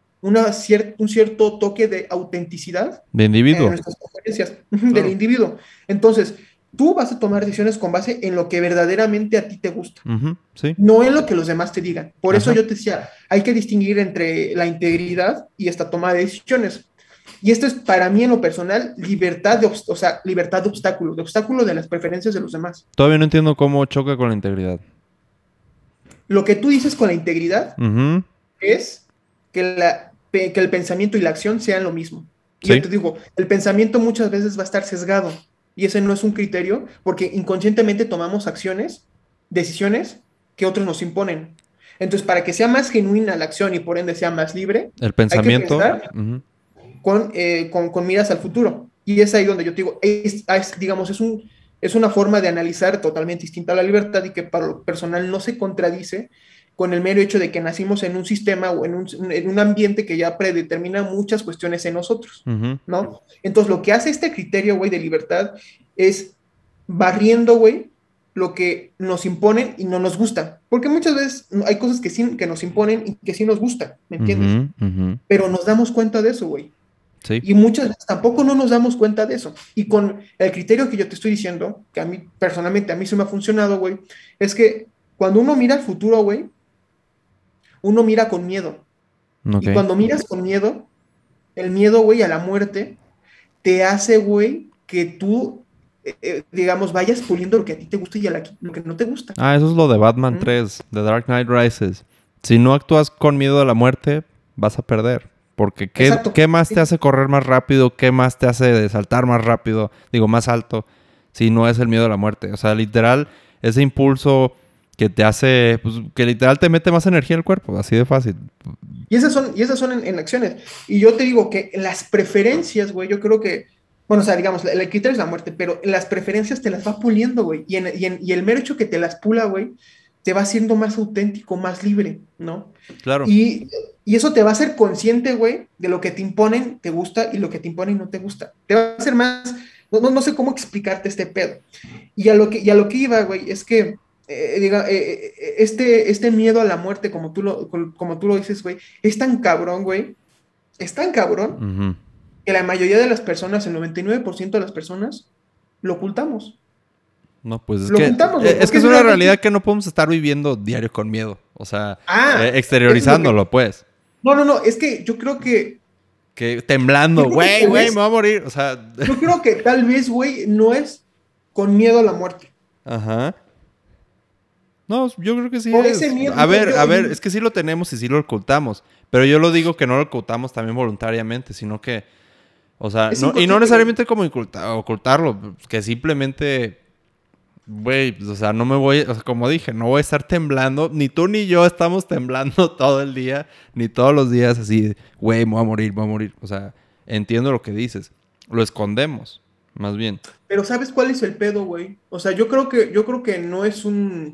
un cierto toque de autenticidad De en individuo. nuestras preferencias del Claro. individuo. Entonces, tú vas a tomar decisiones con base en lo que verdaderamente a ti te gusta, Ujú. Sí. no en lo que los demás te digan. Por eso Ajá. yo te decía, hay que distinguir entre la integridad y esta toma de decisiones. Y esto es para mí en lo personal libertad o sea, libertad de obstáculo de las preferencias de los demás. Todavía no entiendo cómo choca con la integridad. Lo que tú dices con la integridad Ujú. es que el pensamiento y la acción sean lo mismo. Y yo Sí. te digo, el pensamiento muchas veces va a estar sesgado y ese no es un criterio porque inconscientemente tomamos acciones, decisiones que otros nos imponen. Entonces, para que sea más genuina la acción y por ende sea más libre, El hay que pensamiento. pensar Ujú. con miras al futuro. Y es ahí donde yo te digo, digamos, es una forma de analizar totalmente distinta a la libertad y que para lo personal no se contradice con el mero hecho de que nacimos en un sistema o en un ambiente que ya predetermina muchas cuestiones en nosotros, Ujú. ¿no? Entonces, lo que hace este criterio, güey, de libertad es barriendo, güey, lo que nos imponen y no nos gusta. Porque muchas veces hay cosas que sí que nos imponen y que sí nos gustan, ¿me entiendes? Ujú, ujú. Pero nos damos cuenta de eso, güey. Sí. Y muchas veces tampoco no nos damos cuenta de eso. Y con el criterio que yo te estoy diciendo, que a mí personalmente a mí se me ha funcionado, güey, es que cuando uno mira al futuro, güey, uno mira con miedo. Ok. Y cuando miras con miedo, el miedo, güey, a la muerte, te hace, güey, que tú, digamos, vayas puliendo lo que a ti te gusta y lo que no te gusta. Ah, eso es lo de Batman ¿Mm? 3, The Dark Knight Rises. Si no actúas con miedo a la muerte, vas a perder. Porque Exacto. ¿qué más te Sí. hace correr más rápido? ¿Qué más te hace de saltar más rápido? Digo, más alto. Si no es el miedo a la muerte. O sea, literal, ese impulso que te hace, pues, que literal te mete más energía al cuerpo. Así de fácil. Y esas son en acciones. Y yo te digo que las preferencias, güey, yo creo que, bueno, o sea, digamos, el criterio es la muerte, pero las preferencias te las va puliendo, güey. Y el mero hecho que te las pula, güey, te va haciendo más auténtico, más libre, ¿no? Claro. Y, y eso te va a hacer consciente, güey, de lo que te imponen, te gusta, y lo que te imponen no te gusta. Te va a hacer más, no sé cómo explicarte este pedo. Y a lo que iba, güey, es que este miedo a la muerte, como tú lo dices, güey, es tan cabrón, güey, es tan cabrón Ujú. que la mayoría de las personas, el 99% de las personas, lo ocultamos. No, pues Lo ocultamos, güey, es que porque es es una realidad realmente... que no podemos estar viviendo diario con miedo. O sea, Eso es lo que... exteriorizándolo, pues. No, no, no, es que Que yo temblando, creo que güey, tal güey, me vez, voy a morir. O sea, yo creo que tal vez, güey, no es con miedo a la muerte. ajá. No, yo creo que sí O ese es. miedo, yo, A yo, ver, es que sí lo tenemos y sí lo ocultamos. Pero yo lo digo que no lo ocultamos también voluntariamente, sino que, o sea, es no, y no inconsciente, güey. necesariamente como ocultarlo, que simplemente, güey, pues, o sea, no me voy, o sea, como dije, no voy a estar temblando, ni tú ni yo estamos temblando todo el día, ni todos los días así, güey, me voy a morir, me voy a morir. O sea, entiendo lo que dices. Lo escondemos, más bien. Pero ¿sabes cuál es el pedo, güey? O sea, yo creo que no es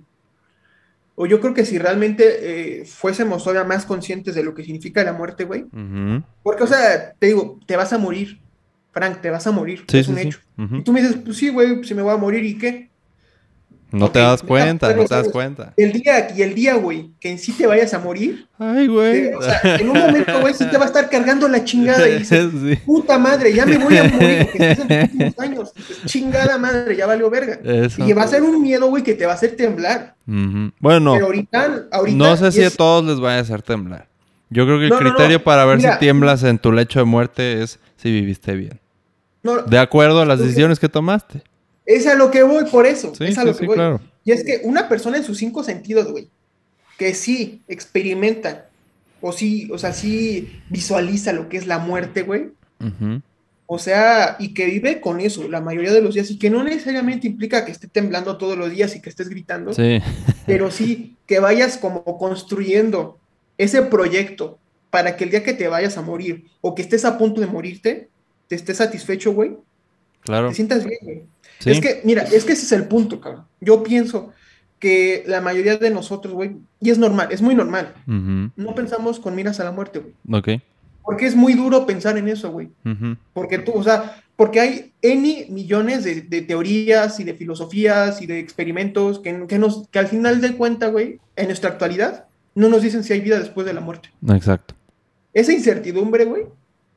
o yo creo que si realmente fuésemos todavía más conscientes de lo que significa la muerte, güey. Ujú. Porque, o sea, te digo, te vas a morir, Frank, te vas a morir, Sí, es sí, un sí. hecho. Y Ujú. tú me dices, pues sí, güey, si me voy a morir, ¿y qué? No Ok, te das déjame cuenta, ver no los te das años. cuenta. Y el día, güey, que en sí te vayas a morir, Ay, güey. o sea, en un momento, güey, sí te va a estar cargando la chingada y dices, Sí. puta madre, ya me voy a morir, o que estés en tus últimos años, dices, chingada madre, ya valió verga. Y Eso. va a ser un miedo, güey, que te va a hacer temblar. Ujú. Pero Bueno, no ahorita, sé y si a es, todos les vaya a hacer temblar. Yo creo que el no, no, criterio no, para ver si mira, tiemblas en tu lecho de muerte es si viviste bien. no, De acuerdo a las lo que- decisiones que tomaste. es a lo que voy por eso, Sí, es a sí, lo que sí, voy. claro. Y es que una persona en sus cinco sentidos, güey, que sí experimenta, o sí, o sea, sí visualiza lo que es la muerte, güey. Ujú. O sea, y que vive con eso la mayoría de los días y que no necesariamente implica que esté temblando todos los días y que estés gritando, Sí. pero sí que vayas como construyendo ese proyecto para que el día que te vayas a morir o que estés a punto de morirte, te estés satisfecho, güey, te Claro. sientas bien, güey. Es Sí. que, mira, es que ese es el punto, cabrón. Yo pienso que la mayoría de nosotros, güey, y es normal, es muy normal, Ujú. no pensamos con miras a la muerte, güey. Ok. Porque es muy duro pensar en eso, güey. Ujú. Porque tú, o sea, porque hay N millones de teorías y de filosofías y de experimentos que al final de cuentas, güey, en nuestra actualidad, no nos dicen si hay vida después de la muerte. Exacto. Esa incertidumbre, güey,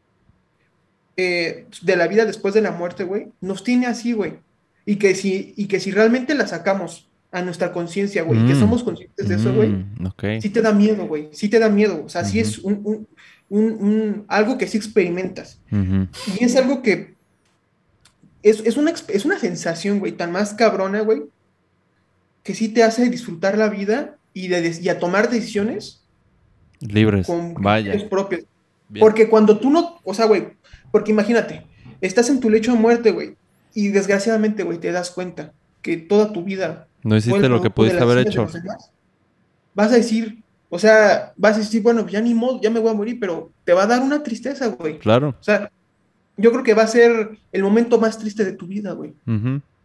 de la vida después de la muerte, güey, nos tiene así, güey. Y que si realmente la sacamos a nuestra conciencia, güey, y que Mm. somos conscientes de eso, güey, Ok. sí te da miedo, güey, sí te da miedo. O sea, sí Ujú. es algo que sí experimentas. Ujú. Y es algo que es una sensación, güey, tan más cabrona, güey, que sí te hace disfrutar la vida y a tomar decisiones Libres. con Vaya. criterios propios. Bien. Porque cuando tú no, o sea, güey, porque imagínate, estás en tu lecho de muerte, güey, y desgraciadamente, güey, te das cuenta que toda tu vida No fue hiciste el lo que producto de pudiste las haber decisiones de hecho. los demás. Vas a decir, o sea, vas a decir, bueno, ya ni modo, ya me voy a morir, pero te va a dar una tristeza, güey. Claro. O sea, yo creo que va a ser el momento más triste de tu vida, güey. Ujú.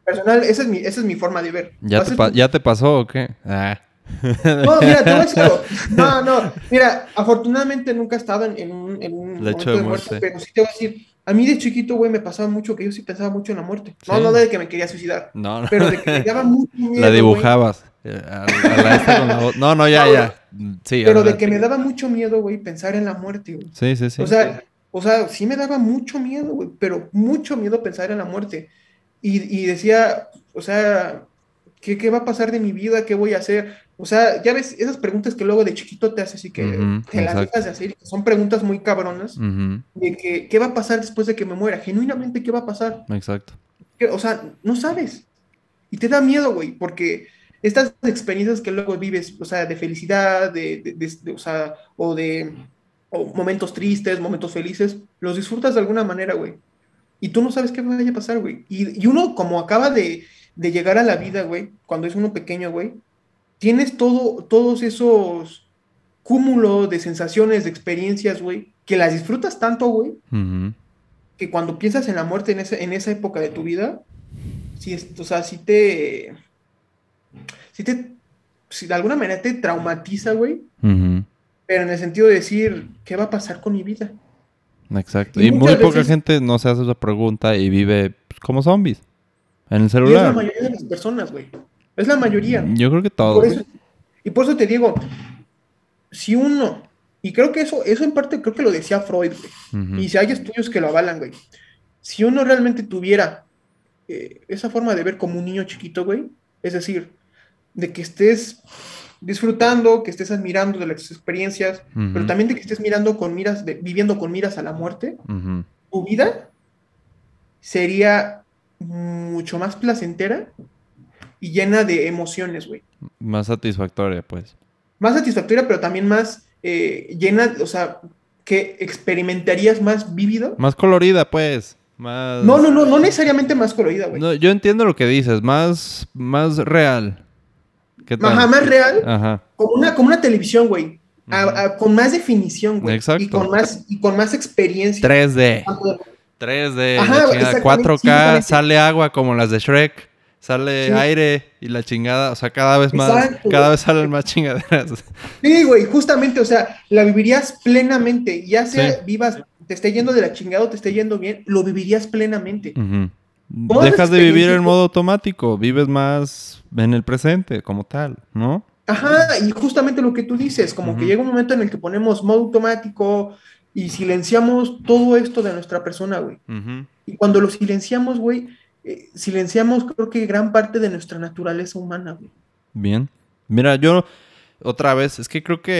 personal, esa es mi forma de ver. ¿Ya te, Haces tu ya te pasó o qué? Ah. No, mira, te voy a decir algo. No, no, mira, afortunadamente nunca he estado en un Lecho de momento de muerte, muerte. pero sí te voy a decir, a mí de chiquito, güey, me pasaba mucho que yo sí pensaba mucho en la muerte. No, no Sí. de que me quería suicidar, No, no. pero de que me daba mucho La miedo, güey. dibujabas. A la esta con la voz. No, no, ya, No, ya. Sí, pero de que adelante. me daba mucho miedo, güey, pensar en la muerte, güey. Sí, sí, O sí. sea, o sea, sí me daba mucho miedo, güey, pero mucho miedo pensar en la muerte. Y decía, o sea, ¿qué va a pasar de mi vida? ¿Qué voy a hacer? O sea, ya ves, esas preguntas que luego de chiquito te haces y que Ujú, te las exacto. dejas de hacer, y que son preguntas muy cabronas, Ujú, de que, ¿qué va a pasar después de que me muera? Genuinamente, ¿qué va a pasar? exacto. O sea, no sabes. Y te da miedo, güey, porque estas experiencias que luego vives, o sea, de felicidad, o sea, o momentos tristes, momentos felices, los disfrutas de alguna manera, güey. Y tú no sabes qué vaya a pasar, güey. Y uno, como acaba de llegar a la vida, güey, cuando es uno pequeño, güey, tienes todos esos cúmulos de sensaciones, de experiencias, güey, que las disfrutas tanto, güey, Ujú, que cuando piensas en la muerte en esa época de tu vida, sí, o sea, sí te, sí de alguna manera te traumatiza, güey, ujú, pero en el sentido de decir, ¿qué va a pasar con mi vida? exacto. Y Y muy muchas poca veces, gente no se hace esa pregunta y vive pues, como zombies. En el y es la celular. mayoría de las personas, güey, es la mayoría. Yo creo que Y por todos. eso, y por eso te digo, si uno, y creo que eso en parte creo que lo decía Freud, güey, Ujú, y si hay estudios que lo avalan, güey, si uno realmente tuviera esa forma de ver como un niño chiquito, güey, es decir, de que estés disfrutando, que estés admirando de las experiencias, pero ujú, también de que estés mirando con miras, viviendo con miras a la muerte, ujú. tu vida sería mucho más placentera y llena de emociones, güey. Más satisfactoria, pues. Más satisfactoria, pero también más llena, o sea, que experimentarías más vívido. Más colorida, pues. No, Más. no, no, no necesariamente más colorida, güey. No, yo entiendo lo que dices. Más real. ¿Qué Ajá, tal? más real, Ajá. como una televisión, güey. Ujú. Con más definición, güey. Y Exacto. con más experiencia. 3D. 3D y la Ajá, chingada. exactamente, sí, 4K, justamente. sale agua como las de Shrek. Sale Sí, aire y la chingada. O sea, cada vez más. exacto, Cada güey. vez salen más chingaderas. Sí, güey, justamente, o sea, la vivirías plenamente, ya Sí. sea vivas, te esté yendo de la chingada o te esté yendo bien, lo vivirías plenamente. Ujú. Todas las Dejas de vivir experiencias, en modo automático. Vives más en el presente, como tal, ¿no? ajá, y justamente lo que tú dices, como que Ujú, llega un momento en el que ponemos modo automático y silenciamos todo esto de nuestra persona, güey. ujú. Y cuando lo silenciamos, güey, silenciamos creo que gran parte de nuestra naturaleza humana, güey. Bien. Mira, yo otra vez, es que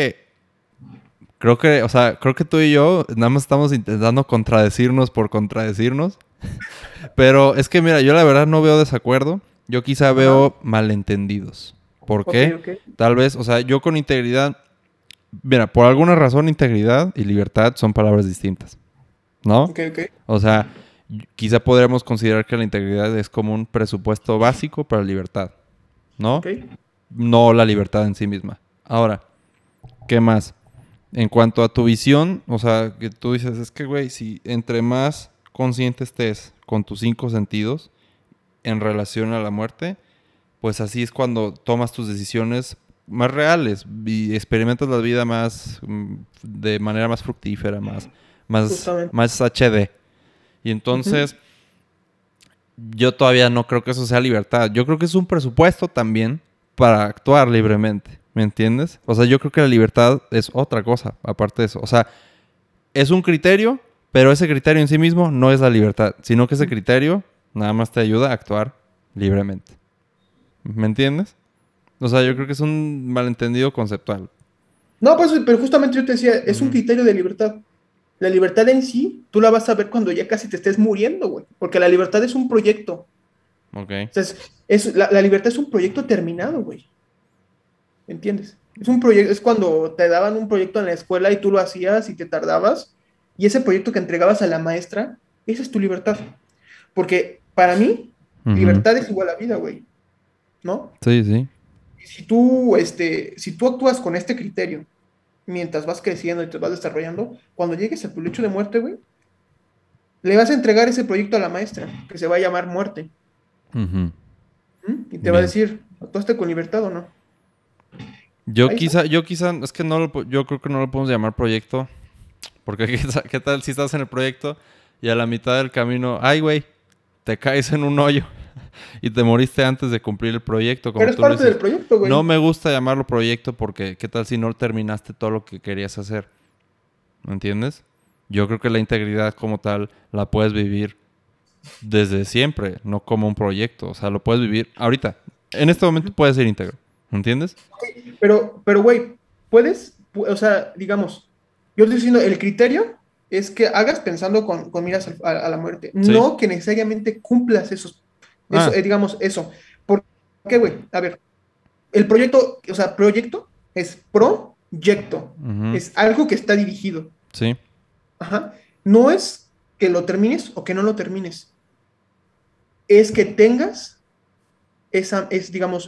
o sea, creo que tú y yo nada más estamos intentando contradecirnos por contradecirnos. Pero es que mira, yo la verdad no veo desacuerdo. Yo quizá Ajá, veo malentendidos. ¿Por ok, qué? ok, Tal vez, o sea, yo con integridad, mira, por alguna razón integridad y libertad son palabras distintas, ¿no? ok, ok, O sea, quizá podríamos considerar que la integridad es como un presupuesto básico para la libertad, ¿no? ok. No la libertad en sí misma. Ahora, ¿qué más? En cuanto a tu visión, o sea, que tú dices, es que, güey, si entre más consciente estés con tus cinco sentidos en relación a la muerte, pues así es cuando tomas tus decisiones más reales y experimentas la vida más, de manera más fructífera, Justamente. más HD. Y Ujú. entonces, yo todavía no creo que eso sea libertad. Yo creo que es un presupuesto también para actuar libremente. ¿Me entiendes? O sea, yo creo que la libertad es otra cosa, aparte de eso. O sea, es un criterio, pero ese criterio en sí mismo no es la libertad, sino que ese criterio nada más te ayuda a actuar libremente. ¿Me entiendes? O sea, yo creo que es un malentendido conceptual. No, pues, pero justamente yo te decía, es un Ujú. criterio de libertad. La libertad en sí, tú la vas a ver cuando ya casi te estés muriendo, güey. Porque la libertad es un proyecto. Ok. Entonces, la libertad es un proyecto terminado, güey. ¿Entiendes? Es un proyecto, es cuando te daban un proyecto en la escuela y tú lo hacías y te tardabas, y ese proyecto que entregabas a la maestra, esa es tu libertad. Porque para mí, Ujú. libertad es igual a vida, güey, ¿no? Sí, sí. Y si tú actúas con este criterio mientras vas creciendo y te vas desarrollando, cuando llegues a tu lecho de muerte, güey, le vas a entregar ese proyecto a la maestra, que se va a llamar muerte. Ujú. Y te va a Bien. decir, ¿actuaste con libertad o no? Yo Ahí está. quizá, yo quizá, es que yo creo que no lo podemos llamar proyecto. Porque ¿qué tal si estás en el proyecto y a la mitad del camino, ay, güey, te caes en un hoyo y te moriste antes de cumplir el proyecto, como Pero es tú lo parte del dices? proyecto, No güey. me gusta llamarlo proyecto porque ¿qué tal si no terminaste todo lo que querías hacer? ¿Me entiendes? Yo creo que la integridad como tal la puedes vivir desde siempre, no como un proyecto. O sea, lo puedes vivir ahorita. En este momento puedes ser íntegro. ¿Me entiendes? Güey, o sea, digamos, yo estoy diciendo, el criterio es que hagas pensando con miras a la muerte, Sí. no que necesariamente cumplas Ah. digamos, eso. ¿Por qué, güey? A ver, el proyecto, o sea, proyecto es proyecto, Ujú. es algo que está dirigido. Sí. Ajá. No es que lo termines o que no lo termines, es que tengas digamos,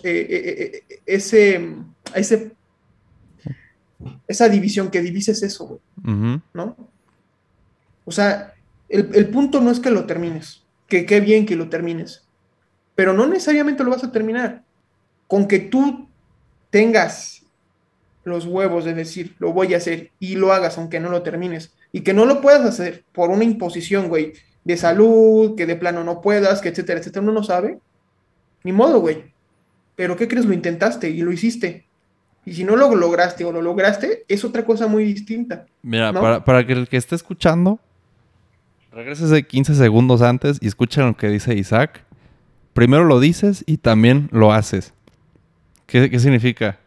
esa división, que divises eso, güey, Ujú. ¿no? O sea, el punto no es que lo termines, que qué bien que lo termines, pero no necesariamente lo vas a terminar. Con que tú tengas los huevos de decir, lo voy a hacer y lo hagas aunque no lo termines, y que no lo puedas hacer por una imposición, güey, de salud, que de plano no puedas, que etcétera, etcétera, uno no sabe, ni modo, güey. Pero ¿qué crees? Lo intentaste y lo hiciste. Y si no lo lograste o lo lograste, es otra cosa muy distinta, Mira, ¿no? para que el que esté escuchando regrese 15 segundos antes y escuchen lo que dice Isaac. Primero lo dices y también lo haces. ¿Qué significa?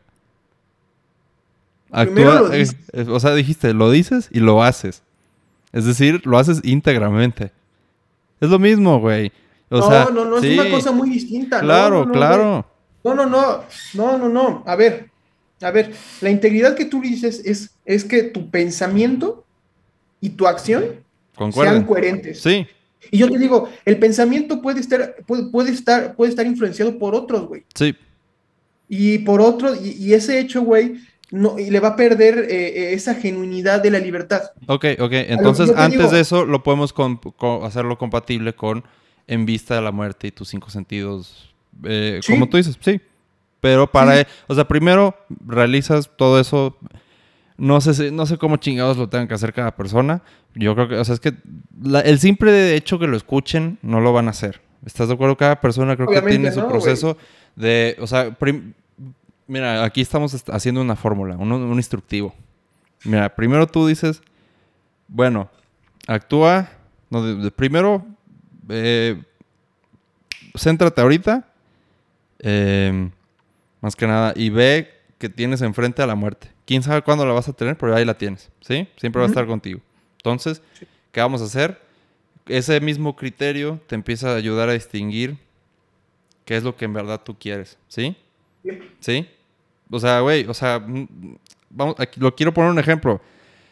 Primero Actúa, lo dices. o sea, dijiste, lo dices y lo haces. Es decir, lo haces íntegramente. Es lo mismo, güey. O sea, No, no, no, es una sí, cosa muy distinta. No, no, claro, no, güey. claro. No, no, no, no, no, no. A ver, la integridad que tú dices es que tu pensamiento y tu acción sean Concuerden. coherentes. Sí, Y yo te digo, el pensamiento puede estar influenciado por otros, güey. sí. Y por otros, y ese hecho, güey, no, y le va a perder esa genuinidad de la libertad. Ok. A lo que Entonces, yo te antes de digo, eso, lo podemos hacerlo compatible con En vista de la muerte y tus cinco sentidos. Como tú sí, dices, sí. Pero sí, o sea, primero realizas todo eso. No sé cómo chingados lo tengan que hacer cada persona. Yo creo que, o sea, es que el simple hecho que lo escuchen no lo van a hacer. ¿Estás de acuerdo? Cada persona creo que tiene obviamente su no, güey. proceso de, o sea, mira, aquí estamos haciendo una fórmula, un instructivo. Mira, primero tú dices, bueno, actúa, no, primero, eh, céntrate ahorita, eh, más que nada, y ve que tienes enfrente a la muerte. Quién sabe cuándo la vas a tener, pero ahí la tienes, ¿sí? Siempre va a estar Ujú, contigo. Entonces, sí, ¿qué vamos a hacer? Ese mismo criterio te empieza a ayudar a distinguir qué es lo que en verdad tú quieres, ¿sí? sí. ¿Sí? O sea, güey, o sea, vamos, aquí, lo quiero poner un ejemplo.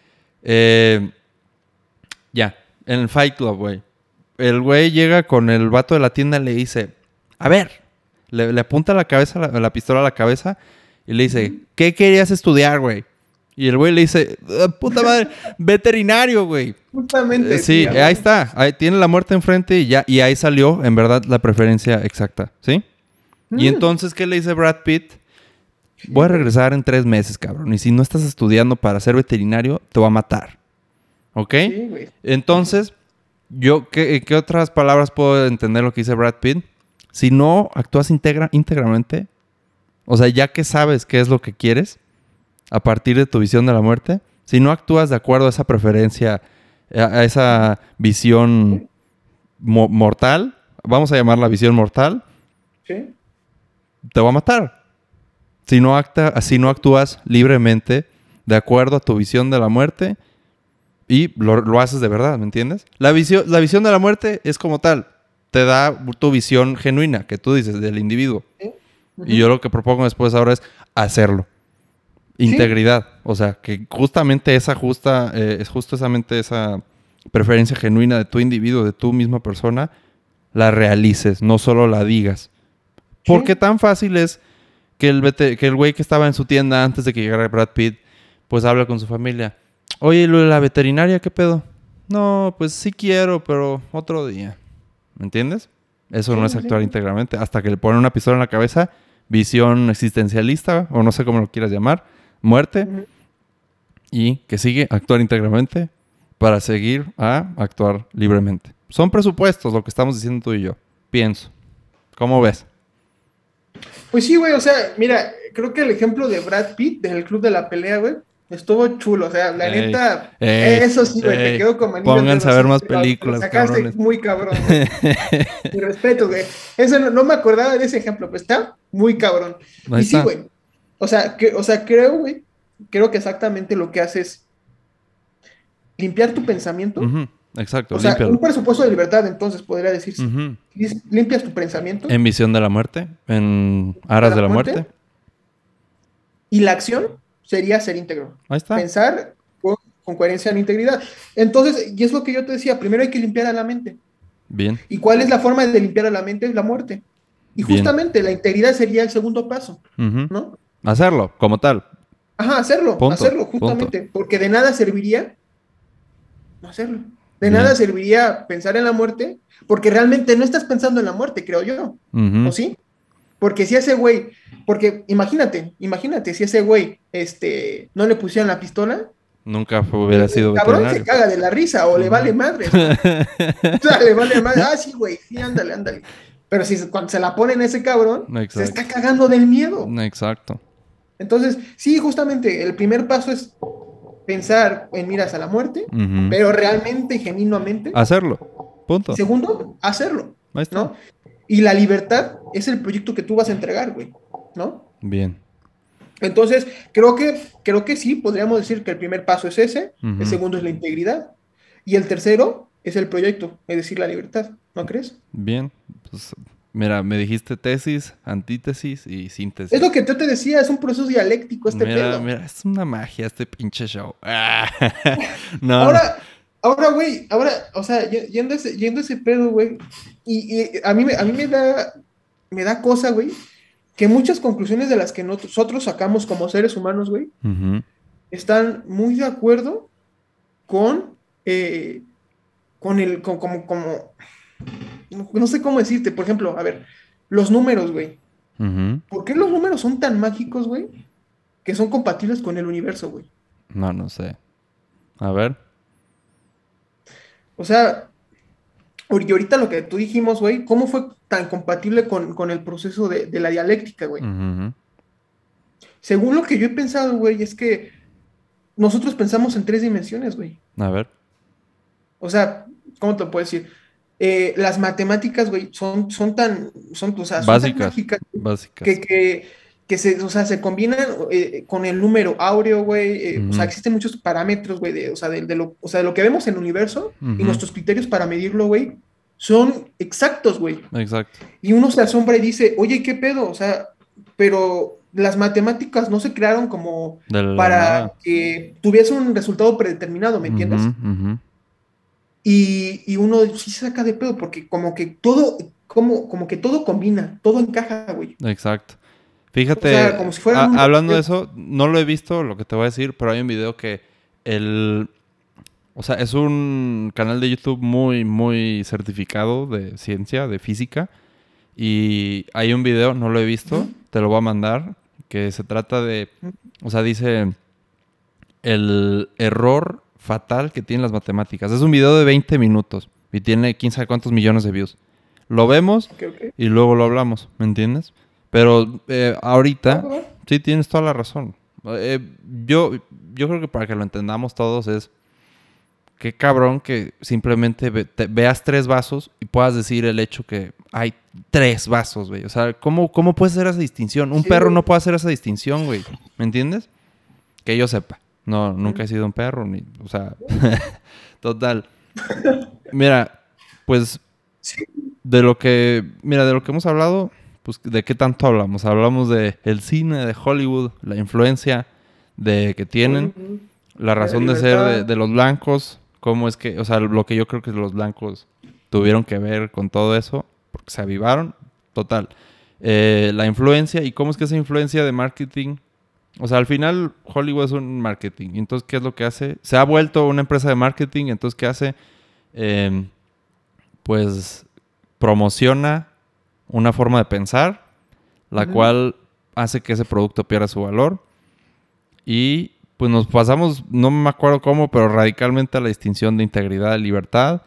Eh, ya, en el Fight Club, güey. El güey llega con el vato de la tienda y le dice, a ver, le apunta la cabeza, la pistola a la cabeza y le dice, Ujú. ¿qué querías estudiar, güey? Y el güey le dice, puta madre, veterinario, güey. Justamente, sí, Sí, a ahí huevo. está, ahí tiene la muerte enfrente y ya, y ahí salió, en verdad, la preferencia exacta, ¿sí? Y Mm, entonces, ¿qué le dice Brad Pitt? sí, Voy a güey. regresar en 3 meses, cabrón. Y si no estás estudiando para ser veterinario, te voy a matar. ¿Ok? Sí, güey. Ujú. Entonces, ¿qué otras palabras puedo entender lo que dice Brad Pitt? Si no actúas íntegramente, o sea, ya que sabes qué es lo que quieres, a partir de tu visión de la muerte, si no actúas de acuerdo a esa preferencia, a esa visión Sí, mortal, vamos a llamarla visión mortal, sí, te va a matar. Si no actúas libremente, de acuerdo a tu visión de la muerte, y lo haces de verdad, ¿me entiendes? La visión de la muerte es como tal. Te da tu visión genuina, que tú dices, del individuo. sí. Y yo Ujú. lo que propongo después ahora es hacerlo. Sí, Integridad. O sea, que justamente es justamente esa preferencia genuina de tu individuo, de tu misma persona, la realices, no solo la digas. Porque sí. tan fácil es que el güey que estaba en su tienda antes de que llegara Brad Pitt, pues habla con su familia. Oye, lo de la veterinaria, ¿qué pedo? No, pues sí quiero, pero otro día. ¿Me entiendes? Eso no Sí, es sí, actuar sí. íntegramente. Hasta que le ponen una pistola en la cabeza, visión existencialista, o no sé cómo lo quieras llamar, muerte, Ujú. y que sigue actuar íntegramente para seguir a actuar libremente. Son presupuestos lo que estamos diciendo tú y yo. Pienso. ¿Cómo ves? Pues sí, güey, o sea, mira, creo que el ejemplo de Brad Pitt del Club de la Pelea, güey, estuvo chulo, o sea, la Ey, neta, ey, eso sí, güey, te ey. quedó como anillo al Pónganse dedo, a ver sí, más te lo películas, sacaste cabrones. muy cabrón, güey. Mi respeto, güey. Eso no me acordaba de ese ejemplo, pero está muy cabrón. Ahí Y sí, está. güey, o sea, creo, güey, creo que exactamente lo que hace es limpiar tu pensamiento, Ujú, exacto, o sea, límpialo. un presupuesto de libertad, entonces podría decirse. Ujú. Limpias tu pensamiento En visión de la muerte, en de aras de la la muerte. muerte. Y la acción sería ser íntegro. Ahí está. Pensar con coherencia en integridad. Entonces, y es lo que yo te decía, primero hay que limpiar a la mente. Bien, ¿Y cuál es la forma de limpiar a la mente? Es la muerte. Y bien. justamente la integridad sería el segundo paso, Ujú. ¿no? Hacerlo, como tal. Ajá, hacerlo, Punto, hacerlo, punto. justamente, porque de nada serviría no hacerlo. De nada Bien. serviría pensar en la muerte, porque realmente no estás pensando en la muerte, creo yo. ¿O Ujú. sí? Porque si ese güey, porque imagínate si ese güey, no le pusieran la pistola, Nunca el, hubiera el sido cabrón se veterinario. caga de la risa o le vale Ujú. madres, ¿no? O sea, le vale madres, ah, sí, güey, sí, ándale, ándale. Pero si cuando se la ponen a ese cabrón, se está Exacto. cagando del miedo. Exacto. Entonces, sí, justamente, el primer paso es pensar en miras a la muerte, Ujú. pero realmente y genuinamente. Hacerlo. Y Punto. segundo, hacerlo, Ahí está. ¿no? Y la libertad es el proyecto que tú vas a entregar, güey, ¿no? Bien. Entonces, creo que sí, podríamos decir que el primer paso es ese, el Ujú. segundo es la integridad y el tercero es el proyecto, es decir, la libertad, ¿no crees? Bien. Pues, mira, me dijiste tesis, antítesis y Es lo síntesis. que yo te decía, es un proceso dialéctico este Mira, pedo. mira, es una magia este pinche show. Ah, no, no. Ahora, güey, o sea, yendo a ese pedo, güey, y a mí me da cosa, güey, que muchas conclusiones de las que nosotros sacamos como seres humanos, güey, Ujú, están muy de acuerdo con, eh, como, no sé cómo decirte, por ejemplo, a ver, los números, güey. ujú. ¿Por qué los números son tan mágicos, güey, que son compatibles con el universo, güey? No, no sé. A ver. O sea, y ahorita lo que tú dijimos, güey, ¿cómo fue tan compatible con el proceso de la dialéctica, güey? Ujú. Según lo que yo he pensado, güey, es que nosotros pensamos en tres dimensiones, güey. A ver. O sea, ¿cómo te lo puedo decir? Las matemáticas, güey, o sea, son tan Básicas. mágicas que, Básicas. que, o sea, se combinan con el número áureo, güey. O sea, Ujú, existen muchos parámetros, güey, o sea, de lo que vemos en el universo y ujú. nuestros criterios para medirlo, güey, son exactos, güey. Exacto. Y uno se asombra y dice, oye, ¿qué pedo? O sea, pero las matemáticas no se crearon como De la para nada. que tuviese un resultado predeterminado, ¿me Ujú, entiendes? ujú. Y uno sí se saca de pedo porque como que todo combina, todo encaja, güey. Exacto. O sea, como Fíjate, si fueran un hablando de rompecabezas. eso, no lo he visto lo que te voy a decir, pero hay un video que el... O sea, es un canal de YouTube muy, muy certificado de ciencia, de física. Y hay un video, no lo he visto, Ujú, te lo voy a mandar, que se trata de... O sea, dice el error fatal que tienen las matemáticas. Es un video de 20 minutos y tiene quién sabe cuántos millones de views. Lo vemos ok, ok. y luego lo hablamos, ¿me entiendes? Pero Va, ahorita, va, va. sí tienes toda la razón. Eh, yo, yo creo que para que lo entendamos todos es qué cabrón que simplemente veas tres vasos y puedas decir el hecho que hay tres vasos, güey. O sea, ¿cómo puedes hacer esa distinción? Un Sí, perro no güey. puede hacer esa distinción, güey. ¿Me entiendes? Que yo sepa. No, nunca Ujú. he sido un perro, ni, o sea, total. Mira, pues Sí. de lo que hemos hablado, pues de qué tanto hablamos. Hablamos de el cine, de Hollywood, la influencia de que tienen, Hollywood, la de la razón de ser libertad. de los blancos, cómo es que, o sea, lo que yo creo que los blancos tuvieron que ver con todo eso, porque se avivaron, total. La influencia y cómo es que esa influencia de marketing, o sea, al final Hollywood es un marketing. Entonces, ¿qué es lo que hace? Se ha vuelto una empresa de marketing. Entonces, ¿qué hace? Eh, pues promociona una forma de pensar, la cual hace que ese producto pierda su valor. Y pues nos pasamos, no me acuerdo cómo, pero radicalmente a la distinción de integridad y libertad.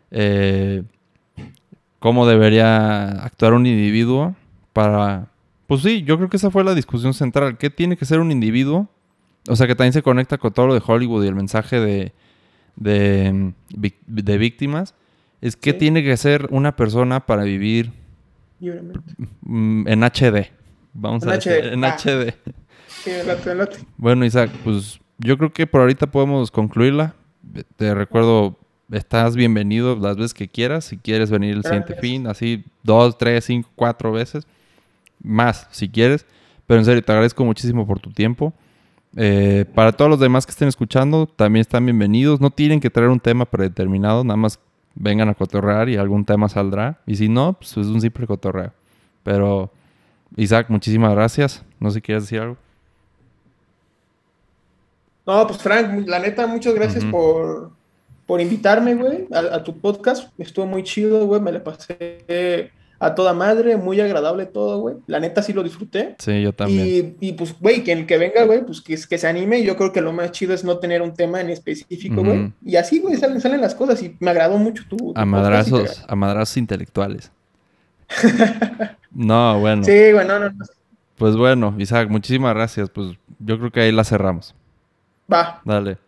Cómo debería actuar un individuo para... Pues sí, yo creo que esa fue la discusión central. ¿Qué tiene que ser un individuo? O sea, que también se conecta con todo lo de Hollywood y el mensaje de víctimas. Es qué tiene que ser una persona para vivir libremente. en HD. Vamos En a decir, HD. en Va. HD. Sí, late, late. Bueno, Isaac, pues yo creo que por ahorita podemos concluirla. Te recuerdo, estás bienvenido las veces que quieras. Si quieres venir el siguiente Gracias. fin, así 2, 3, 5, 4 veces. Más, si quieres. Pero en serio, te agradezco muchísimo por tu tiempo. Para todos los demás que estén escuchando, también están bienvenidos. No tienen que traer un tema predeterminado, nada más vengan a cotorrear y algún tema saldrá. Y si no, pues es un simple cotorreo. Pero, Isaac, muchísimas gracias. No sé si quieres decir algo. No, pues Frank, la neta, muchas gracias Ujú. por invitarme, güey, a tu podcast. Estuvo muy chido, güey, me la pasé a toda madre, muy agradable todo, güey. La neta sí lo disfruté. Sí, yo también. Y pues, güey, quien que venga, güey, pues que se anime. Yo creo que lo más chido es no tener un tema en específico, güey. Ujú. Y así, güey, salen las cosas. Y me agradó mucho tu podcast y te agradezco. A madrazos intelectuales. No, bueno. Sí, güey, no, no, no. Pues bueno, Isaac, muchísimas gracias. Pues yo creo que ahí la cerramos. Va. Dale.